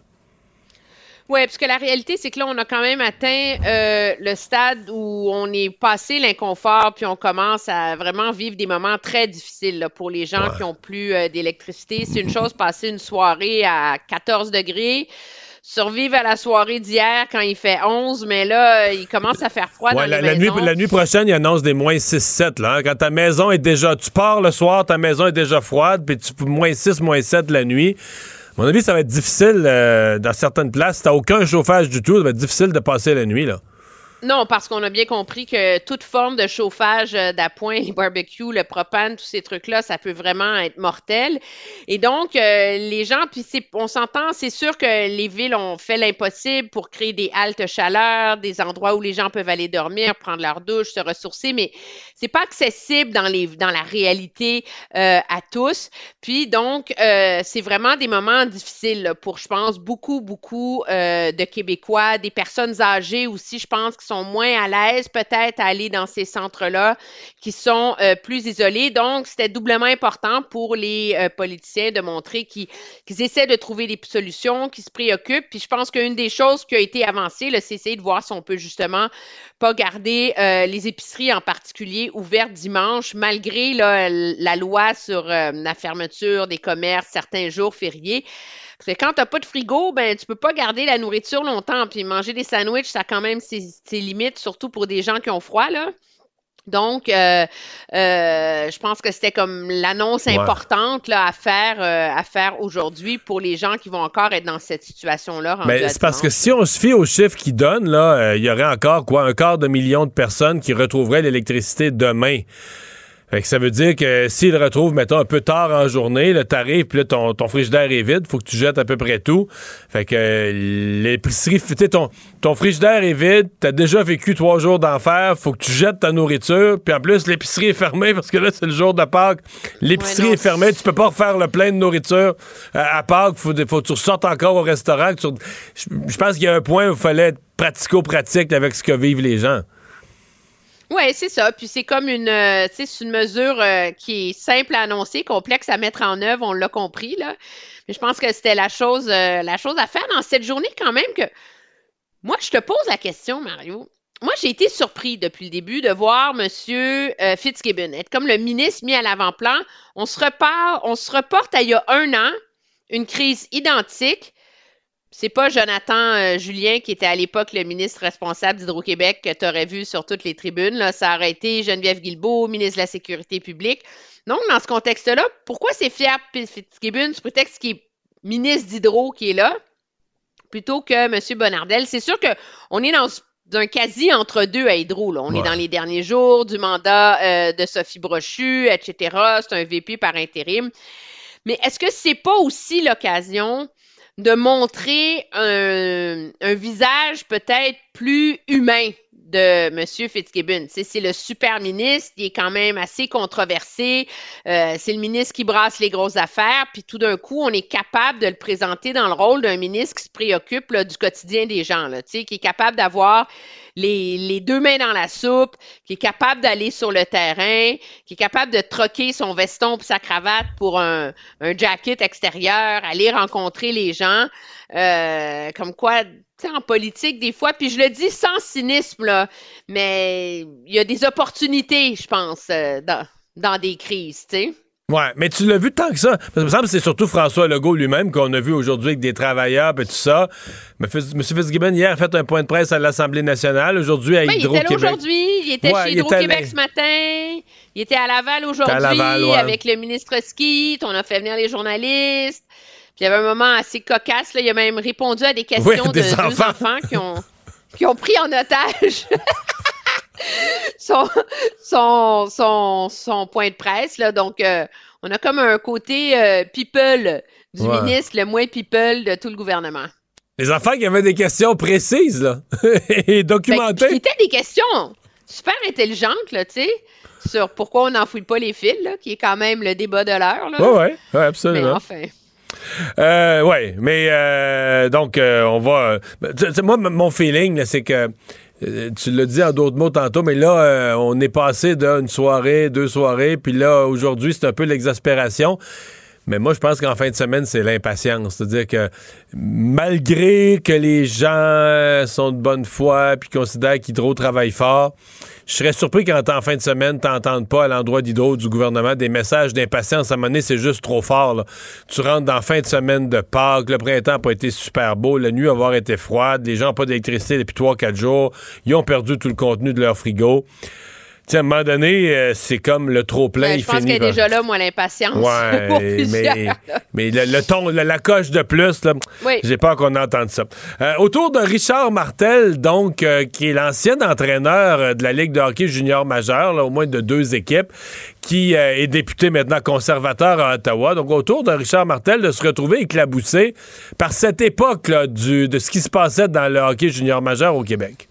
Oui, parce que la réalité, c'est que là, on a quand même atteint euh, le stade où on est passé l'inconfort, puis on commence à vraiment vivre des moments très difficiles là, pour les gens ouais. qui n'ont plus euh, d'électricité. C'est une chose passer une soirée à quatorze degrés, survivre à la soirée d'hier quand il fait onze, mais là, il commence à faire froid ouais, dans la, les la maisons. Nuit, la nuit prochaine, il annonce des moins six sept. Là, hein. Quand ta maison est déjà... Tu pars le soir, ta maison est déjà froide, puis tu moins six, moins sept la nuit. À mon avis, ça va être difficile euh, dans certaines places. Si t'as aucun chauffage du tout, ça va être difficile de passer la nuit, là. Non, parce qu'on a bien compris que toute forme de chauffage d'appoint, les barbecues, le propane, tous ces trucs-là, ça peut vraiment être mortel. Et donc, euh, les gens, puis c'est, on s'entend, c'est sûr que les villes ont fait l'impossible pour créer des haltes chaleur, des endroits où les gens peuvent aller dormir, prendre leur douche, se ressourcer, mais c'est pas accessible dans les dans la réalité euh, à tous. Puis donc, euh, c'est vraiment des moments difficiles là, pour, je pense, beaucoup, beaucoup euh, de Québécois, des personnes âgées aussi, je pense, qui sont moins à l'aise peut-être à aller dans ces centres-là, qui sont euh, plus isolés. Donc, c'était doublement important pour les euh, politiciens de montrer qu'ils, qu'ils essaient de trouver des solutions, qu'ils se préoccupent. Puis je pense qu'une des choses qui a été avancée, là, c'est essayer de voir si on peut justement pas garder euh, les épiceries en particulier ouvertes dimanche, malgré là, la loi sur euh, la fermeture des commerces certains jours fériés. Parce que quand t'as pas de frigo, ben tu peux pas garder la nourriture longtemps. Puis manger des sandwichs, ça a quand même ses, ses limites, surtout pour des gens qui ont froid, là. Donc, euh, euh, je pense que c'était comme l'annonce ouais. importante là, à faire euh, à faire aujourd'hui pour les gens qui vont encore être dans cette situation-là. Mais c'est parce que si on se fie aux chiffres qu'ils donnent, là, il euh, y aurait encore quoi, un quart de million de personnes qui retrouveraient l'électricité demain. Fait que ça veut dire que s'il le retrouve, mettons, un peu tard en journée, là, t'arrives, puis là, ton, ton frigidaire est vide, faut que tu jettes à peu près tout. Fait que euh, l'épicerie, tu sais, ton, ton frigidaire est vide, t'as déjà vécu trois jours d'enfer, faut que tu jettes ta nourriture, puis en plus, l'épicerie est fermée, parce que là, c'est le jour de Pâques. L'épicerie ouais, est fermée, tu peux pas refaire le plein de nourriture euh, à Pâques, faut, faut que tu ressortes encore au restaurant. Je, je pense qu'il y a un point où il fallait être pratico-pratique avec ce que vivent les gens. Oui, c'est ça. Puis c'est comme une, euh, tu sais, c'est une mesure euh, qui est simple à annoncer, complexe à mettre en œuvre, on l'a compris, là. Mais je pense que c'était la chose, euh, la chose à faire dans cette journée quand même que... Moi, je te pose la question, Mario. Moi, j'ai été surpris depuis le début de voir M. Euh, Fitzgibbon être comme le ministre mis à l'avant-plan. On se repart, on se reporte à il y a un an, une crise identique. C'est pas Jonathan euh, Julien qui était à l'époque le ministre responsable d'Hydro-Québec que tu aurais vu sur toutes les tribunes. Là. Ça aurait été Geneviève Guilbeault, ministre de la Sécurité publique. Donc, dans ce contexte-là, pourquoi c'est Pierre Fitzgibbon, sous prétexte qu'il est ministre d'Hydro qui est là, plutôt que M. Bonnardel? C'est sûr qu'on est dans un quasi entre-deux à Hydro. Là. On ouais. est dans les derniers jours du mandat euh, de Sophie Brochu, et cetera. C'est un V P par intérim. Mais est-ce que c'est pas aussi l'occasion de montrer un, un visage peut-être plus humain de M. Fitzgibbon? T'sais, c'est le super ministre, il est quand même assez controversé, euh, c'est le ministre qui brasse les grosses affaires, puis tout d'un coup, on est capable de le présenter dans le rôle d'un ministre qui se préoccupe là, du quotidien des gens, là, qui est capable d'avoir les, les deux mains dans la soupe, qui est capable d'aller sur le terrain, qui est capable de troquer son veston et sa cravate pour un, un jacket extérieur, aller rencontrer les gens, euh, comme quoi... Tu sais, en politique, des fois, puis je le dis sans cynisme, là, mais il y a des opportunités, je pense, euh, dans, dans des crises, tu sais. Ouais, mais tu l'as vu tant que ça. Parce que, il me semble que c'est surtout François Legault lui-même qu'on a vu aujourd'hui avec des travailleurs et tout ça. M. Fitzgibbon, hier, a fait un point de presse à l'Assemblée nationale. Aujourd'hui, à ben, Hydro-Québec. Il était là aujourd'hui. Il était ouais, chez Hydro-Québec allé... ce matin. Il était à Laval aujourd'hui Laval, ouais. avec le ministre Skeet. On a fait venir les journalistes. Puis il y avait un moment assez cocasse, là. Il a même répondu à des questions oui, des de enfants. deux enfants qui ont, qui ont pris en otage son, son, son, son point de presse. Là. Donc, euh, on a comme un côté euh, people du ouais. ministre, le moins people de tout le gouvernement. Les enfants qui avaient des questions précises, là, et documentées. Ben, c'était des questions super intelligentes, là, tu sais, sur pourquoi on n'enfouit pas les fils, là, qui est quand même le débat de l'heure. Oui, oui, ouais, absolument. Mais enfin... Euh, oui, mais euh, donc, euh, on va... Euh, moi, mon feeling, là, c'est que, euh, tu l'as dit en d'autres mots tantôt, mais là, euh, on est passé d'une soirée, deux soirées, puis là, aujourd'hui, c'est un peu l'exaspération. Mais moi, je pense qu'en fin de semaine, c'est l'impatience. C'est-à-dire que malgré que les gens sont de bonne foi puis considèrent qu'Hydro travaille fort, je serais surpris qu'en fin de semaine, t'entendes pas à l'endroit d'Hydro du gouvernement des messages d'impatience. À un moment donné, c'est juste trop fort. Là. Tu rentres dans fin de semaine de Pâques, le printemps n'a pas été super beau, la nuit va avoir été froide, les gens n'ont pas d'électricité depuis trois quatre jours, ils ont perdu tout le contenu de leur frigo. T'sais, à un moment donné, euh, c'est comme le trop-plein, ben, il finit. Je pense qu'elle est déjà là, moi, l'impatience. Ouais, mais, mais le, le ton, le, la coche de plus, là, oui. j'ai peur qu'on entende ça. Euh, autour de Richard Martel, donc, euh, qui est l'ancien entraîneur de la Ligue de hockey junior majeur, là, au moins de deux équipes, qui euh, est député maintenant conservateur à Ottawa. Donc, autour de Richard Martel, de se retrouver éclaboussé par cette époque là, du, de ce qui se passait dans le hockey junior majeur au Québec.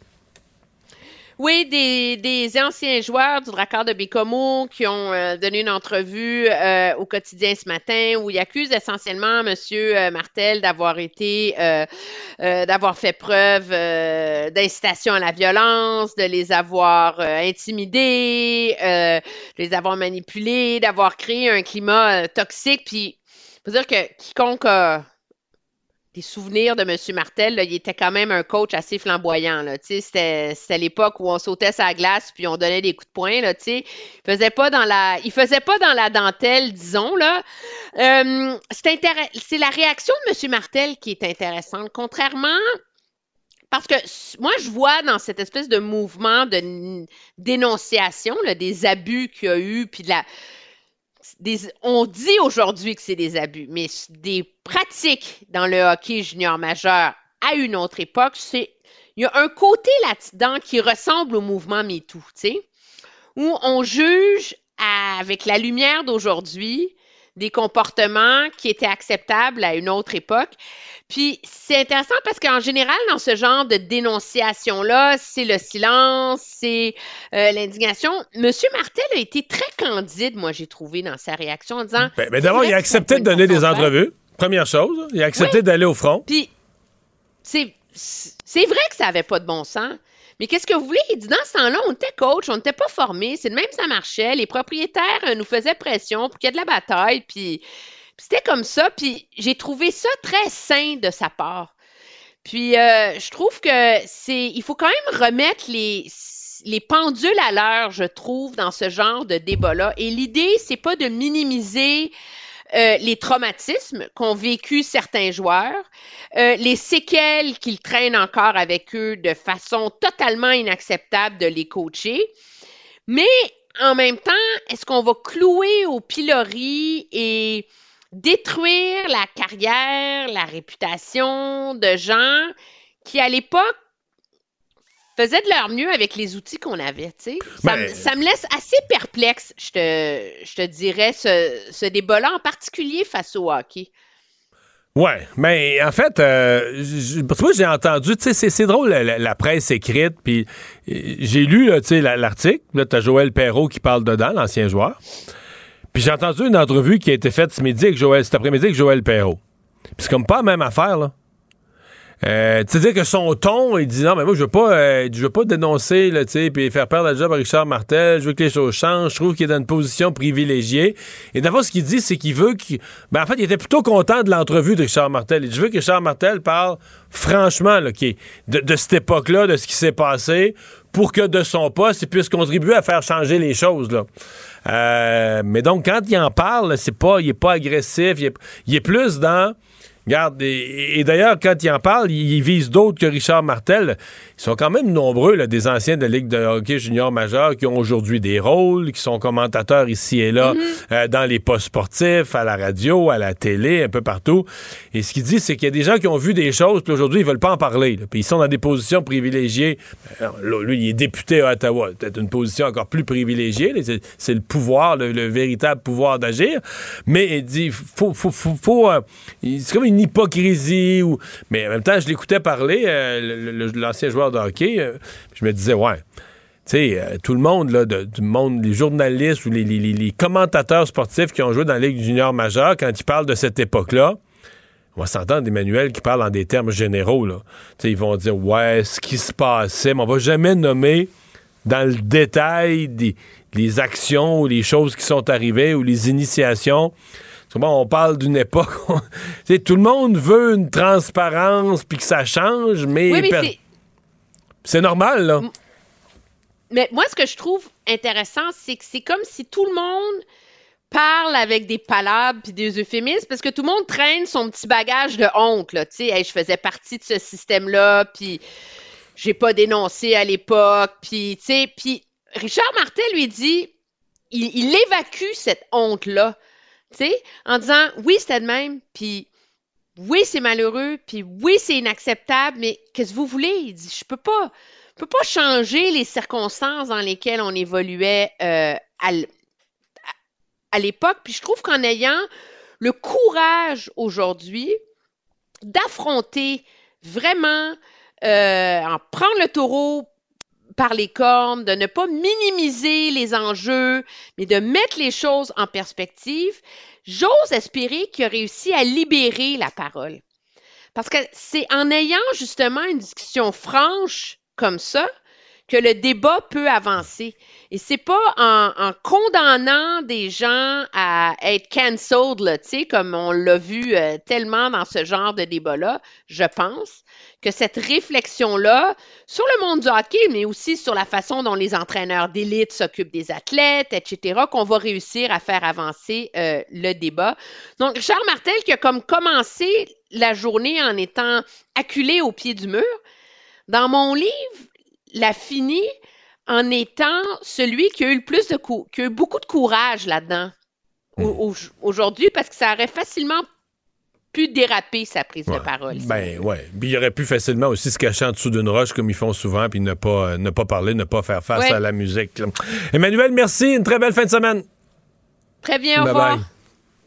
Oui, des, des anciens joueurs du Drakkar de Bécomo qui ont euh, donné une entrevue euh, au quotidien ce matin où ils accusent essentiellement M. Euh, Martel d'avoir été, euh, euh, d'avoir fait preuve euh, d'incitation à la violence, de les avoir euh, intimidés, euh, de les avoir manipulés, d'avoir créé un climat euh, toxique. Puis, il faut dire que quiconque a des souvenirs de M. Martel, là, il était quand même un coach assez flamboyant. Là, c'était, c'était l'époque où on sautait sa glace puis on donnait des coups de poing. Là, il faisait pas dans la, il faisait pas dans la dentelle, disons. Là. Euh, c'est, intéress- c'est la réaction de M. Martel qui est intéressante. Contrairement, parce que moi, je vois dans cette espèce de mouvement de n- dénonciation là, des abus qu'il y a eu, puis de la... Des, on dit aujourd'hui que c'est des abus, mais des pratiques dans le hockey junior majeur à une autre époque, c'est il y a un côté là-dedans qui ressemble au mouvement MeToo, tu sais, où on juge à, avec la lumière d'aujourd'hui, des comportements qui étaient acceptables à une autre époque. Puis c'est intéressant parce qu'en général, dans ce genre de dénonciation-là, c'est le silence, c'est euh, l'indignation. Monsieur Martel a été très candide, moi, j'ai trouvé, dans sa réaction, en disant... Ben, ben d'abord, il a accepté de donner des entrevues. Première chose. Il a accepté oui. d'aller au front. Puis c'est, c'est vrai que ça n'avait pas de bon sens. Mais qu'est-ce que vous voulez? Il dit, dans ce temps-là, on était coach, on n'était pas formés, c'est de même que ça marchait. Les propriétaires euh, nous faisaient pression pour qu'il y ait de la bataille, puis, puis c'était comme ça. Puis j'ai trouvé ça très sain de sa part. Puis euh, je trouve que c'est, il faut quand même remettre les, les pendules à l'heure, je trouve, dans ce genre de débat-là. Et l'idée, c'est pas de minimiser Euh, les traumatismes qu'ont vécu certains joueurs, euh, les séquelles qu'ils traînent encore avec eux de façon totalement inacceptable de les coacher. Mais en même temps, est-ce qu'on va clouer au pilori et détruire la carrière, la réputation de gens qui, à l'époque, faisaient de leur mieux avec les outils qu'on avait, tu sais. Ça, ben, ça me laisse assez perplexe, je te, je te dirais, ce, ce débat-là, en particulier face au hockey. Ouais, mais en fait, euh, j- parce que moi, j'ai entendu, tu sais, c'est, c'est drôle, la, la presse écrite, puis j'ai lu, tu sais, l'article, là, t'as Joël Perreault qui parle dedans, l'ancien joueur, puis j'ai entendu une entrevue qui a été faite ce midi avec Joël, cet après-midi avec Joël Perreault. Puis c'est comme pas la même affaire, là. Euh, c'est-à-dire que son ton, il dit non, mais moi, je veux pas, euh, je veux pas dénoncer, là, tu sais, puis faire perdre la job à Richard Martel. Je veux que les choses changent. Je trouve qu'il est dans une position privilégiée. Et d'abord, ce qu'il dit, c'est qu'il veut qu'il. Ben, en fait, il était plutôt content de l'entrevue de Richard Martel. Il dit, je veux que Richard Martel parle franchement, là, qui est de, de cette époque-là, de ce qui s'est passé, pour que de son poste, il puisse contribuer à faire changer les choses, là. Euh, mais donc, quand il en parle, c'est pas, il est pas agressif. Il est, il est plus dans. Regarde, et, et d'ailleurs, quand il en parle, il, il vise d'autres que Richard Martel. Ils sont quand même nombreux, là, des anciens de la Ligue de hockey junior majeur qui ont aujourd'hui des rôles, qui sont commentateurs ici et là, mm-hmm. euh, dans les postes sportifs, à la radio, à la télé, un peu partout. Et ce qu'il dit, c'est qu'il y a des gens qui ont vu des choses, puis aujourd'hui, ils veulent pas en parler. Là, puis ils sont dans des positions privilégiées. Alors, là, lui, il est député à Ottawa. Peut-être une position encore plus privilégiée. Là, c'est, c'est le pouvoir, le, le véritable pouvoir d'agir. Mais il dit, faut, faut, faut, faut euh, c'est comme une une hypocrisie. Ou... Mais en même temps, je l'écoutais parler, euh, le, le, l'ancien joueur de hockey, euh, je me disais, ouais, tu sais, euh, tout le monde, là, de, du monde, les journalistes ou les, les, les commentateurs sportifs qui ont joué dans la Ligue junior majeure, quand ils parlent de cette époque-là, on va s'entendre, Emmanuel, qui parle en des termes généraux, là. Tu sais, ils vont dire, ouais, ce qui se passait, mais on va jamais nommer dans le détail des, les actions ou les choses qui sont arrivées ou les initiations. Bon, on parle d'une époque où tout le monde veut une transparence puis que ça change, mais, oui, mais per... c'est... c'est normal, là. Mais moi, ce que je trouve intéressant, c'est que c'est comme si tout le monde parle avec des palabres puis des euphémismes parce que tout le monde traîne son petit bagage de honte, là. Tu sais, hey, je faisais partie de ce système-là, puis j'ai pas dénoncé à l'époque, puis tu sais, puis Richard Martel lui dit, il, il évacue cette honte-là. Tu sais, en disant, oui, c'était de même, puis oui, c'est malheureux, puis oui, c'est inacceptable, mais qu'est-ce que vous voulez? Il dit, je peux pas, je peux pas changer les circonstances dans lesquelles on évoluait euh, à, à l'époque. Puis je trouve qu'en ayant le courage aujourd'hui d'affronter vraiment, euh, en prendre le taureau par les cornes, de ne pas minimiser les enjeux, mais de mettre les choses en perspective, j'ose espérer qu'il a réussi à libérer la parole. Parce que c'est en ayant justement une discussion franche comme ça que le débat peut avancer. Et c'est pas en, en condamnant des gens à être cancelled, là, tu sais, comme on l'a vu euh, tellement dans ce genre de débat-là, je pense, que cette réflexion-là sur le monde du hockey, mais aussi sur la façon dont les entraîneurs d'élite s'occupent des athlètes, et cetera, qu'on va réussir à faire avancer euh, le débat. Donc, Richard Martel, qui a comme commencé la journée en étant acculé au pied du mur, dans mon livre, l'a fini en étant celui qui a eu le plus de cou- qui a eu beaucoup de courage là-dedans mmh. au- au- aujourd'hui, parce que ça aurait facilement pu déraper sa prise ouais. de parole. Ben ouais. Puis il aurait pu facilement aussi se cacher en dessous d'une roche comme ils font souvent, puis ne pas, euh, ne pas parler, ne pas faire face ouais. à la musique. Emmanuel, merci. Une très belle fin de semaine. Très bien, au bye revoir. Bye.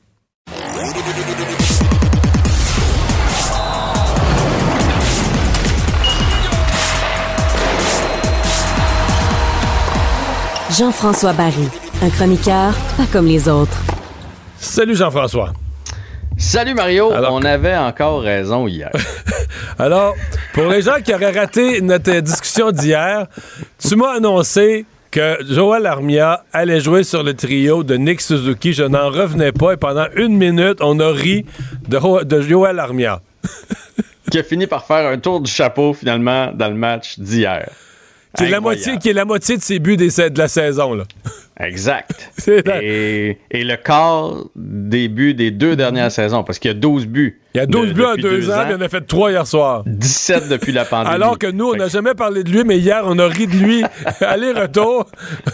Jean-François Barry, un chroniqueur pas comme les autres. Salut Jean-François. Salut Mario, Alors, on avait encore raison hier. Alors, pour les gens qui auraient raté notre discussion d'hier, tu m'as annoncé que Joël Armia allait jouer sur le trio de Nick Suzuki. Je n'en revenais pas et pendant une minute, on a ri de, de Joël Armia. Qui a fini par faire un tour du chapeau finalement dans le match d'hier. Qui est, la moitié, qui est la moitié de ses buts des, de la saison, là. Exact. et, et le quart des buts des deux dernières saisons, parce qu'il y a douze buts. Il y a douze de, buts en deux, deux ans, ans, puis on a fait trois hier soir. dix-sept depuis la pandémie. Alors que nous, on n'a jamais parlé de lui, mais hier, on a ri de lui. Aller-retour.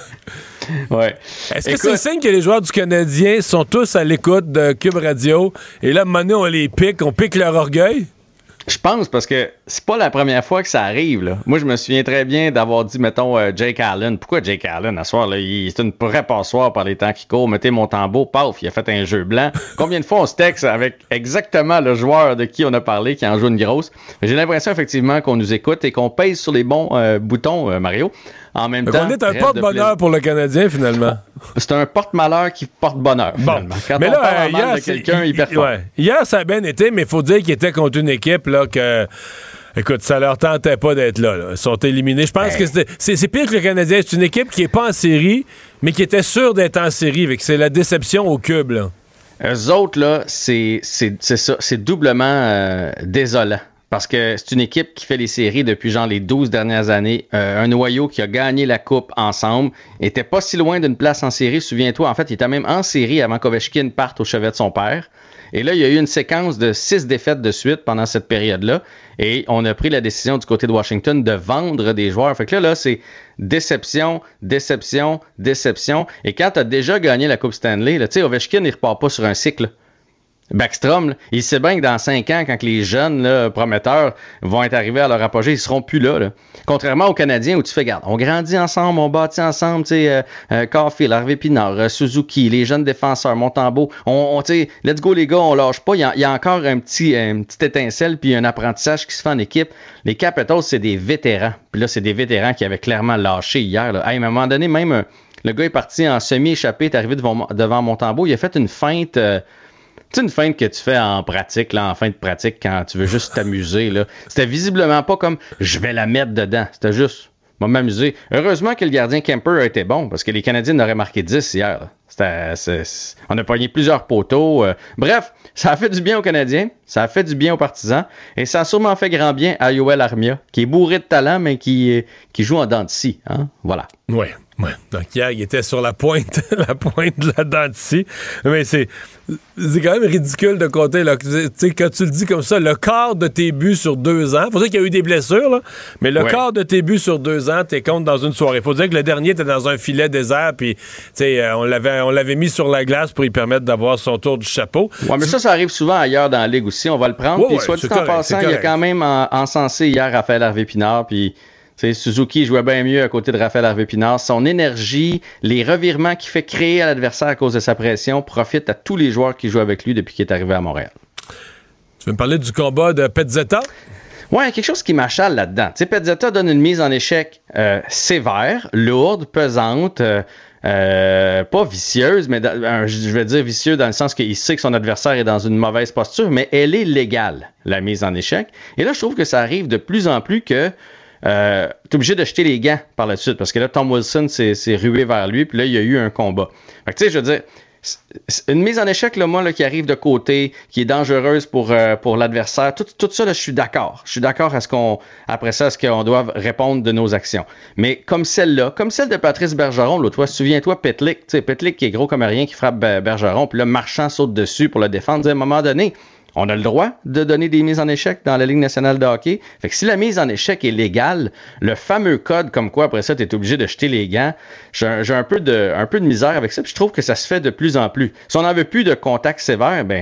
Ouais. Est-ce que Écoute, c'est le signe que les joueurs du Canadien sont tous à l'écoute de Cube Radio, et là, à un moment donné, on les pique, on pique leur orgueil? Je pense parce que c'est pas la première fois que ça arrive, là. Moi, je me souviens très bien d'avoir dit, mettons, euh, Jake Allen. Pourquoi Jake Allen, à ce soir, là? Il, c'est une vraie passoire par les temps qui courent. Mettez mon tambour, paf, il a fait un jeu blanc. Combien de fois on se texte avec exactement le joueur de qui on a parlé, qui en joue une grosse? J'ai l'impression, effectivement, qu'on nous écoute et qu'on pèse sur les bons euh, boutons, euh, Mario. En même Donc temps, on est un porte-bonheur pour le Canadien, finalement. C'est un porte-malheur qui porte bonheur, bon. finalement. Quand mais on là, parle hier, mal de quelqu'un, il performe. Ouais. Hier, ça a bien été, mais il faut dire qu'il était contre une équipe là, que... Écoute, ça leur tentait pas d'être là, là. Ils sont éliminés. Je pense hey. que c'est, c'est, c'est pire que le Canadien. C'est une équipe qui est pas en série, mais qui était sûre d'être en série. Avec c'est la déception au cube, là. Eux autres, là, c'est, c'est, c'est ça. C'est doublement euh, désolant. Parce que c'est une équipe qui fait les séries depuis genre les douze dernières années. Euh, un noyau qui a gagné la coupe ensemble. Était pas si loin d'une place en série, souviens-toi. En fait, il était même en série avant qu'Ovechkin parte au chevet de son père. Et là, il y a eu une séquence de six défaites de suite pendant cette période-là. Et on a pris la décision du côté de Washington de vendre des joueurs. Fait que là, là, c'est déception, déception, déception. Et quand tu as déjà gagné la Coupe Stanley, tu sais, Ovechkin, il repart pas sur un cycle. Backstrom, là, il sait bien que dans cinq ans, quand les jeunes là, prometteurs vont être arrivés à leur apogée, ils seront plus là, là. Contrairement aux Canadiens où tu fais, garde, on grandit ensemble, on bâtit ensemble, tu sais, euh, euh, Caulfield, Harvey Pinard, euh, Suzuki, les jeunes défenseurs, Montembeau, on, on tu sais, let's go les gars, on lâche pas, il y, y a encore un petit, une petite étincelle puis un apprentissage qui se fait en équipe. Les Capitals, c'est des vétérans, puis là, c'est des vétérans qui avaient clairement lâché hier, là. Hey, à un moment donné, même, euh, le gars est parti en semi-échappé, est arrivé devant, devant Montembeau, il a fait une feinte... Euh, C'est une feinte que tu fais en pratique, là, en fin de pratique, quand tu veux juste t'amuser, là. C'était visiblement pas comme « je vais la mettre dedans ». C'était juste « je vais m'amuser ». Heureusement que le gardien Kemper a été bon, parce que les Canadiens n'auraient marqué dix hier. Là. C'était, c'est, c'est, on a pogné plusieurs poteaux. Euh. Bref, ça a fait du bien aux Canadiens, ça a fait du bien aux partisans, et ça a sûrement fait grand bien à Joël Armia, qui est bourré de talent, mais qui, qui joue en dents de scie. Hein? Voilà. Oui. Ouais. Donc hier, il était sur la pointe, la pointe de la dent de scie. Mais c'est, c'est quand même ridicule de compter, là. Tu sais, quand tu le dis comme ça, le quart de tes buts sur deux ans, faut dire qu'il y a eu des blessures, là, mais le ouais. quart de tes buts sur deux ans, t'es compte dans une soirée. Faut dire que le dernier était dans un filet désert, puis, tu sais, on l'avait, on l'avait mis sur la glace pour lui permettre d'avoir son tour du chapeau. Ouais, mais ça, ça arrive souvent ailleurs dans la Ligue aussi. On va le prendre. Puis, ouais, soit dit en passant, il y a quand même en, encensé hier Raphaël Harvey-Pinard, puis t'sais, Suzuki jouait bien mieux à côté de Raphaël Harvey-Pinard. Son énergie, les revirements qu'il fait créer à l'adversaire à cause de sa pression profitent à tous les joueurs qui jouent avec lui depuis qu'il est arrivé à Montréal. Tu veux me parler du combat de Pezzetta? Ouais, quelque chose qui m'achale là-dedans. Tu sais, Pezzetta donne une mise en échec euh, sévère, lourde, pesante, euh, euh, pas vicieuse, mais dans, je vais dire vicieux dans le sens qu'il sait que son adversaire est dans une mauvaise posture, mais elle est légale, la mise en échec. Et là, je trouve que ça arrive de plus en plus que Euh, t'es obligé de jeter les gants par la suite, parce que là, Tom Wilson s'est, s'est rué vers lui, puis là, il y a eu un combat. Fait que tu sais, je veux dire, une mise en échec, là, moi, là, qui arrive de côté, qui est dangereuse pour, euh, pour l'adversaire, tout, tout ça, là, je suis d'accord. Je suis d'accord à ce qu'on, après ça, à ce qu'on doit répondre de nos actions. Mais comme celle-là, comme celle de Patrice Bergeron, l'autre fois, souviens-toi, Pitlick, tu sais, Pitlick qui est gros comme rien, qui frappe Bergeron, puis là, Marchand saute dessus pour le défendre. À un moment donné, on a le droit de donner des mises en échec dans la Ligue nationale de hockey. Fait que si la mise en échec est légale, le fameux code comme quoi après ça, tu es obligé de jeter les gants, j'ai, j'ai un, peu de, un peu de misère avec ça. Puis je trouve que ça se fait de plus en plus. Si on n'en veut plus de contact sévère, ben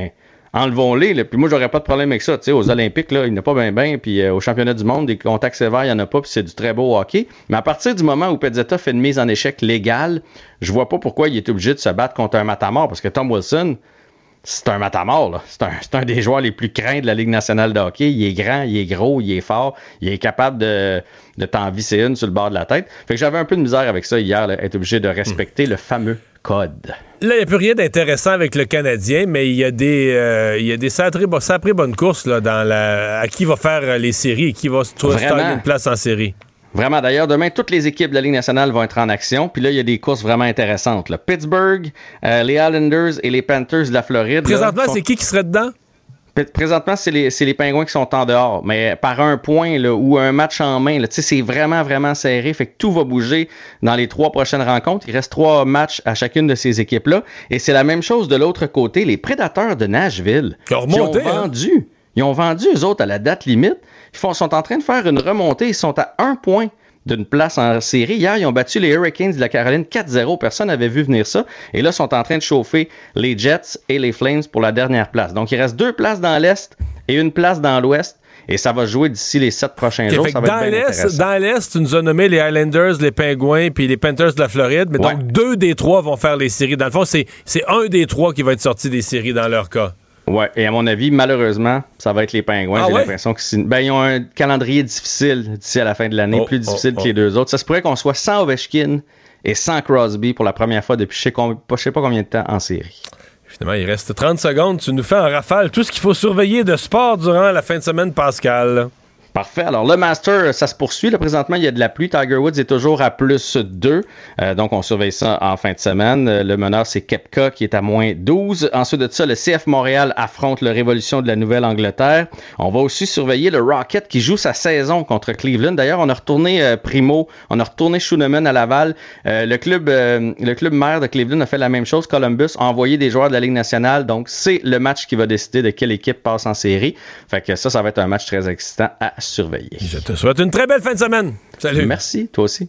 enlevons-les. Là. Puis moi, j'aurais pas de problème avec ça. Tu sais, aux Olympiques, là, il n'y en a pas bien bien. Puis euh, au championnat du monde, des contacts sévères, il n'y en a pas. Puis c'est du très beau hockey. Mais à partir du moment où Pezzetta fait une mise en échec légale, je vois pas pourquoi il est obligé de se battre contre un matamor. Parce que Tom Wilson, c'est un matamor. Là. C'est, un, c'est un des joueurs les plus craints de la Ligue nationale de hockey. Il est grand, il est gros, il est fort. Il est capable de, de t'en visser une sur le bord de la tête. Fait que j'avais un peu de misère avec ça hier, là, être obligé de respecter mmh. le fameux code. Là, il n'y a plus rien d'intéressant avec le Canadien, mais il y a des, euh, il y a des sacrées, sacrées bonnes courses là, dans la, à qui va faire les séries et qui va se trouver une place en série. Vraiment. D'ailleurs, demain, toutes les équipes de la Ligue nationale vont être en action. Puis là, il y a des courses vraiment intéressantes. Là. Pittsburgh, euh, les Islanders et les Panthers de la Floride. Présentement, là, sont... c'est qui qui serait dedans? Présentement, c'est les, c'est les Pingouins qui sont en dehors, mais par un point là, ou un match en main, là, c'est vraiment, vraiment serré. Fait que tout va bouger dans les trois prochaines rencontres. Il reste trois matchs à chacune de ces équipes-là. Et c'est la même chose de l'autre côté. Les Prédateurs de Nashville qui, remonté, qui ont hein? vendu. Ils ont vendu, eux autres, à la date limite. Ils font, sont en train de faire une remontée. Ils sont à un point d'une place en série. Hier, ils ont battu les Hurricanes de la Caroline quatre zéro. Personne n'avait vu venir ça. Et là, ils sont en train de chauffer les Jets et les Flames pour la dernière place. Donc, il reste deux places dans l'Est et une place dans l'Ouest. Et ça va jouer d'ici les sept prochains okay, jours. Ça va dans, être bien l'Est, dans l'Est, tu nous as nommé les Highlanders, les Pingouins puis les Panthers de la Floride. Mais ouais. donc, deux des trois vont faire les séries. Dans le fond, c'est, c'est un des trois qui va être sorti des séries dans leur cas. Ouais, et à mon avis, malheureusement, ça va être les Pingouins. Ah J'ai ouais? l'impression qu'ils ben, ils ont un calendrier difficile d'ici à la fin de l'année, oh, plus difficile oh, oh. que les deux autres. Ça se pourrait qu'on soit sans Ovechkin et sans Crosby pour la première fois depuis je sais, com- je sais pas combien de temps en série. Finalement, il reste trente secondes. Tu nous fais en rafale tout ce qu'il faut surveiller de sport durant la fin de semaine, Pascal. Parfait. Alors, le Master, ça se poursuit. Là, présentement, il y a de la pluie. Tiger Woods est toujours à plus deux. Euh, donc, on surveille ça en fin de semaine. Euh, le meneur, c'est Koepka qui est à moins douze. Ensuite de ça, le C F Montréal affronte le Révolution de la Nouvelle-Angleterre. On va aussi surveiller le Rocket qui joue sa saison contre Cleveland. D'ailleurs, on a retourné euh, Primo, on a retourné Schooneman à Laval. Euh, le club euh, le club maire de Cleveland a fait la même chose. Columbus a envoyé des joueurs de la Ligue nationale. Donc, c'est le match qui va décider de quelle équipe passe en série. Fait que ça, ça va être un match très excitant à surveiller. Je te souhaite une très belle fin de semaine. Salut. Merci, toi aussi.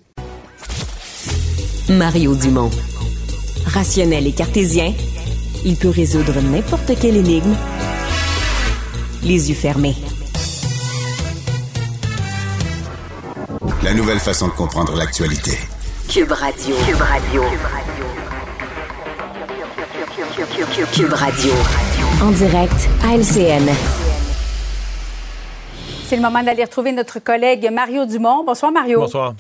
Mario Dumont. Rationnel et cartésien, il peut résoudre n'importe quelle énigme les yeux fermés. La nouvelle façon de comprendre l'actualité. Cube Radio. Cube Radio. Cube Radio. En direct à L C N. C'est le moment d'aller retrouver notre collègue Mario Dumont. Bonsoir, Mario. Bonsoir.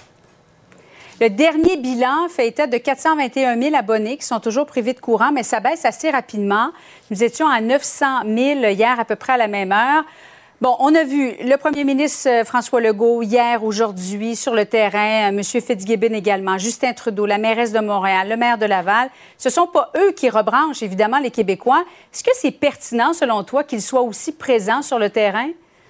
Le dernier bilan fait état de quatre cent vingt et un mille abonnés qui sont toujours privés de courant, mais ça baisse assez rapidement. Nous étions à neuf cent mille hier, à peu près à la même heure. Bon, on a vu le premier ministre François Legault hier, aujourd'hui, sur le terrain, M. Fitzgibbon également, Justin Trudeau, la mairesse de Montréal, le maire de Laval. Ce ne sont pas eux qui rebranchent, évidemment, les Québécois. Est-ce que c'est pertinent, selon toi, qu'ils soient aussi présents sur le terrain?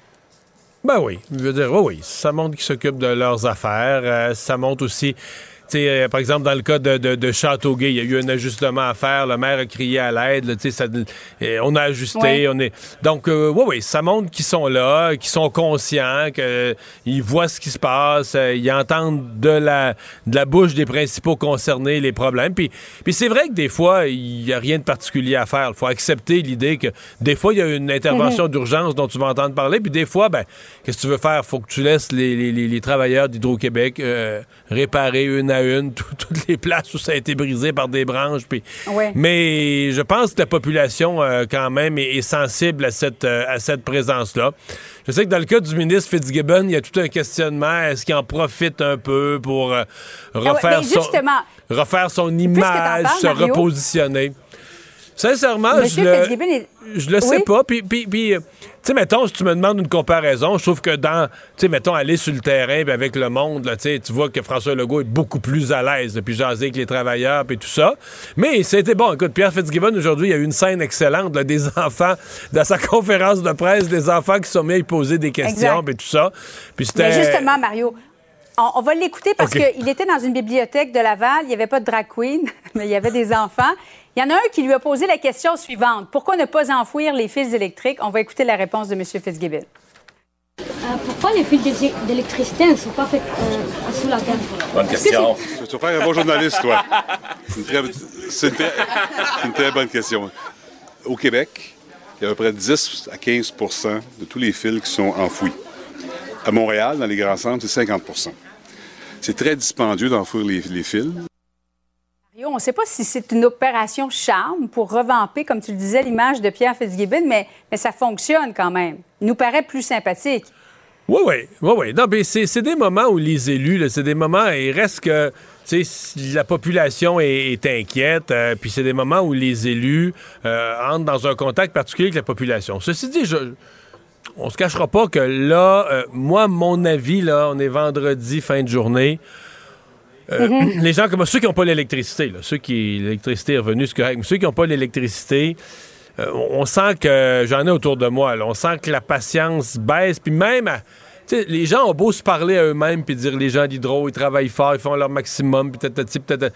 Ben oui, je veux dire, oui, oui, ça montre qu'ils s'occupent de leurs affaires. Euh, ça montre aussi, tu sais, euh, par exemple, dans le cas de, de, de Châteauguay, il y a eu un ajustement à faire. Le maire a crié à l'aide, tu sais, euh, on a ajusté. Oui. On est donc, euh, oui, oui, ça montre qu'ils sont là, qu'ils sont conscients, qu'ils voient ce qui se passe, euh, ils entendent de la, de la bouche des principaux concernés les problèmes. Puis, puis c'est vrai que des fois, il n'y a rien de particulier à faire. Il faut accepter l'idée que des fois, il y a une intervention mm-hmm. d'urgence dont tu vas entendre parler, puis des fois, ben, qu'est-ce que tu veux faire? Il faut que tu laisses les, les, les travailleurs d'Hydro-Québec euh, réparer une à une tout, toutes les places où ça a été brisé par des branches. Puis... Oui. Mais je pense que la population, euh, quand même, est, est sensible à cette, euh, à cette présence-là. Je sais que dans le cas du ministre Fitzgibbon, il y a tout un questionnement. Est-ce qu'il en profite un peu pour euh, refaire, ah oui, son, refaire son image, parles, se Mario, repositionner? Sincèrement, Monsieur je le, est... je le sais oui? pas. Puis, puis, puis tu sais, mettons, si tu me demandes une comparaison, je trouve que dans, tu sais, mettons, aller sur le terrain puis avec le monde, là, tu vois que François Legault est beaucoup plus à l'aise depuis jaser avec les travailleurs puis tout ça. Mais c'était bon. Écoute, Pierre Fitzgibbon, aujourd'hui, il y a eu une scène excellente, là, des enfants, dans sa conférence de presse, des enfants qui sont mis à y poser des questions puis tout ça. Puis c'était... Mais justement, Mario... On, on va l'écouter parce okay. qu'il était dans une bibliothèque de Laval. Il n'y avait pas de drag queen, mais il y avait des enfants. Il y en a un qui lui a posé la question suivante. Pourquoi ne pas enfouir les fils électriques? On va écouter la réponse de M. Fitzgibbon. Euh, pourquoi les fils d'électricité ne sont pas faits euh, sous la terre? Bonne question. Tu vas faire un bon journaliste, toi. C'est une très, c'est une très, une très bonne question. Au Québec, il y a à peu près dix à quinze pour cent de tous les fils qui sont enfouis. À Montréal, dans les grands centres, c'est cinquante pour cent. C'est très dispendieux d'enfouir les, les fils. On ne sait pas si c'est une opération charme pour revamper, comme tu le disais, l'image de Pierre Fitzgibbon, mais, mais ça fonctionne quand même. Il nous paraît plus sympathique. Oui, oui, oui, oui. Non, mais c'est, c'est des moments où les élus, là, c'est des moments, il reste que, tu sais, la population est, est inquiète, euh, puis c'est des moments où les élus euh, entrent dans un contact particulier avec la population. Ceci dit, je, on se cachera pas que là, euh, moi, mon avis, là, on est vendredi, fin de journée. Euh, mm-hmm. Les gens comme ceux qui n'ont pas l'électricité, là, ceux qui l'électricité est revenue, c'est correct, mais ceux qui n'ont pas l'électricité, euh, on sent que j'en ai autour de moi, là, on sent que la patience baisse, puis même, tu sais, les gens ont beau se parler à eux-mêmes puis dire les gens d'Hydro, ils travaillent fort, ils font leur maximum, puis peut-être, peut-être.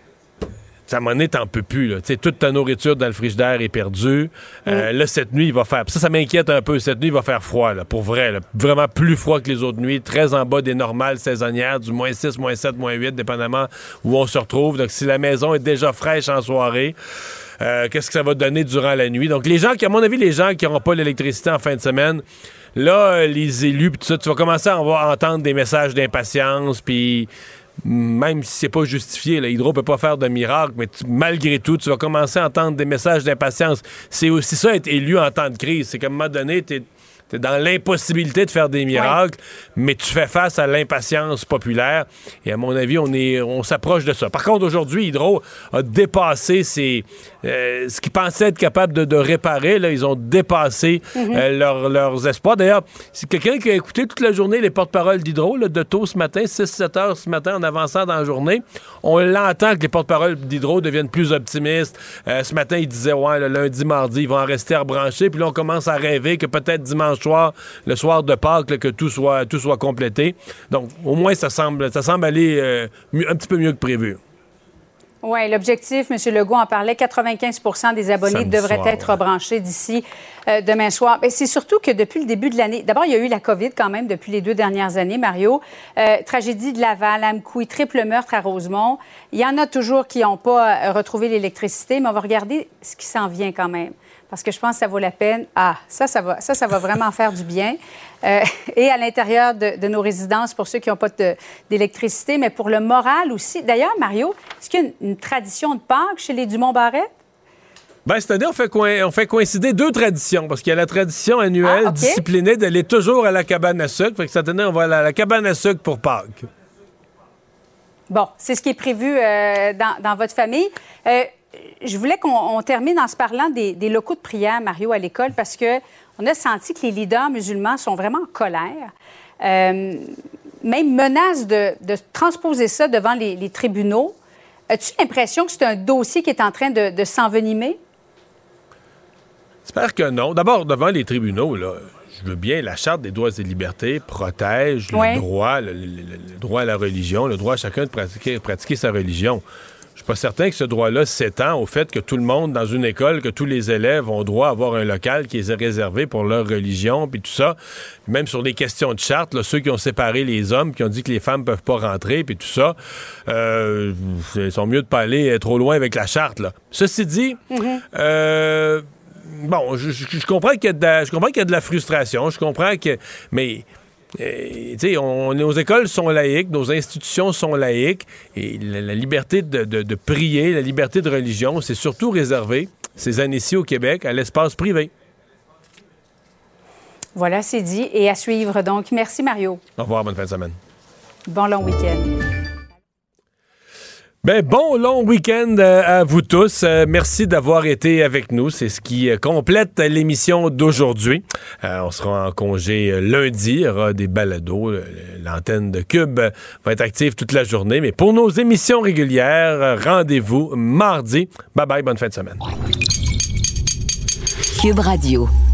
À un moment donné, t'en peux plus. Là. Toute ta nourriture dans le frigidaire est perdue. Euh, mm. Là, cette nuit, il va faire... Ça, ça m'inquiète un peu. Cette nuit, il va faire froid, là, pour vrai. Là. Vraiment plus froid que les autres nuits. Très en bas des normales saisonnières, du moins six, moins sept, moins huit, dépendamment où on se retrouve. Donc, si la maison est déjà fraîche en soirée, euh, qu'est-ce que ça va donner durant la nuit? Donc, les gens qui, à mon avis, les gens qui n'auront pas l'électricité en fin de semaine, là, les élus, puis tout ça, tu vas commencer à entendre des messages d'impatience, puis... Même si c'est pas justifié, là, Hydro peut pas faire de miracle, mais tu, malgré tout, tu vas commencer à entendre des messages d'impatience. C'est aussi ça, être élu en temps de crise. C'est qu'à un moment donné, t'es, t'es dans l'impossibilité de faire des miracles, ouais. mais tu fais face à l'impatience populaire. Et à mon avis, on est, on s'approche de ça. Par contre, aujourd'hui, Hydro a dépassé ses, euh, ce qu'ils pensaient être capable de, de réparer. Là, ils ont dépassé mm-hmm. euh, leur, leurs espoirs. D'ailleurs, c'est quelqu'un qui a écouté toute la journée les porte-paroles d'Hydro, là, de tôt ce matin, six sept heures ce matin, en avançant dans la journée. On l'entend que les porte-paroles d'Hydro deviennent plus optimistes. Euh, ce matin, ils disaient, ouais, le lundi, mardi, ils vont en rester rebranchés. Puis là, on commence à rêver que peut-être dimanche soir, le soir de Pâques, là, que tout soit, tout soit complété. Donc, au moins, ça semble, ça semble aller euh, mieux, un petit peu mieux que prévu. Oui, l'objectif, M. Legault en parlait, quatre-vingt-quinze pour cent des abonnés Samedi devraient soir, être ouais. rebranchés d'ici euh, demain soir. Mais c'est surtout que depuis le début de l'année, d'abord, il y a eu la COVID quand même depuis les deux dernières années, Mario. Euh, tragédie de Laval, Amkoui, triple meurtre à Rosemont. Il y en a toujours qui n'ont pas euh, retrouvé l'électricité, mais on va regarder ce qui s'en vient quand même. Parce que je pense que ça vaut la peine. Ah, ça, ça va, ça, ça va vraiment faire du bien. Euh, et à l'intérieur de, de nos résidences, pour ceux qui n'ont pas de, d'électricité, mais pour le moral aussi. D'ailleurs, Mario, est-ce qu'il y a une, une tradition de Pâques chez les Dumont-Barrette? Bien, cette année, on fait, coïn- on fait coïncider deux traditions, parce qu'il y a la tradition annuelle ah, okay. disciplinée d'aller toujours à la cabane à sucre. Fait que cette année, on va à la cabane à sucre pour Pâques. Bon, c'est ce qui est prévu euh, dans, dans votre famille. Euh, Je voulais qu'on on termine en se parlant des, des locaux de prière, Mario, à l'école, parce qu'on a senti que les leaders musulmans sont vraiment en colère. Euh, même menace de, de transposer ça devant les, les tribunaux. As-tu l'impression que c'est un dossier qui est en train de, de s'envenimer? J'espère que non. D'abord, devant les tribunaux, là, je veux bien, la Charte des droits et des protège oui. le droit, le, le, le droit à la religion, le droit à chacun de pratiquer, pratiquer sa religion. Je suis pas certain que ce droit-là s'étend au fait que tout le monde, dans une école, que tous les élèves ont droit à avoir un local qui est réservé pour leur religion, puis tout ça. Même sur les questions de charte, là, ceux qui ont séparé les hommes, qui ont dit que les femmes peuvent pas rentrer, puis tout ça, euh, ils sont mieux de pas aller trop loin avec la charte, là. Ceci dit, mm-hmm. euh, bon, je, je, je comprends qu'il y a de la, je comprends qu'il y a de la frustration, je comprends que, mais... Euh, on, nos écoles sont laïques, nos institutions sont laïques, et la, la liberté de, de, de prier, la liberté de religion, c'est surtout réservé, ces années-ci au Québec, à l'espace privé. Voilà, c'est dit. Et à suivre, donc. Merci, Mario. Au revoir, bonne fin de semaine. Bon long week-end. Ben, bon long week-end à vous tous. Euh, merci d'avoir été avec nous. C'est ce qui complète l'émission d'aujourd'hui. Euh, on sera en congé lundi. Il y aura des balados. L'antenne de Cube va être active toute la journée. Mais pour nos émissions régulières, rendez-vous mardi. Bye bye, bonne fin de semaine. Cube Radio.